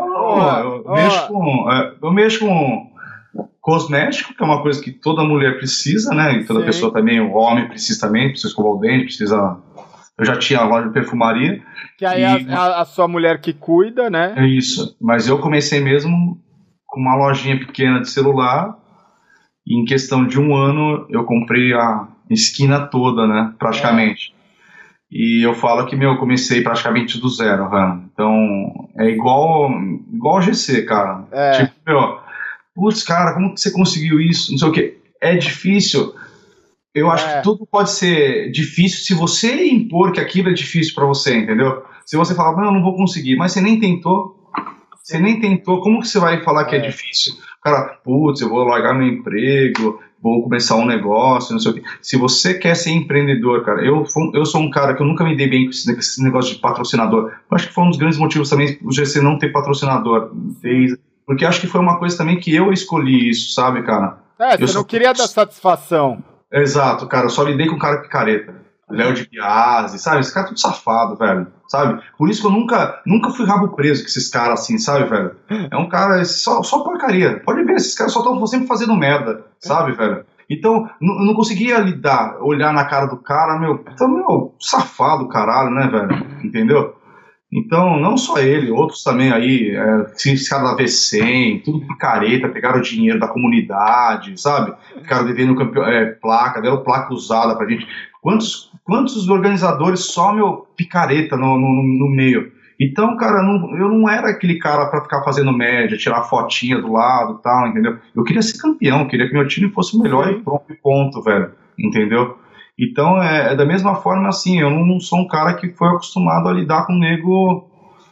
é. Eu mexo com cosmético, que é uma coisa que toda mulher precisa, né? E toda Sim. pessoa também, o homem precisa também, precisa escovar o dente, precisa... Eu já tinha a loja de perfumaria. Que aí a sua mulher que cuida, né? É isso. Mas eu comecei mesmo com uma lojinha pequena de celular. E em questão de 1 ano, eu comprei a esquina toda, né? Praticamente. E eu falo que, eu comecei praticamente do zero, velho. Então, é igual ao GC, cara. Tipo, putz, cara, como que você conseguiu isso? Não sei o quê. É difícil. Eu acho que tudo pode ser difícil se você impor que aquilo é difícil pra você, entendeu? Se você falar, não vou conseguir, mas você nem tentou. Você nem tentou, como que você vai falar que é difícil? Cara, putz, eu vou largar meu emprego, vou começar um negócio, não sei o quê. Se você quer ser empreendedor, cara, eu sou um cara que eu nunca me dei bem com esse negócio de patrocinador. Eu acho que foi um dos grandes motivos também o GC não ter patrocinador. Porque acho que foi uma coisa também que eu escolhi isso, sabe, cara? Você não queria dar satisfação. Exato, cara, eu só lidei com cara picareta. Léo de Biase, sabe? Esse cara é tudo safado, velho, sabe? Por isso que eu nunca fui rabo preso com esses caras assim, sabe, velho? É um cara, só porcaria. Pode ver, esses caras só estão sempre fazendo merda, sabe, velho? Então, eu não conseguia olhar na cara do cara, safado, caralho, né, velho? Entendeu? Então, não só ele, outros também aí, esses caras da V100, tudo picareta, pegaram o dinheiro da comunidade, sabe? Ficaram devendo placa, deram placa usada pra gente. Quantos organizadores só, picareta no meio? Então, cara, eu não era aquele cara pra ficar fazendo média, tirar fotinha do lado e tal, entendeu? Eu queria ser campeão, queria que meu time fosse o melhor e pronto, ponto, velho, entendeu? Então, da mesma forma, assim, eu não sou um cara que foi acostumado a lidar com um nego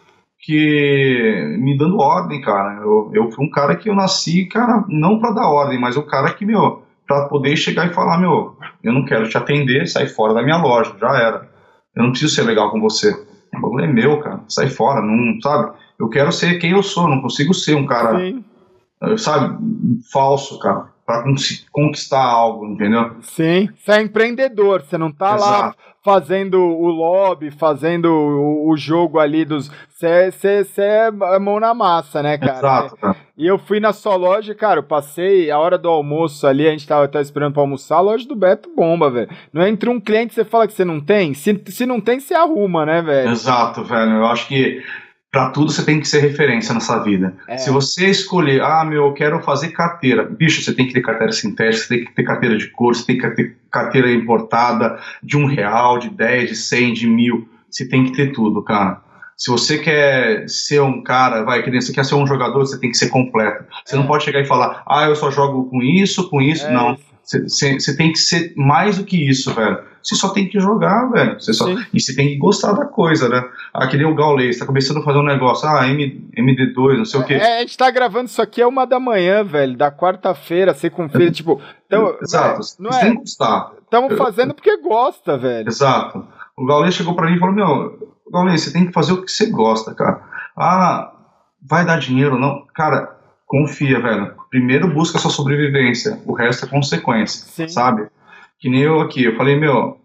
que me dando ordem, cara. Eu fui um cara que eu nasci, cara, não pra dar ordem, mas o cara que, pra poder chegar e falar, eu não quero te atender, sai fora da minha loja, já era. Eu não preciso ser legal com você. O bagulho é meu, cara, sai fora, não, sabe? Eu quero ser quem eu sou, não consigo ser um cara, sabe, falso, cara. Para conquistar algo, entendeu? Sim, você é empreendedor, você não tá lá fazendo o lobby, fazendo o jogo ali dos... Você é mão na massa, né, cara? Exato, cara. E eu fui na sua loja, cara, eu passei a hora do almoço ali, a gente tava até esperando pra almoçar, a loja do Beto bomba, velho. Não entra um cliente, você fala que você não tem? Se não tem, você arruma, né, velho? Exato, velho. Eu acho que pra tudo você tem que ser referência nessa vida. Se você escolher, eu quero fazer carteira. Bicho, você tem que ter carteira sintética, você tem que ter carteira de cor, você tem que ter carteira importada de R$1, de 10, de 100, de 1.000. Você tem que ter tudo, cara. Se você quer ser um cara, você quer ser um jogador, você tem que ser completo. Você não pode chegar e falar, eu só jogo com isso. Não. Você tem que ser mais do que isso, velho. Você só tem que jogar, velho. E você tem que gostar da coisa, né? Que nem o Gaules, tá começando a fazer um negócio, MD2, não sei o quê. A gente tá gravando isso aqui 1 da manhã, velho, da quarta-feira, segunda-feira, tipo... Então, exato, não você tem que gostar. Estamos fazendo porque gosta, velho. Exato. O Gaules chegou pra mim e falou, Gaules, você tem que fazer o que você gosta, cara. Vai dar dinheiro, não? Cara, confia, velho. Primeiro busca a sua sobrevivência, o resto é consequência, sabe? Que nem eu aqui, eu falei,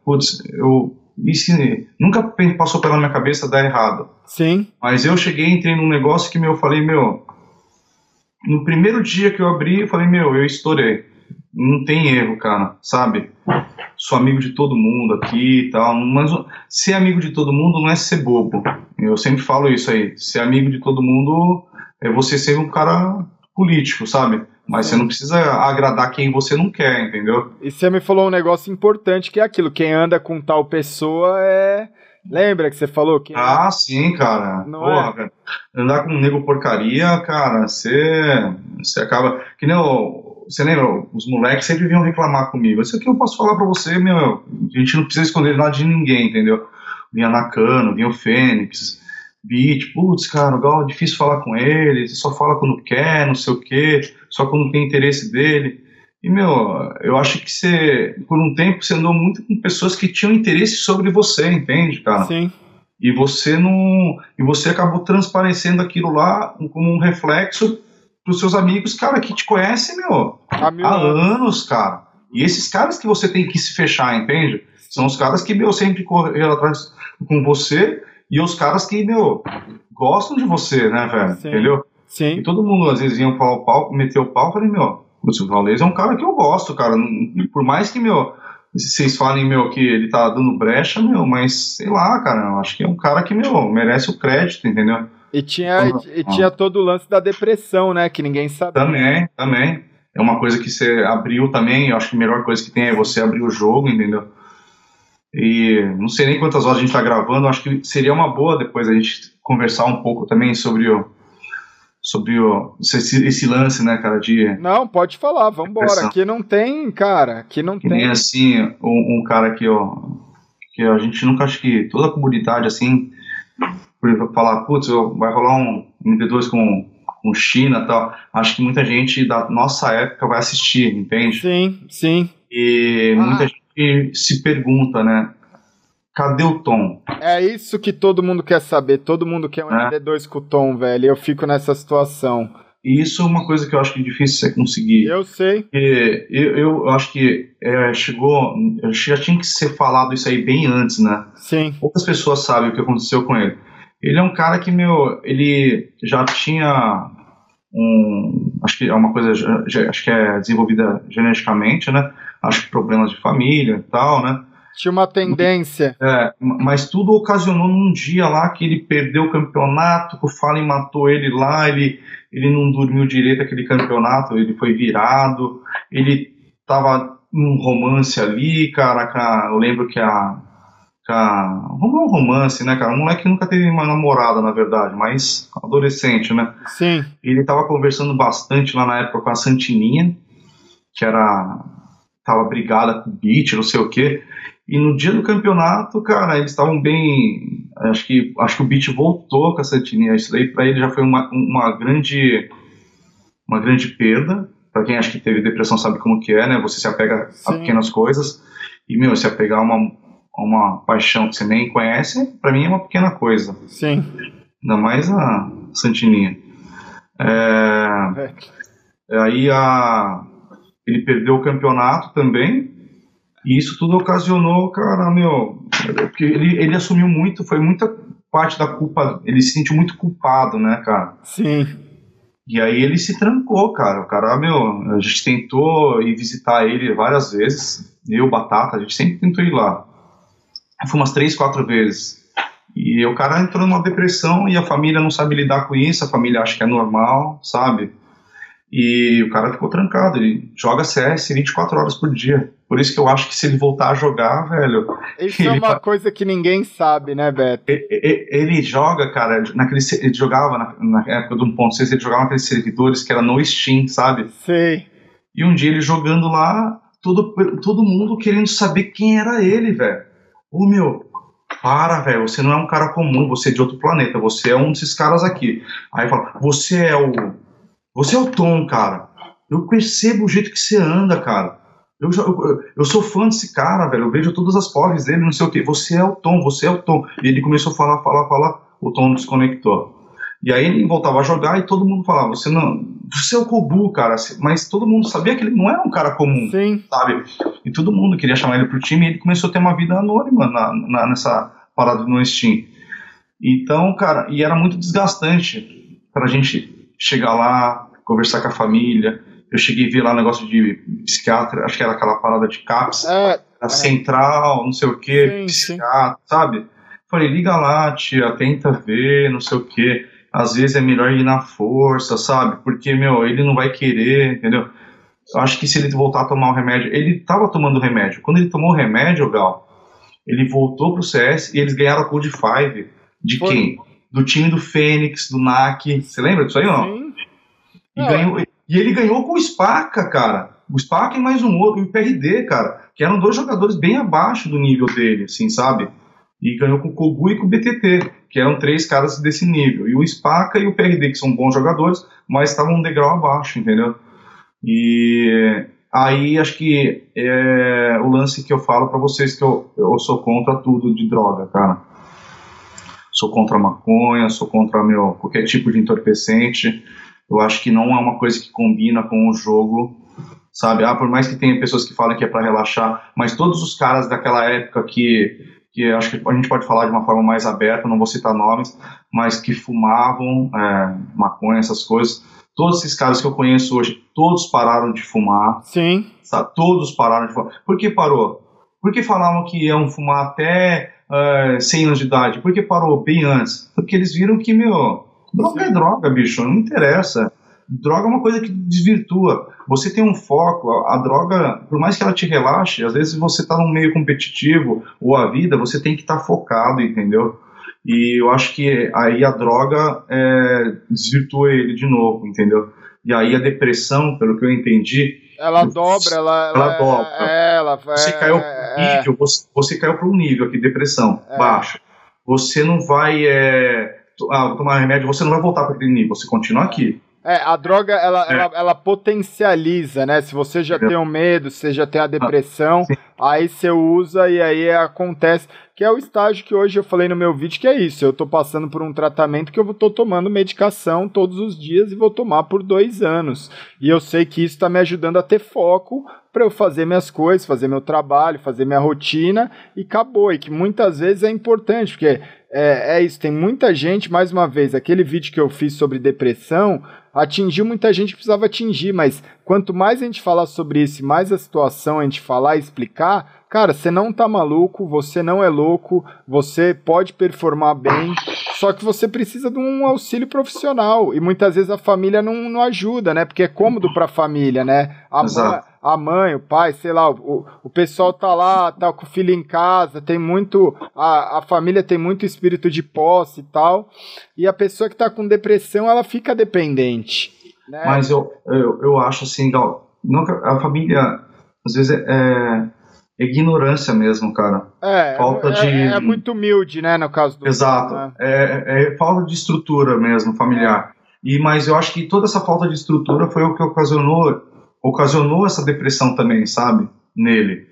nunca passou pela minha cabeça dar errado. Sim. Mas eu entrei num negócio que, eu falei, no primeiro dia que eu abri, eu falei, eu estourei. Não tem erro, cara, sabe? Sou amigo de todo mundo aqui e tal, mas ser amigo de todo mundo não é ser bobo. Eu sempre falo isso aí. Ser amigo de todo mundo é você ser um cara político, sabe? Mas você não precisa agradar quem você não quer, entendeu? E você me falou um negócio importante que é aquilo, quem anda com tal pessoa é... Lembra que você falou? Sim, cara. Porra, velho. Andar com um nego porcaria, cara, você acaba... Que nem você lembra? Os moleques sempre vinham reclamar comigo. Isso aqui eu posso falar pra você, a gente não precisa esconder nada de ninguém, entendeu? Vinha Nakano, vinha o Fênix, Beat, cara, o Gal é difícil falar com ele, você só fala quando quer, não sei o quê, só quando tem interesse dele. E, eu acho que por um tempo, você andou muito com pessoas que tinham interesse sobre você, entende, cara? Sim. E você acabou transparecendo aquilo lá como um reflexo pros seus amigos, cara, que te conhecem, há anos, cara. E esses caras que você tem que se fechar, entende? São os caras que, sempre correram atrás com você e os caras que, gostam de você, né, velho? Sim. Entendeu? Sim. E todo mundo, às vezes, vinha meter o pau, eu falei, o Gaules é um cara que eu gosto, cara. Por mais que, vocês falem, que ele tá dando brecha, mas, sei lá, cara, eu acho que é um cara que, merece o crédito, entendeu? E tinha todo o lance da depressão, né, que ninguém sabia. Também. É uma coisa que você abriu também, eu acho que a melhor coisa que tem é você abrir o jogo, entendeu? E não sei nem quantas horas a gente tá gravando, acho que seria uma boa depois a gente conversar um pouco também sobre esse lance, né, cara, de... Não, pode falar, vambora, aqui não tem, cara, aqui não tem. Nem assim, um cara que a gente nunca, acho que toda a comunidade, assim, por falar, vai rolar um MD2 com China e tal, acho que muita gente da nossa época vai assistir, entende? Sim. E muita gente se pergunta, né, cadê o Tom? É isso que todo mundo quer saber, todo mundo quer um MD2 com o Tom, velho, eu fico nessa situação. E isso é uma coisa que eu acho que é difícil você conseguir. Eu sei. Eu acho que já tinha que ser falado isso aí bem antes, né? Sim. Poucas pessoas sabem o que aconteceu com ele. Ele é um cara que, ele já tinha acho que é uma coisa, acho que é desenvolvida geneticamente, né? Acho que problemas de família e tal, né? Tinha uma tendência. Mas tudo ocasionou num dia lá que ele perdeu o campeonato, que o Fallen matou ele lá, ele não dormiu direito aquele campeonato, ele foi virado, ele tava num romance ali, cara, eu lembro que um romance, né, cara, um moleque que nunca teve uma namorada, na verdade, mas adolescente, né? Sim. Ele tava conversando bastante lá na época com a Santininha, que tava brigada com o Beat, não sei o quê. E no dia do campeonato, cara, eles estavam bem... Acho que o Beat voltou com a Santininha. Isso daí pra ele já foi uma grande perda. Pra quem acha que teve depressão sabe como que é, né? Você se apega a pequenas coisas. E, se apegar a uma paixão que você nem conhece, pra mim é uma pequena coisa. Sim. Ainda mais a Santininha. Aí ele perdeu o campeonato também. E isso tudo ocasionou, cara, porque ele assumiu muito, foi muita parte da culpa, ele se sentiu muito culpado, né, cara? Sim. E aí ele se trancou, cara. O cara, a gente tentou ir visitar ele várias vezes. Eu, Batata, a gente sempre tentou ir lá. Eu fui umas 3, 4 vezes. E o cara entrou numa depressão e a família não sabe lidar com isso, a família acha que é normal, sabe? E o cara ficou trancado, ele joga CS 24 horas por dia. Por isso que eu acho que se ele voltar a jogar, velho... Isso é uma coisa que ninguém sabe, né, Beto? Ele joga, cara, ele jogava na época do 1.6, ele jogava naqueles servidores que era no Steam, sabe? Sei. E um dia ele jogando lá, todo mundo querendo saber quem era ele, velho. Ô, velho, você não é um cara comum, você é de outro planeta, você é um desses caras aqui. Aí fala, você é o Tom, cara. Eu percebo o jeito que você anda, cara. Eu sou fã desse cara, velho. Eu vejo todas as posts dele, não sei o que. Você é o Tom, você é o Tom. E ele começou a falar. O Tom desconectou. E aí ele voltava a jogar e todo mundo falava, você é o Kobu, cara. Mas todo mundo sabia que ele não era um cara comum, sim, sabe? E todo mundo queria chamar ele pro time e ele começou a ter uma vida anônima nessa parada no Steam. Então, cara, e era muito desgastante pra gente chegar lá, conversar com a família. Eu cheguei a ver lá um negócio de psiquiatra, acho que era aquela parada de CAPS, central, não sei o que, psiquiatra, sabe? Falei, liga lá, tia, tenta ver, não sei o que. Às vezes é melhor ir na força, sabe? Porque, ele não vai querer, entendeu? Eu acho que se ele voltar a tomar o remédio... Ele tava tomando remédio. Quando ele tomou o remédio, Gal, ele voltou pro CS e eles ganharam a Code 5. De quem? Do time do Fênix, do NAC. Você lembra disso aí ou não? Sim. E ele ganhou com o Spaca, cara. O Spaca e mais um outro, o PRD, cara. Que eram 2 jogadores bem abaixo do nível dele, assim, sabe? E ganhou com o Kogu e com o BTT, que eram 3 caras desse nível. E o Spaca e o PRD, que são bons jogadores, mas estavam um degrau abaixo, entendeu? E aí acho que é o lance que eu falo pra vocês, que eu sou contra tudo de droga, cara. Sou contra a maconha, sou contra qualquer tipo de entorpecente. Eu acho que não é uma coisa que combina com o jogo, sabe? Por mais que tenha pessoas que falam que é pra relaxar, mas todos os caras daquela época que acho que a gente pode falar de uma forma mais aberta, não vou citar nomes, mas que fumavam maconha, essas coisas. Todos esses caras que eu conheço hoje, todos pararam de fumar. Sim. Sabe? Todos pararam de fumar. Por que parou? Porque falavam que iam fumar até 100 anos de idade. Por que parou bem antes? Porque eles viram que, droga é droga, bicho, não interessa. Droga é uma coisa que desvirtua. Você tem um foco, a droga, por mais que ela te relaxe, às vezes você está num meio competitivo, ou a vida, você tem que estar focado, entendeu? E eu acho que aí a droga desvirtua ele de novo, entendeu? E aí a depressão, pelo que eu entendi... Ela dobra, ela dobra. Você caiu pro nível, você caiu para um nível aqui, depressão, baixo. Você não vai tomar remédio, você não vai voltar para aquele nível, você continua aqui. A droga, ela potencializa, né? Se você já tem um medo, se você já tem a depressão, aí você usa e aí acontece, que é o estágio que hoje eu falei no meu vídeo, que é isso, eu tô passando por um tratamento que eu tô tomando medicação todos os dias e vou tomar por 2 anos. E eu sei que isso tá me ajudando a ter foco para eu fazer minhas coisas, fazer meu trabalho, fazer minha rotina e acabou. E que muitas vezes é importante, porque é isso, tem muita gente, mais uma vez, aquele vídeo que eu fiz sobre depressão atingiu muita gente que precisava atingir, mas quanto mais a gente falar sobre isso, mais a situação a gente falar e explicar, cara, você não tá maluco, você não é louco, você pode performar bem, só que você precisa de um auxílio profissional, e muitas vezes a família não ajuda, né, porque é cômodo pra família, né, a mãe, o pai, sei lá, o pessoal tá lá, tá com o filho em casa, tem muito, a família tem muito espírito de posse e tal, e a pessoa que tá com depressão, ela fica dependente, né? Mas eu acho assim, Gal, a família, às vezes, é ignorância mesmo, cara. Falta é muito humilde, né, no caso do... Exato, né? É falta de estrutura mesmo, familiar. Mas eu acho que toda essa falta de estrutura foi o que ocasionou essa depressão também, sabe, nele.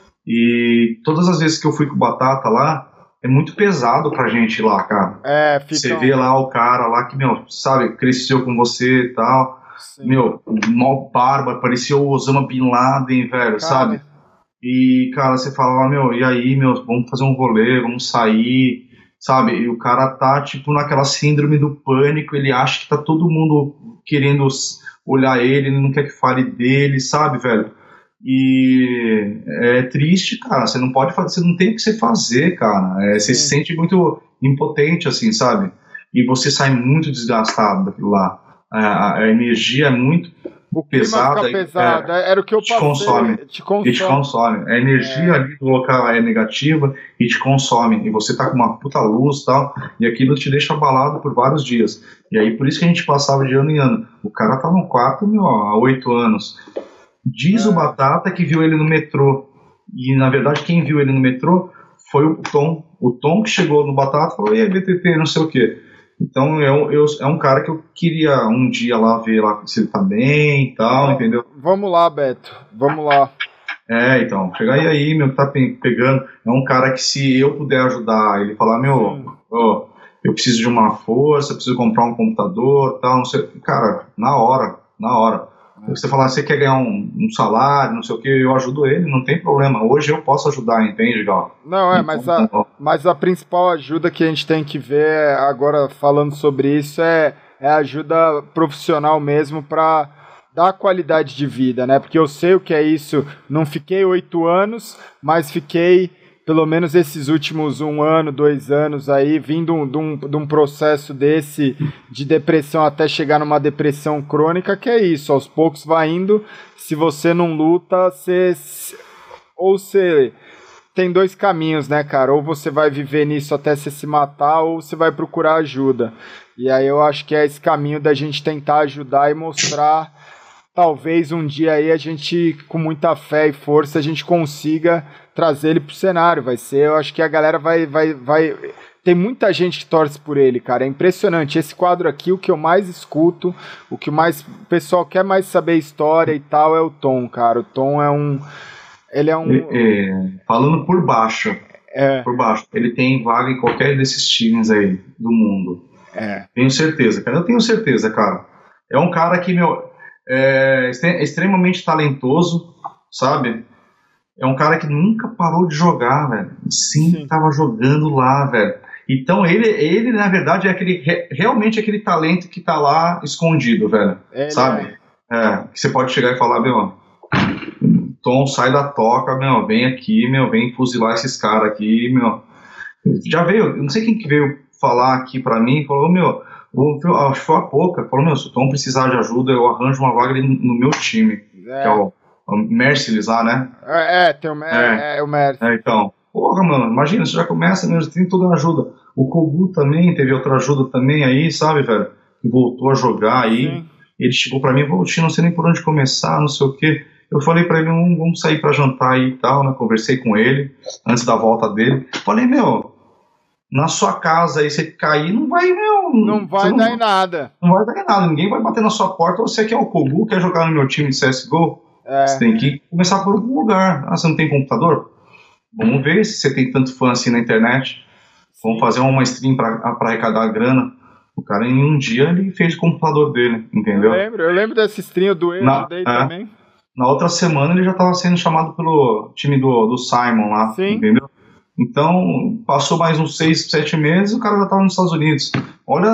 E todas as vezes que eu fui com o Batata lá, é muito pesado pra gente ir lá, cara. Você vê lá o cara lá que, sabe, cresceu com você e tal. Sim. Mó barba, parecia o Osama Bin Laden, velho, sabe? E, cara, você fala, e aí, vamos fazer um rolê, vamos sair, sabe? E o cara tá, tipo, naquela síndrome do pânico, ele acha que tá todo mundo querendo olhar ele, não quer que fale dele, sabe, velho? E é triste, cara, você não pode fazer, você não tem o que você fazer, cara, você se sente muito impotente, assim, sabe? E você sai muito desgastado daquilo lá, a energia é muito O clima pesada, fica pesado, era o que eu te passei, consome, te e te consome. consome. A energia ali do local é negativa e te consome. E você tá com uma puta luz e tal, e aquilo te deixa abalado por vários dias. E aí por isso que a gente passava de ano em ano. O cara tá no quarto, meu, há 8 anos. Diz o Batata que viu ele no metrô. E na verdade quem viu ele no metrô foi o Tom. O Tom que chegou no Batata e falou: e aí, BTT, não sei o quê. Então é um cara que eu queria um dia lá ver lá se ele tá bem e tal, entendeu? Vamos lá, Beto, vamos lá. Então, chegar aí, meu, que tá pegando, é um cara que se eu puder ajudar, ele falar, meu, ó, eu preciso de uma força, eu preciso comprar um computador, tal, não sei, cara, na hora. Você falar, você quer ganhar um salário, não sei o que, eu ajudo ele, não tem problema. Hoje eu posso ajudar, entende, Gal? Não, mas a principal ajuda que a gente tem que ver agora falando sobre isso é ajuda profissional mesmo para dar qualidade de vida, né? Porque eu sei o que é isso. Não fiquei 8 anos, mas fiquei pelo menos esses últimos 1 ano, 2 anos aí, vindo de um processo desse de depressão até chegar numa depressão crônica, que é isso, aos poucos vai indo, se você não luta, você tem 2 caminhos, né, cara, ou você vai viver nisso até você se matar, ou você vai procurar ajuda, e aí eu acho que é esse caminho da gente tentar ajudar e mostrar. Talvez um dia aí a gente, com muita fé e força, a gente consiga trazer ele pro cenário. Vai ser, eu acho que a galera vai. Tem muita gente que torce por ele, cara. É impressionante. Esse quadro aqui, o que eu mais escuto, o que mais o pessoal quer mais saber história e tal é o Tom, cara. O Tom é um. Ele é um. Falando por baixo. Por baixo. Ele tem vaga em qualquer desses times aí do mundo. Tenho certeza, cara. Eu tenho certeza, cara. É um cara que, meu. É extremamente talentoso, sabe? É um cara que nunca parou de jogar, velho. Sim, tava jogando lá, velho. Então ele na verdade é realmente aquele talento que tá lá escondido, velho. Sabe? Que você pode chegar e falar, meu, Tom, sai da toca, meu, vem aqui, meu, vem fuzilar esses caras aqui, meu. Já veio, não sei quem que veio falar aqui pra mim, falou, meu, acho que foi a Pouca, falou, meu, se o Tom precisar de ajuda, eu arranjo uma vaga no meu time, que é o Merciless lá, né? Tem o Merciless. Então, porra, mano, imagina, você já começa, já tem toda a ajuda. O Kogu também teve outra ajuda também aí, sabe, velho? Que voltou a jogar aí. Sim. Ele chegou pra mim, Valtinho, não sei nem por onde começar, não sei o quê. Eu falei pra ele, vamos sair pra jantar aí e tal, né? Conversei com ele, antes da volta dele. Falei, meu, na sua casa aí, você cair, não vai, meu... Não vai dar em nada. Não vai dar em nada, ninguém vai bater na sua porta. Você quer o Kogu, quer jogar no meu time de CSGO? Você tem que começar por algum lugar. Você não tem computador? Vamos ver se você tem tanto fã assim na internet. Vamos fazer uma stream pra arrecadar grana. O cara, em um dia, ele fez o computador dele, entendeu? Eu lembro dessa stream, eu ajudei também. Na outra semana, ele já estava sendo chamado pelo time do Simon lá, entendeu? Então, passou mais uns 6, 7 meses, o cara já estava nos Estados Unidos. Olha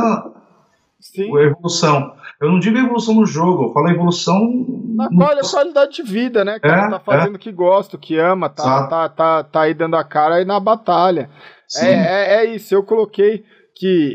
a evolução. Eu não digo evolução no jogo, eu falo evolução... Na qualidade de vida, né? Cara, tá fazendo o que gosta, o que ama, tá aí dando a cara aí na batalha. É isso, eu coloquei que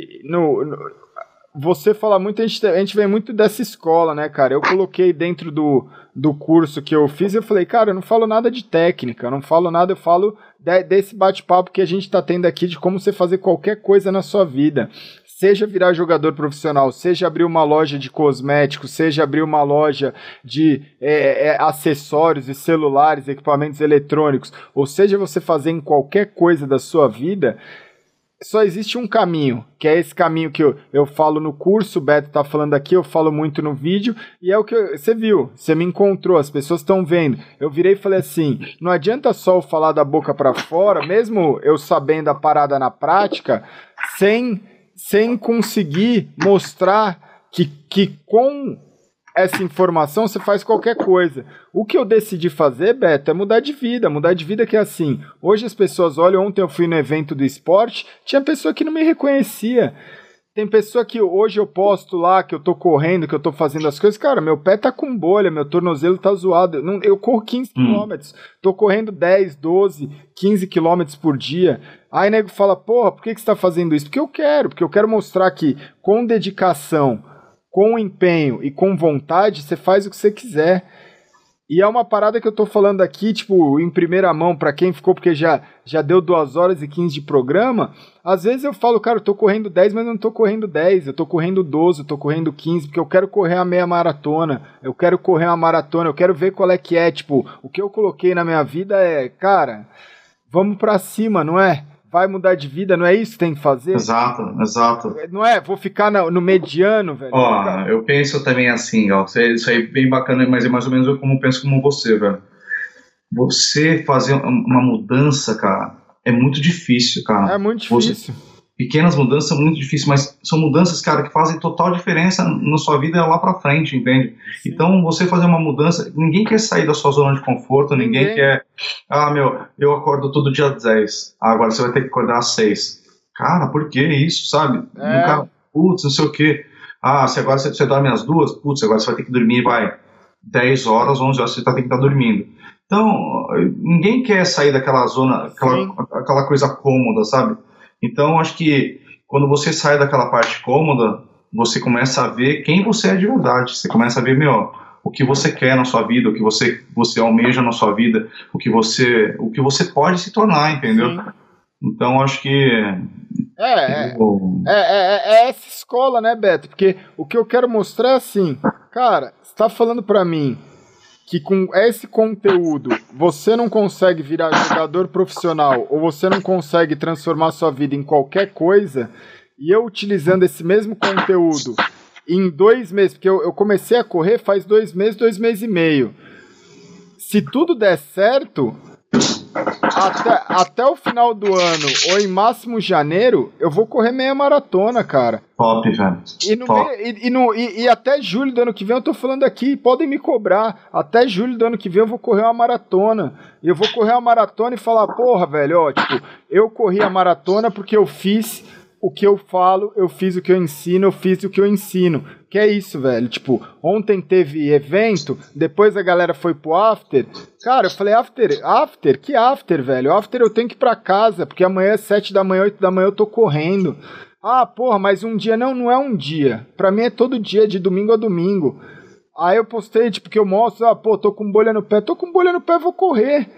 você fala muito, a gente vem muito dessa escola, né, cara? Eu coloquei dentro do curso que eu fiz, eu falei, cara, eu não falo nada de técnica, eu não falo nada, eu falo desse bate-papo que a gente tá tendo aqui de como você fazer qualquer coisa na sua vida. Seja virar jogador profissional, seja abrir uma loja de cosméticos, seja abrir uma loja de acessórios e celulares, equipamentos eletrônicos, ou seja você fazer em qualquer coisa da sua vida, só existe um caminho, que é esse caminho que eu falo no curso, o Beto tá falando aqui, eu falo muito no vídeo, e é o que você viu, você me encontrou, as pessoas estão vendo. Eu virei e falei assim, não adianta só eu falar da boca para fora, mesmo eu sabendo a parada na prática, sem conseguir mostrar que com essa informação você faz qualquer coisa. O que eu decidi fazer, Beto, é mudar de vida que é assim, hoje as pessoas olham, ontem eu fui no evento do esporte, tinha pessoa que não me reconhecia, Tem pessoa que hoje eu posto lá, que eu tô correndo, que eu tô fazendo as coisas, cara, meu pé tá com bolha, meu tornozelo tá zoado. Eu corro 15 quilômetros, tô correndo 10, 12, 15 quilômetros por dia. Aí nego fala, porra, por que você tá fazendo isso? Porque eu quero mostrar que com dedicação, com empenho e com vontade, você faz o que você quiser. E é uma parada que eu tô falando aqui, tipo, em primeira mão, pra quem ficou, porque já deu 2 horas e 15 de programa. Às vezes eu falo, cara, eu tô correndo 10, mas eu não tô correndo 10, eu tô correndo 12, eu tô correndo 15, porque eu quero correr a meia maratona, eu quero correr uma maratona, eu quero ver qual é que é, tipo, o que eu coloquei na minha vida é, cara, vamos pra cima, não é? Vai mudar de vida, não é isso que tem que fazer? Exato. Não é? Vou ficar no mediano, velho. Ó, eu penso também assim, ó, isso aí é bem bacana, mas é mais ou menos eu penso como você, velho. Você fazer uma mudança, cara, é muito difícil, cara. É muito difícil. Pequenas mudanças são muito difíceis, mas são mudanças, cara, que fazem total diferença na sua vida lá pra frente, entende? Sim. Então, você fazer uma mudança, ninguém quer sair da sua zona de conforto, ninguém quer, eu acordo todo dia às 10, agora você vai ter que acordar às 6. Cara, por que isso, sabe? Putz, não sei o quê. Se agora você dorme às 2, putz, agora você vai ter que dormir, 10 horas, 11 horas você tem que estar dormindo. Então, ninguém quer sair daquela zona, aquela coisa cômoda, sabe? Então, acho que quando você sai daquela parte cômoda, você começa a ver quem você é de verdade. Você começa a ver, o que você quer na sua vida, o que você almeja na sua vida, o que você pode se tornar, entendeu? Sim. Então, acho que... É essa escola, né, Beto? Porque o que eu quero mostrar é assim, cara, você tá falando pra mim que com esse conteúdo você não consegue virar jogador profissional ou você não consegue transformar sua vida em qualquer coisa, e eu utilizando esse mesmo conteúdo em 2 meses, porque eu comecei a correr faz 2 meses, 2 meses e meio. Se tudo der certo, até o final do ano, ou em máximo janeiro, eu vou correr meia maratona, cara. Top, velho. E até julho do ano que vem eu tô falando aqui, podem me cobrar. Até julho do ano que vem eu vou correr uma maratona. E eu vou correr uma maratona e falar, porra, velho, eu corri a maratona porque eu fiz o que eu falo, eu fiz o que eu ensino, eu fiz o que eu ensino. Que é isso, velho. Tipo, ontem teve evento, depois a galera foi pro after. Cara, eu falei, after? Que after, velho? After eu tenho que ir pra casa, porque amanhã é 7 da manhã, 8 da manhã eu tô correndo. Porra, mas um dia não é um dia. Pra mim é todo dia, de domingo a domingo. Aí eu postei, tipo, que eu mostro, tô com bolha no pé. Tô com bolha no pé, vou correr.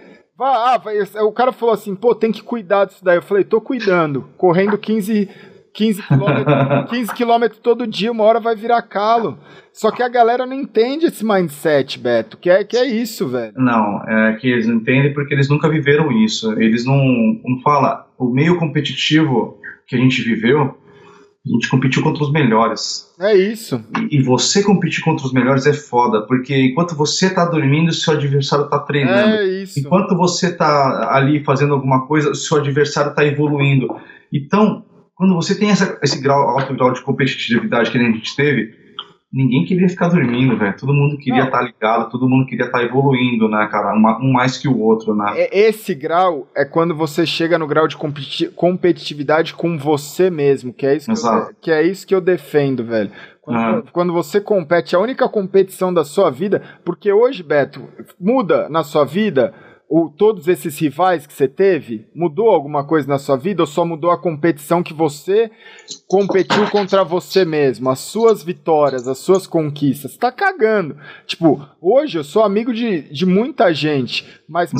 O cara falou assim, tem que cuidar disso daí. Eu falei, tô cuidando. Correndo 15 quilômetros todo dia, uma hora vai virar calo. Só que a galera não entende esse mindset, Beto, que é isso, velho. Não, é que eles não entendem porque eles nunca viveram isso. Eles não falam, o meio competitivo que a gente viveu, a gente competiu contra os melhores. É isso. E você competir contra os melhores é foda, porque enquanto você tá dormindo, seu adversário tá treinando. É isso. Enquanto você tá ali fazendo alguma coisa, seu adversário tá evoluindo. Então, quando você tem esse alto grau de competitividade que a gente teve, ninguém queria ficar dormindo, velho. Todo mundo queria estar ligado, todo mundo queria estar evoluindo, né, cara? Um mais que o outro, né? Esse grau é quando você chega no grau de competitividade com você mesmo, que é isso que eu defendo, velho. Quando você compete, a única competição da sua vida, porque hoje, Beto, muda na sua vida... todos esses rivais que você teve, mudou alguma coisa na sua vida ou só mudou a competição que você competiu contra você mesmo, as suas vitórias, as suas conquistas? Tá cagando. Tipo, hoje eu sou amigo de muita gente, mas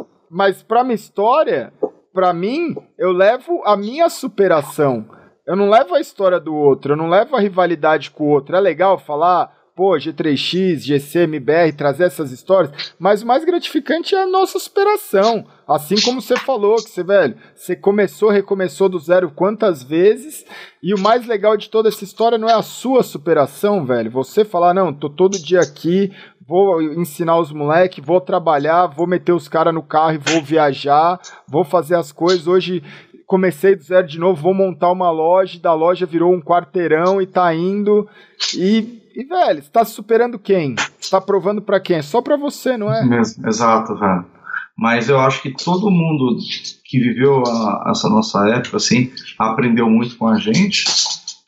pra minha história, pra mim, eu levo a minha superação. Eu não levo a história do outro, eu não levo a rivalidade com o outro. É legal falar... G3X, GC, MBR, trazer essas histórias, mas o mais gratificante é a nossa superação, assim como você falou, que você recomeçou do zero quantas vezes, e o mais legal de toda essa história não é a sua superação, velho, você falar, não, tô todo dia aqui, vou ensinar os moleques, vou trabalhar, vou meter os caras no carro e vou viajar, vou fazer as coisas, hoje... Comecei do zero de novo, vou montar uma loja, da loja virou um quarteirão e tá indo. E velho, você tá superando quem? Você tá provando pra quem? É só pra você, não é? Exato, velho. Mas eu acho que todo mundo que viveu essa nossa época, assim, aprendeu muito com a gente.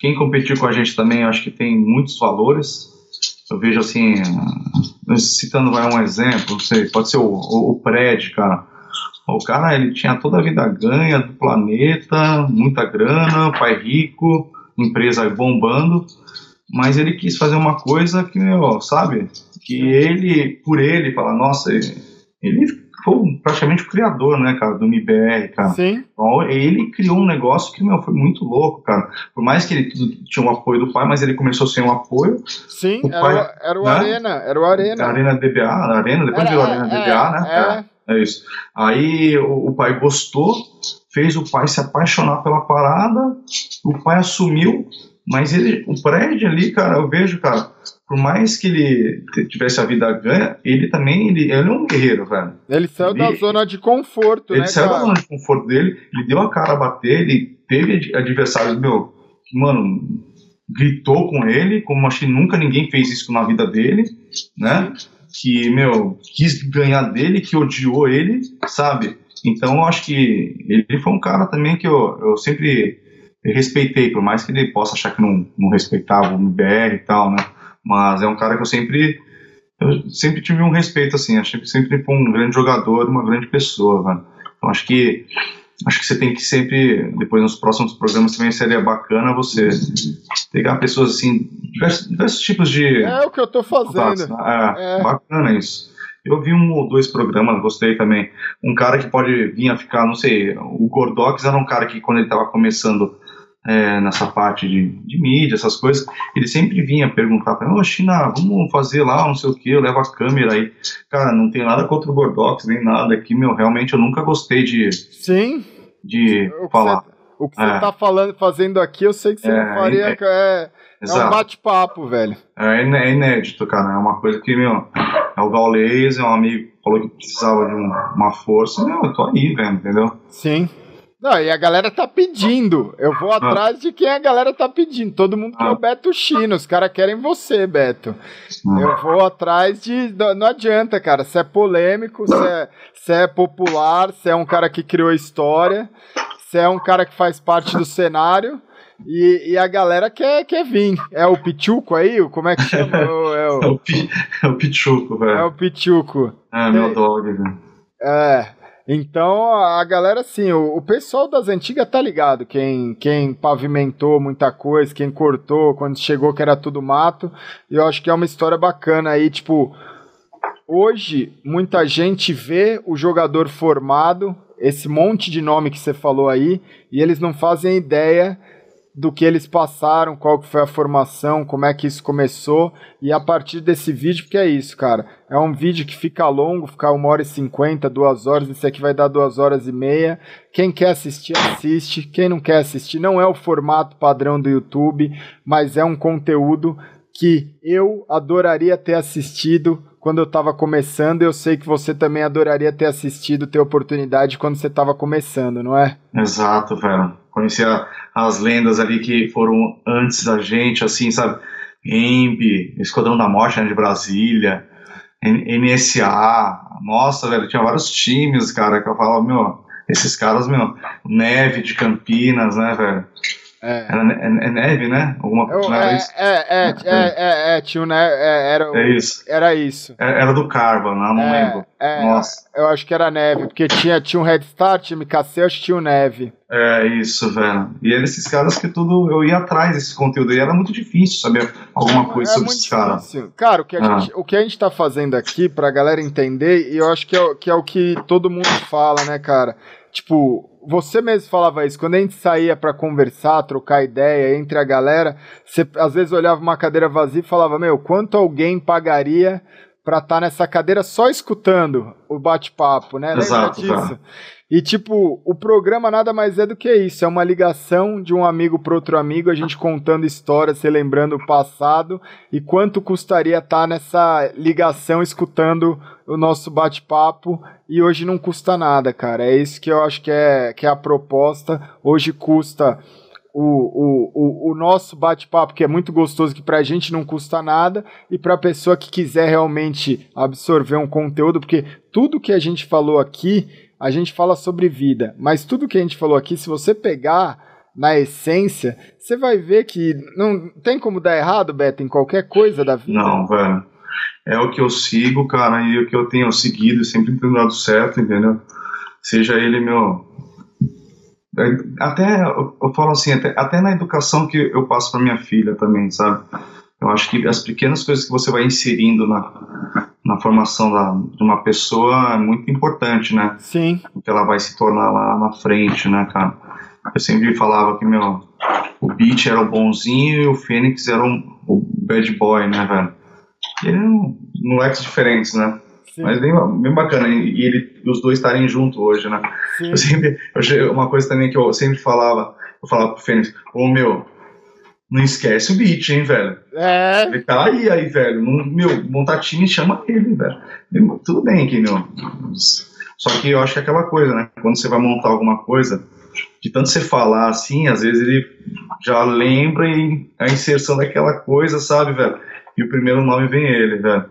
quem competiu com a gente também, eu acho que tem muitos valores. Eu vejo assim, citando um exemplo, não sei, pode ser o Pred, cara. O cara, ele tinha toda a vida ganha do planeta, muita grana, pai rico, empresa bombando, mas ele quis fazer uma coisa que, sabe, que ele, por ele, fala, nossa, ele foi praticamente o criador, né, cara, do MIBR, cara. Sim. Então, ele criou um negócio que, foi muito louco, cara. Por mais que ele tinha o apoio do pai, mas ele começou sem o apoio. Sim, era o né? Arena. Arena DBA, depois virou Arena DBA, né? É isso. Aí o pai gostou, fez o pai se apaixonar pela parada, o pai assumiu, mas o prédio ali, cara, eu vejo, cara, por mais que ele tivesse a vida ganha, ele também, ele é um guerreiro, velho. Ele saiu da zona de conforto, né, cara? Ele saiu da zona de conforto dele, ele deu a cara a bater, ele teve adversários, que, mano, gritou com ele, como acho que nunca ninguém fez isso na vida dele, né? Que, quis ganhar dele, que odiou ele, sabe? Então, eu acho que ele foi um cara também que eu sempre respeitei, por mais que ele possa achar que não respeitava o MBR e tal, né? Mas é um cara que eu sempre tive um respeito, assim, acho que sempre foi um grande jogador, uma grande pessoa, velho. Então, acho que você tem que sempre, depois nos próximos programas também seria bacana você pegar pessoas assim, diversos tipos de... É o que eu tô fazendo. Bacana isso. Eu vi 1 ou 2 programas, gostei também. Um cara que pode vir a ficar, não sei, o Gordox era um cara que quando ele tava começando nessa parte de mídia, essas coisas, ele sempre vinha perguntar pra mim, China, vamos fazer lá, não sei o que, eu levo a câmera aí. Cara, não tem nada contra o Gordox, nem nada aqui, realmente eu nunca gostei de falar. O que você tá fazendo aqui, eu sei que você não faria, é um bate-papo, velho. É inédito, cara, é uma coisa que, é o Gaules, é um amigo que falou que precisava de uma força, eu tô aí, velho, entendeu? Sim. Não, e a galera tá pedindo. Eu vou atrás de quem a galera tá pedindo. Todo mundo quer o Beto China. Os caras querem você, Beto. Eu vou atrás de... Não adianta, cara. Você é polêmico, você é popular, você é um cara que criou história, você é um cara que faz parte do cenário e a galera quer vir. É o Pichuco aí? Como é que chama? É o Pichuco, velho. É o Pichuco. Meu dog, velho. Então a galera, assim, o pessoal das antigas tá ligado, quem pavimentou muita coisa, quem cortou, quando chegou que era tudo mato, e eu acho que é uma história bacana aí, tipo, hoje muita gente vê o jogador formado, esse monte de nome que você falou aí, e eles não fazem ideia do que eles passaram, qual que foi a formação, como é que isso começou, e a partir desse vídeo, porque é isso, cara, é um vídeo que fica longo, fica 1h50, 2 horas, esse aqui vai dar 2h30, quem quer assistir, assiste, quem não quer assistir, não é o formato padrão do YouTube, mas é um conteúdo que eu adoraria ter assistido quando eu estava começando, eu sei que você também adoraria ter assistido, ter oportunidade quando você estava começando, não é? Exato, velho. Conhecer as lendas ali que foram antes da gente, assim, sabe? EMP, Esquadrão da Morte, né, de Brasília, NSA, nossa, velho, tinha vários times, cara, que eu falava, esses caras, Neve de Campinas, né, velho? É Neve, né? Tinha, né? Isso. Era isso. Era do Carva, não lembro. Nossa. Eu acho que era Neve, porque tinha um Red Start, MKC, eu acho que tinha o Neve. É isso, velho. E eram esses caras que eu ia atrás desse conteúdo, e era muito difícil saber alguma coisa sobre esses caras. Cara, o que a gente tá fazendo aqui, pra galera entender, e eu acho que é o que todo mundo fala, né, cara? Tipo, você mesmo falava isso, quando a gente saía pra conversar, trocar ideia entre a galera, você às vezes olhava uma cadeira vazia e falava, quanto alguém pagaria pra estar nessa cadeira só escutando o bate-papo, né? Exato, lembra disso? E tipo, o programa nada mais é do que isso, é uma ligação de um amigo para outro amigo, a gente contando histórias, relembrando o passado, e quanto custaria estar nessa ligação escutando o nosso bate-papo, e hoje não custa nada, cara, é isso que eu acho que é a proposta, hoje custa o nosso bate-papo, que é muito gostoso, que pra gente não custa nada, e pra pessoa que quiser realmente absorver um conteúdo, porque tudo que a gente falou aqui, a gente fala sobre vida, mas tudo que a gente falou aqui, se você pegar, na essência, você vai ver que não tem como dar errado, Beto, em qualquer coisa da vida. Não, velho. É o que eu sigo, cara, e o que eu tenho seguido, sempre tem dado certo, entendeu? Seja ele meu... Até, eu falo assim, até na educação que eu passo pra minha filha também, sabe? Eu acho que as pequenas coisas que você vai inserindo na formação de uma pessoa é muito importante, né? Sim. O que ela vai se tornar lá na frente, né, cara? Eu sempre falava que, o Beach era o bonzinho e o Fênix era o bad boy, né, velho? E eram moleques diferentes, né? Sim. Mas bem bacana, e os dois estarem juntos hoje, né? Uma coisa também que eu sempre falava pro Fênix, não esquece o Beat, hein, velho? Ele tá aí, velho. Montar time, chama ele, velho. Tudo bem que, só que eu acho que é aquela coisa, né? Quando você vai montar alguma coisa, de tanto você falar assim, às vezes ele já lembra a inserção daquela coisa, sabe, velho? E o primeiro nome vem ele, velho.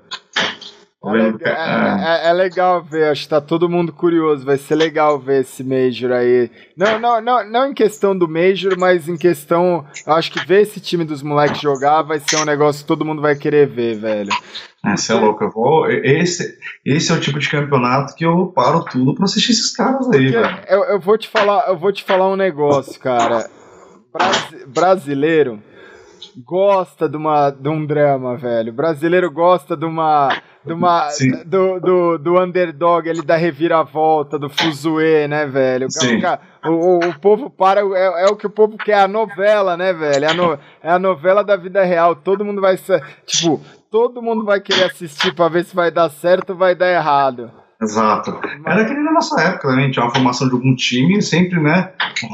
É legal ver, acho que tá todo mundo curioso, vai ser legal ver esse Major aí. Não em questão do Major, mas em questão, acho que ver esse time dos moleques jogar vai ser um negócio que todo mundo vai querer ver, velho. Você é louco, esse é o tipo de campeonato que eu paro tudo pra assistir esses caras aí, velho. Eu vou te falar um negócio, cara. Brasileiro gosta de um drama, velho. Brasileiro gosta do underdog ali, da reviravolta, do fuzuê, né, velho? O povo é o que o povo quer, a novela, né, velho? É a novela da vida real. Todo mundo vai todo mundo vai querer assistir pra ver se vai dar certo ou vai dar errado. Exato. Era que nem na nossa época também, tinha uma formação de algum time sempre, né?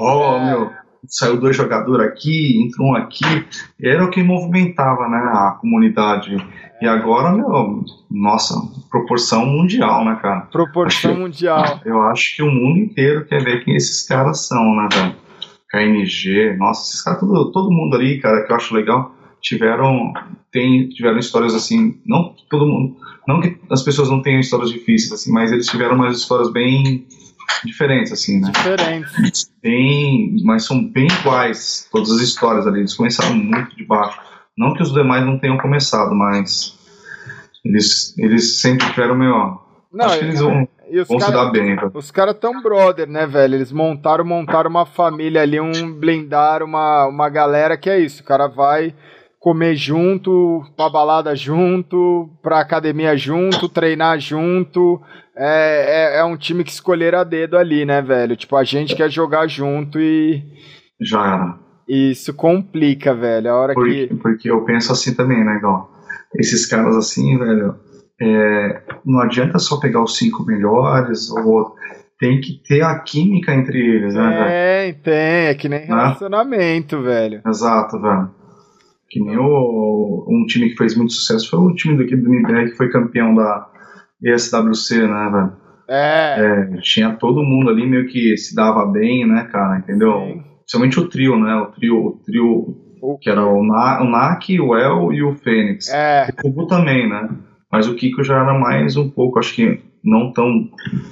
Saiu 2 jogadores aqui, entrou um aqui, era o que movimentava, né, a comunidade. E agora, nossa, proporção mundial, né, cara? Proporção mundial. Eu acho que o mundo inteiro quer ver quem esses caras são, né, velho? KNG, nossa, esses caras, todo mundo ali, cara, que eu acho legal, tiveram histórias assim, não todo mundo, não que as pessoas não tenham histórias difíceis, assim, mas eles tiveram umas histórias bem diferentes, assim, né? Diferentes. Mas são bem iguais, todas as histórias ali, eles começaram muito de baixo. Não que os demais não tenham começado, mas eles sempre tiveram acho que eles vão se dar bem, velho. Os caras tão brother, né, velho? Eles montaram uma família ali, blindaram uma galera que é isso. O cara vai comer junto, pra balada junto, pra academia junto, treinar junto. É um time que escolheram a dedo ali, né, velho? Tipo, a gente quer jogar junto e... Já era. Isso complica, velho. Porque eu penso assim também, né, igual. Esses caras assim, velho, não adianta só pegar os 5 melhores ou tem que ter a química entre eles, né, velho? É que nem relacionamento, velho. Exato, velho. Que nem um time que fez muito sucesso foi o time daqui do MBR que foi campeão da ESWC, né, velho? Tinha todo mundo ali meio que se dava bem, né, cara, entendeu? Sim. Principalmente o trio, né? O trio que era o Nak, o El e o Fênix. O Kubu também, né? Mas o Kiko já era mais um pouco, acho que não tão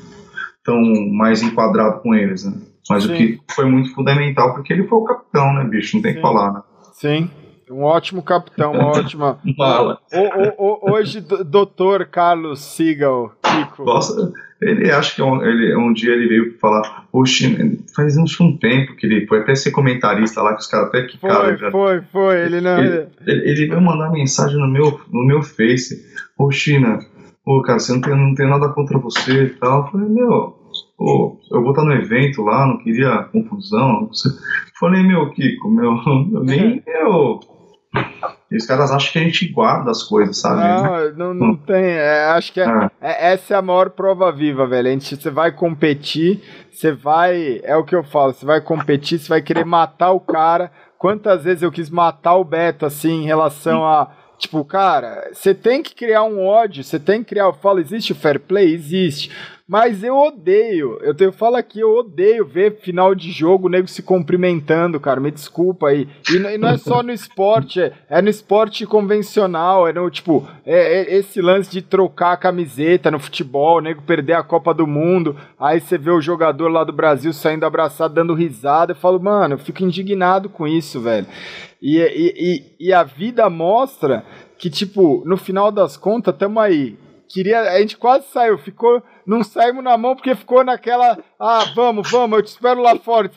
mais enquadrado com eles, né? Mas Sim. O Kiko foi muito fundamental porque ele foi o capitão, né, bicho? Não tem o que falar, né? Sim. Um ótimo capitão, uma ótima... Hoje, Dr. Carlos Seagal, Kiko. Nossa, ele acha que um dia ele veio falar, poxa, faz um tempo que ele foi até ser comentarista lá, que os caras até quicaram. Foi, ele não... Ele veio mandar mensagem no meu Face, China, cara, você não tem nada contra você e tal. Eu falei, eu vou estar no evento lá, não queria confusão. Falei, Kiko, nem E os caras acham que a gente guarda as coisas, sabe? Não tem. Acho que essa é a maior prova viva, velho. Você vai competir, você vai. É o que eu falo, você vai competir, você vai querer matar o cara. Quantas vezes eu quis matar o Beto, assim, em relação a. Tipo, cara, você tem que criar um ódio, você tem que criar. Eu falo, existe o fair play? Existe. Mas eu falo aqui, eu odeio ver final de jogo, o nego se cumprimentando, cara, me desculpa aí. E não é só no esporte, é no esporte convencional, é no, tipo, esse lance de trocar a camiseta no futebol, o nego perder a Copa do Mundo, aí você vê o jogador lá do Brasil saindo abraçado, dando risada, eu falo, mano, eu fico indignado com isso, velho. E a vida mostra que, tipo, no final das contas, tamo aí. A gente quase saiu, não saímos na mão porque ficou naquela, vamos, eu te espero lá fora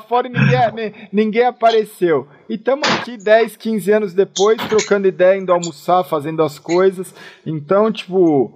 e ninguém apareceu. E estamos aqui 10, 15 anos depois, trocando ideia, indo almoçar, fazendo as coisas. Então, tipo,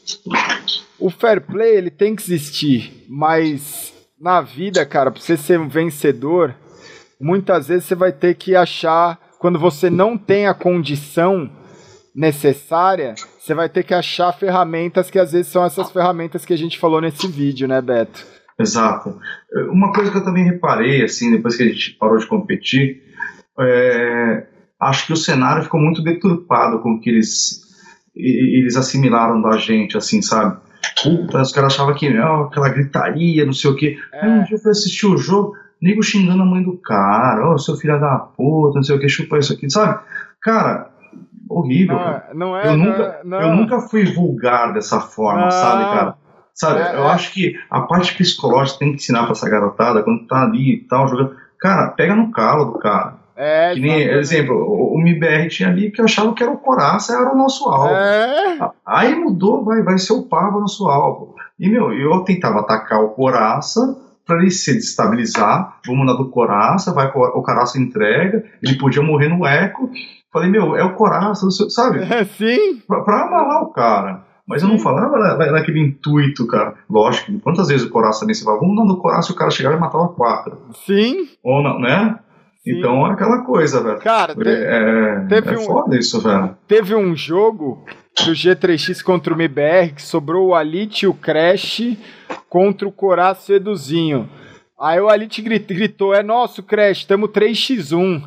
o fair play, ele tem que existir, mas na vida, cara, pra você ser um vencedor, muitas vezes você vai ter que achar, quando você não tem a condição necessária, você vai ter que achar ferramentas que às vezes são essas ferramentas que a gente falou nesse vídeo, né, Beto? Exato. Uma coisa que eu também reparei, assim, depois que a gente parou de competir, acho que o cenário ficou muito deturpado com o que eles assimilaram da gente, assim, sabe? Puta, os caras achavam que aquela gritaria, não sei o quê. Um dia eu fui assistir o jogo, nego xingando a mãe do cara, seu filho da puta, não sei o que, chupa isso aqui, sabe? Cara, horrível. Eu nunca fui vulgar dessa forma, sabe, cara? Sabe, eu acho que a parte psicológica tem que ensinar pra essa garotada, quando tá ali e tal, jogando. Cara, pega no calo do cara. Que nem, exemplo, o MBR tinha ali que eu achava que era o Coraça, era o nosso alvo. Aí mudou, vai ser o Pava o nosso alvo. E, eu tentava atacar o Coraça pra ele se destabilizar, vou mandar do Coraça, o Coraça entrega, ele podia morrer no eco. Falei, é o Coraça, sabe? Sim. Pra abalar o cara. Mas eu não falava naquele intuito, cara. Lógico, quantas vezes o Coraça também se falava, vamos mandar do Coraça e o cara chegava e matava 4. Sim. Ou não, né? Sim. Então é aquela coisa, velho. Cara, foda isso, velho. Teve um jogo do G3X contra o MBR que sobrou o Alit e o Crash contra o Coraça e o Eduzinho. Aí o Alit gritou, é nosso, Crash, tamo 3x1.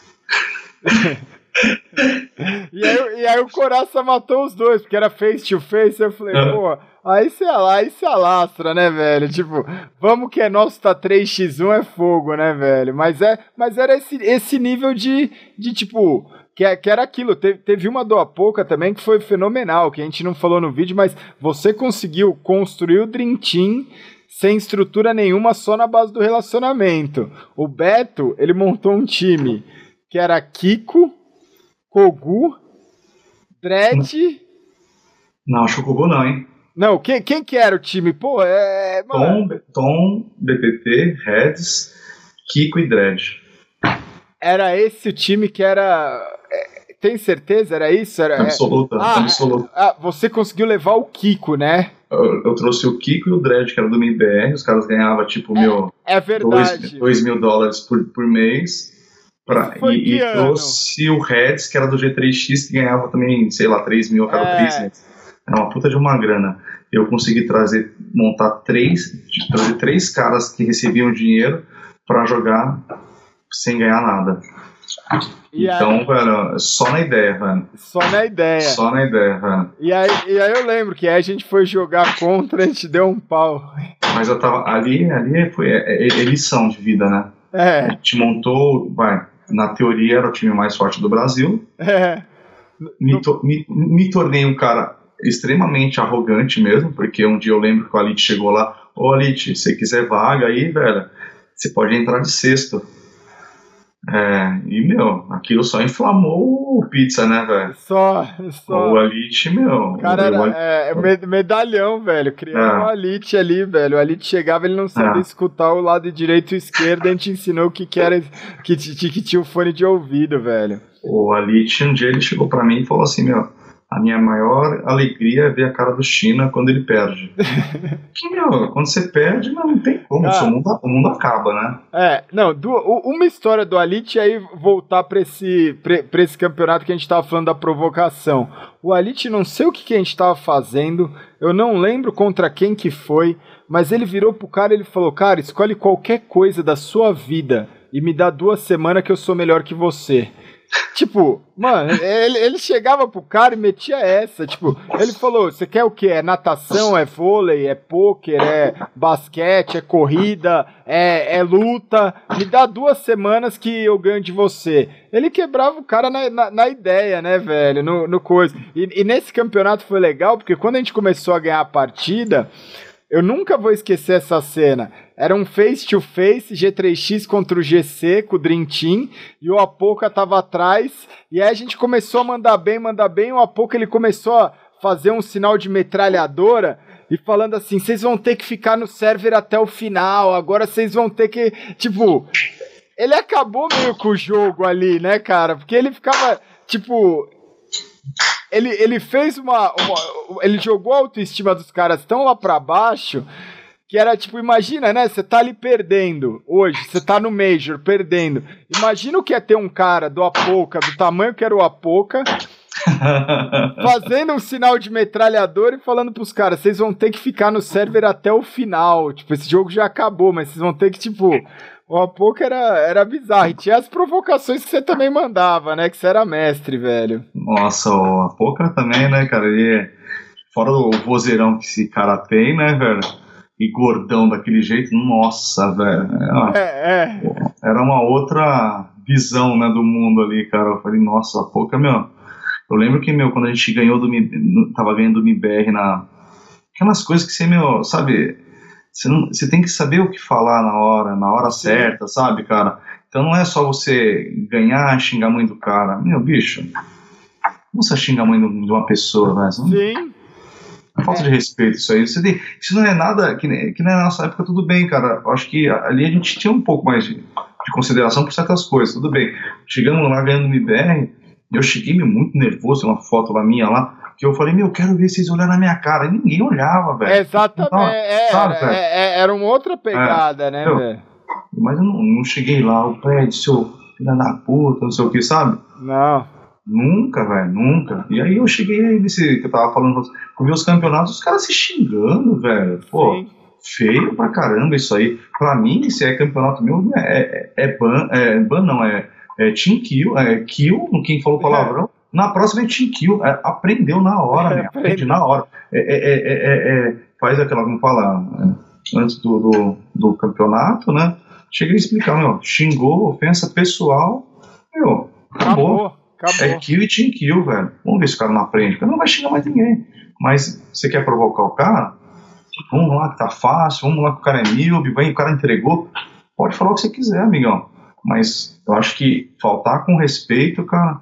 E aí o Coraça matou os dois, porque era face to face. Eu falei, pô, aí se alastra, né, velho? Tipo, vamos que é nosso, tá 3x1 é fogo, né, velho? Mas era esse nível de tipo, que era aquilo. Teve uma do Apoca também que foi fenomenal, que a gente não falou no vídeo, mas você conseguiu construir o Dream Team sem estrutura nenhuma, só na base do relacionamento. O Beto, ele montou um time que era Kiko, Kogu, Dredd... Não, acho que o Kogu não, hein? Não, quem que era o time? Pô, Tom, BTT, Reds, Kiko e Dredd. Era esse o time que era... Tem certeza? Era isso? Absoluta. Você conseguiu levar o Kiko, né? Eu trouxe o Kiko e o Dredd, que era do MBR. Os caras ganhavam, tipo, É verdade. $2.000 por mês. E trouxe o Reds, que era do G3X, que ganhava também, sei lá, 3 mil a cada 3 meses. Era uma puta de uma grana. Eu consegui montar trazer 3 caras que recebiam dinheiro pra jogar sem ganhar nada. Então, velho, só na ideia, velho. Só na ideia, velho. E aí eu lembro que aí a gente foi jogar contra, a gente deu um pau. Mas eu tava ali foi lição de vida, né? A gente montou, na teoria era o time mais forte do Brasil. Me tornei um cara extremamente arrogante mesmo, porque um dia eu lembro que o Alit chegou lá, Alit, se você quiser vaga aí, velho, você pode entrar de sexto. E, aquilo só inflamou o pizza, né, velho? Só. O Alit, O cara era medalhão, velho. Criou o Alit ali, velho. O Alit chegava, ele não sabia escutar o lado direito e esquerdo, a gente ensinou o que era, que tinha o fone de ouvido, velho. O Alit, um dia ele chegou pra mim e falou assim, a minha maior alegria é ver a cara do China quando ele perde. Quando você perde, não tem como, o mundo acaba, né? Uma história do Alit, aí voltar pra esse campeonato que a gente tava falando da provocação. O Alit, não sei o que a gente tava fazendo, eu não lembro contra quem que foi, mas ele virou pro cara e ele falou, cara, escolhe qualquer coisa da sua vida e me dá 2 semanas que eu sou melhor que você. Tipo, mano, ele chegava pro cara e metia essa. Tipo, ele falou: você quer o quê? É natação, é vôlei, é pôquer, é basquete, é corrida, é luta. Me dá 2 semanas que eu ganho de você. Ele quebrava o cara na ideia, né, velho? No coisa. E nesse campeonato foi legal, porque quando a gente começou a ganhar a partida. Eu nunca vou esquecer essa cena. Era um face-to-face, G3X contra o GC, com o Dream Team, e o Apoca tava atrás, e aí a gente começou a mandar bem, o Apoca ele começou a fazer um sinal de metralhadora, e falando assim, vocês vão ter que ficar no server até o final, agora vocês vão ter que, tipo... Ele acabou meio com o jogo ali, né, cara? Porque ele ficava, tipo... Ele fez ele jogou a autoestima dos caras tão lá pra baixo que era tipo, imagina, né? Você tá ali perdendo hoje, você tá no Major perdendo. Imagina o que é ter um cara do Apoca, do tamanho que era o Apoca, fazendo um sinal de metralhador e falando pros caras: vocês vão ter que ficar no server até o final. Tipo, esse jogo já acabou, mas vocês vão ter que, tipo. O Apoca era bizarro. E tinha as provocações que você também mandava, né? Que você era mestre, velho. Nossa, o Apoca também, né, cara? Ele fora do vozeirão que esse cara tem, né, velho? E gordão daquele jeito, nossa, velho. Era uma outra visão, né, do mundo ali, cara. Eu falei, nossa, o Apoca, meu. Eu lembro que, quando a gente ganhou tava ganhando do MBR aquelas coisas que você, sabe. Você tem que saber o que falar na hora certa, sabe, cara? Então não é só você ganhar, xingar a mãe do cara. Meu, bicho, como você xinga a mãe de uma pessoa, velho? Sim. É falta de respeito isso aí. Isso não é nada, que na nossa época tudo bem, cara. Eu acho que ali a gente tinha um pouco mais de consideração por certas coisas, tudo bem. Chegamos lá ganhando no IBR, eu cheguei muito nervoso, uma foto lá minha lá, que eu falei, quero ver vocês olharem na minha cara. E ninguém olhava, velho. Exatamente. Era uma outra pegada, né, velho? Mas eu não cheguei lá, o prédio, seu filho da puta, não sei o que, sabe? Não. Nunca, velho, nunca. E aí eu cheguei nesse que eu tava falando, eu vi os campeonatos, os caras se xingando, velho. Pô, sim. Feio pra caramba isso aí. Pra mim, se é campeonato meu, ban não, é team kill, kill, quem falou palavrão. Na próxima é team kill, aprendeu na hora, né? Aprende na hora. Faz aquela, como fala, antes do campeonato, né? Chega a explicar, xingou, ofensa pessoal, acabou. É kill e team kill, velho. Vamos ver se o cara não aprende, porque não vai xingar mais ninguém. Mas você quer provocar o cara? Vamos lá que tá fácil, vamos lá que o cara é newbie, o cara entregou. Pode falar o que você quiser, amigão. Mas eu acho que faltar com respeito, cara...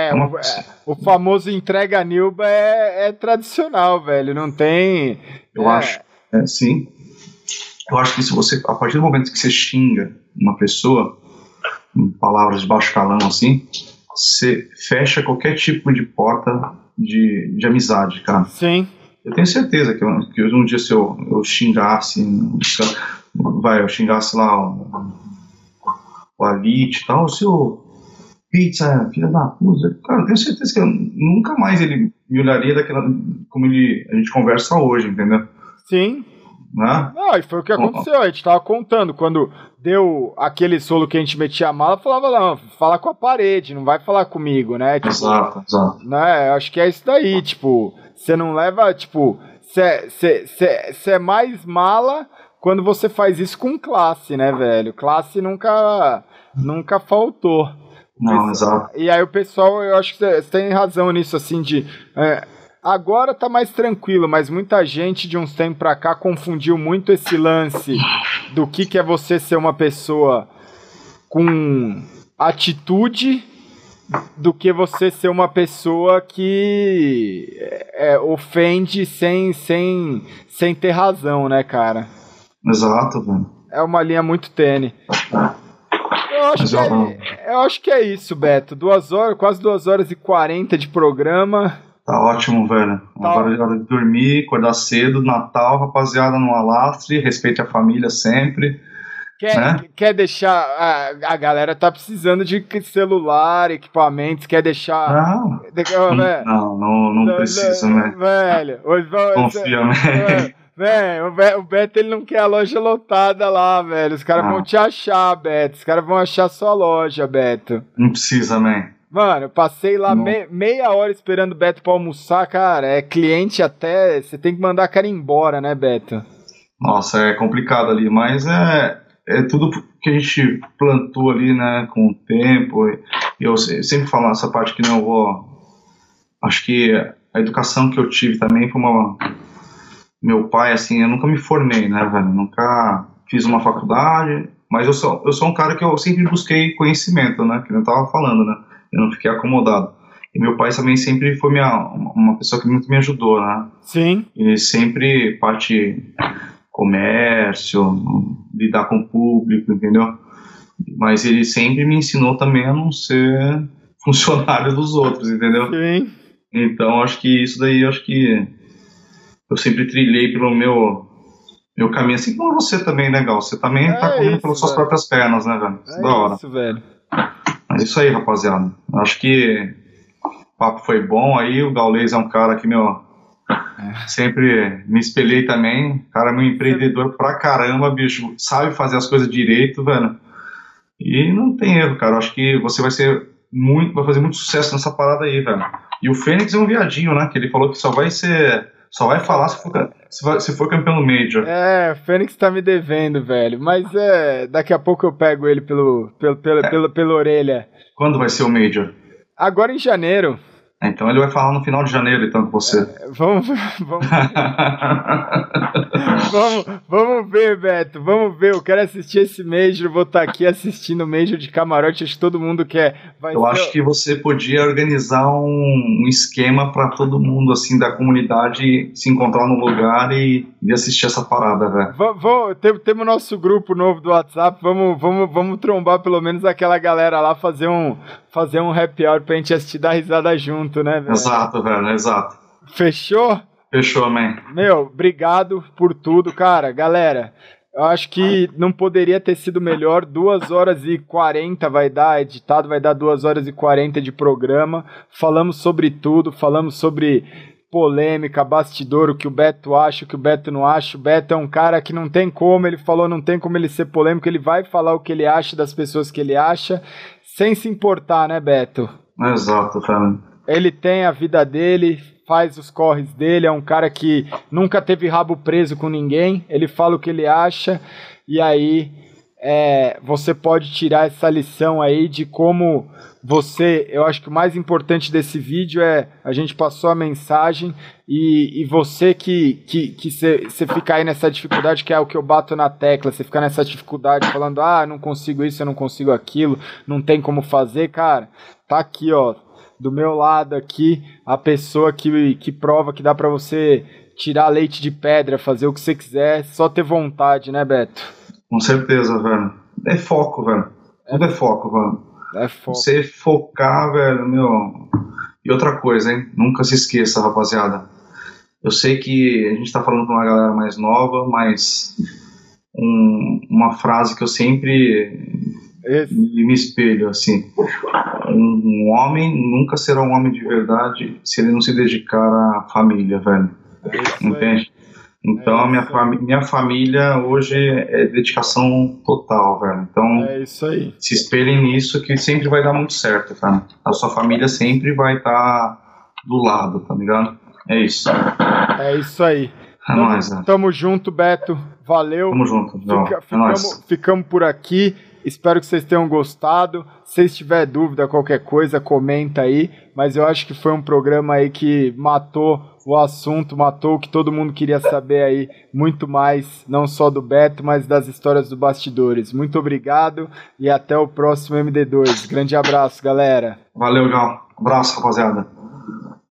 o famoso entrega nilba é tradicional, velho, não tem... Eu acho, sim. Eu acho que se você, a partir do momento que você xinga uma pessoa, em palavras de baixo calão assim, você fecha qualquer tipo de porta de amizade, cara. Sim. Eu tenho certeza que um dia se eu xingasse, eu xingasse lá o Elite e tal, o seu pizza, filha da puta, cara, eu tenho certeza que nunca mais ele me olharia como a gente conversa hoje, entendeu? Sim. Né? Não, e foi o que aconteceu, a gente tava contando, quando deu aquele solo que a gente metia a mala, falava, não, fala com a parede, não vai falar comigo, né? Tipo, exato. Né, acho que é isso daí, tipo, você não leva, tipo, você é mais mala quando você faz isso com classe, né, velho? Classe nunca faltou. Não, exato. E aí o pessoal, eu acho que você tem razão nisso, assim, de... agora tá mais tranquilo, mas muita gente de uns tempos pra cá confundiu muito esse lance do que é você ser uma pessoa com atitude do que você ser uma pessoa que ofende sem ter razão, né, cara? Exato, velho. É uma linha muito tênue. Eu acho que é isso, Beto. 2 horas, quase 2 horas e 40 de programa. Tá ótimo, velho. Tá. Agora é hora de dormir, acordar cedo, Natal, rapaziada, no alastre, respeite a família sempre. Quer deixar... A galera tá precisando de celular, equipamentos, quer deixar... Não precisa, né? Velho... Confia, né? Velho, o Beto, ele não quer a loja lotada lá, velho. Os caras vão te achar, Beto. Os caras vão achar sua loja, Beto. Não precisa, man. Mano, eu passei lá meia hora esperando o Beto pra almoçar, cara. É cliente até. Você tem que mandar a cara embora, né, Beto? Nossa, é complicado ali, mas é tudo que a gente plantou ali, né, com o tempo. E eu sempre falo nessa parte que não vou. Acho que a educação que eu tive também foi uma. Meu pai, assim, eu nunca me formei, né, velho? Nunca fiz uma faculdade, mas eu sou um cara que eu sempre busquei conhecimento, né? Que eu tava falando, né? Eu não fiquei acomodado. E meu pai também sempre foi uma pessoa que muito me ajudou, né? Sim. Ele sempre parte comércio, lidar com o público, entendeu? Mas ele sempre me ensinou também a não ser funcionário dos outros, entendeu? Sim. Então, acho que isso daí, acho que eu sempre trilhei pelo meu caminho, assim como você também, né, Gal? Você também tá comendo pelas suas próprias pernas, né, velho? Isso é da hora. Isso, velho. É isso aí, rapaziada. Acho que o papo foi bom aí. O Gaules é um cara que, sempre me espelhei também. O cara é um empreendedor pra caramba, bicho. Sabe fazer as coisas direito, velho. E não tem erro, cara. Acho que você vai fazer muito sucesso nessa parada aí, velho. E o Fênix é um viadinho, né? Que ele falou que só vai falar se for campeão no Major. O Fênix tá me devendo, velho. Mas daqui a pouco eu pego ele pela orelha. Quando vai ser o Major? Agora em janeiro. Então ele vai falar no final de janeiro, então, com você. Vamos ver, Beto. Vamos ver. Eu quero assistir esse Major. Vou estar aqui assistindo o Major de camarote. Acho que todo mundo quer. Eu acho que você podia organizar um esquema para todo mundo, assim, da comunidade se encontrar no lugar e assistir essa parada, velho. Temos nosso grupo novo do WhatsApp. Vamos trombar pelo menos aquela galera lá, fazer um happy hour pra gente assistir, dar risada junto, né, velho? Exato, velho, exato. Fechou? Fechou, man. Obrigado por tudo, cara. Galera, eu acho que não poderia ter sido melhor. 2h40 vai dar, editado vai dar 2h40 de programa. Falamos sobre tudo, falamos sobre polêmica, bastidor, o que o Beto acha, o que o Beto não acha. O Beto é um cara que não tem como, ele falou, não tem como ele ser polêmico, ele vai falar o que ele acha das pessoas que ele acha, sem se importar, né, Beto? Exato, cara. Ele tem a vida dele, faz os corres dele, é um cara que nunca teve rabo preso com ninguém, ele fala o que ele acha, e aí você pode tirar essa lição aí de como eu acho que o mais importante desse vídeo a gente passou a mensagem e você que você fica aí nessa dificuldade, que é o que eu bato na tecla, você fica nessa dificuldade falando, não consigo isso, eu não consigo aquilo, não tem como fazer, cara, tá aqui, ó, do meu lado aqui, a pessoa que prova que dá pra você tirar leite de pedra, fazer o que você quiser, só ter vontade, né, Beto? Com certeza, velho. É foco, velho. Tudo é foco, velho. É foco. Você focar, velho, E outra coisa, hein? Nunca se esqueça, rapaziada. Eu sei que a gente tá falando com uma galera mais nova, mas uma frase que eu sempre me espelho, assim. Um homem nunca será um homem de verdade se ele não se dedicar à família, velho. Entende? Então, minha família hoje é dedicação total, velho. Então, é isso aí. Se espelhem nisso que sempre vai dar muito certo, cara. A sua família sempre vai estar do lado, tá ligado? É isso. É isso aí. É nóis, né? Tamo junto, Beto. Valeu. Tamo junto. Ficamos por aqui. Espero que vocês tenham gostado. Se tiver dúvida, qualquer coisa, comenta aí. Mas eu acho que foi um programa aí que matou o assunto, matou o que todo mundo queria saber aí, muito mais, não só do Beto, mas das histórias dos bastidores. Muito obrigado e até o próximo MD2. Grande abraço, galera. Valeu, Gal. Abraço, rapaziada.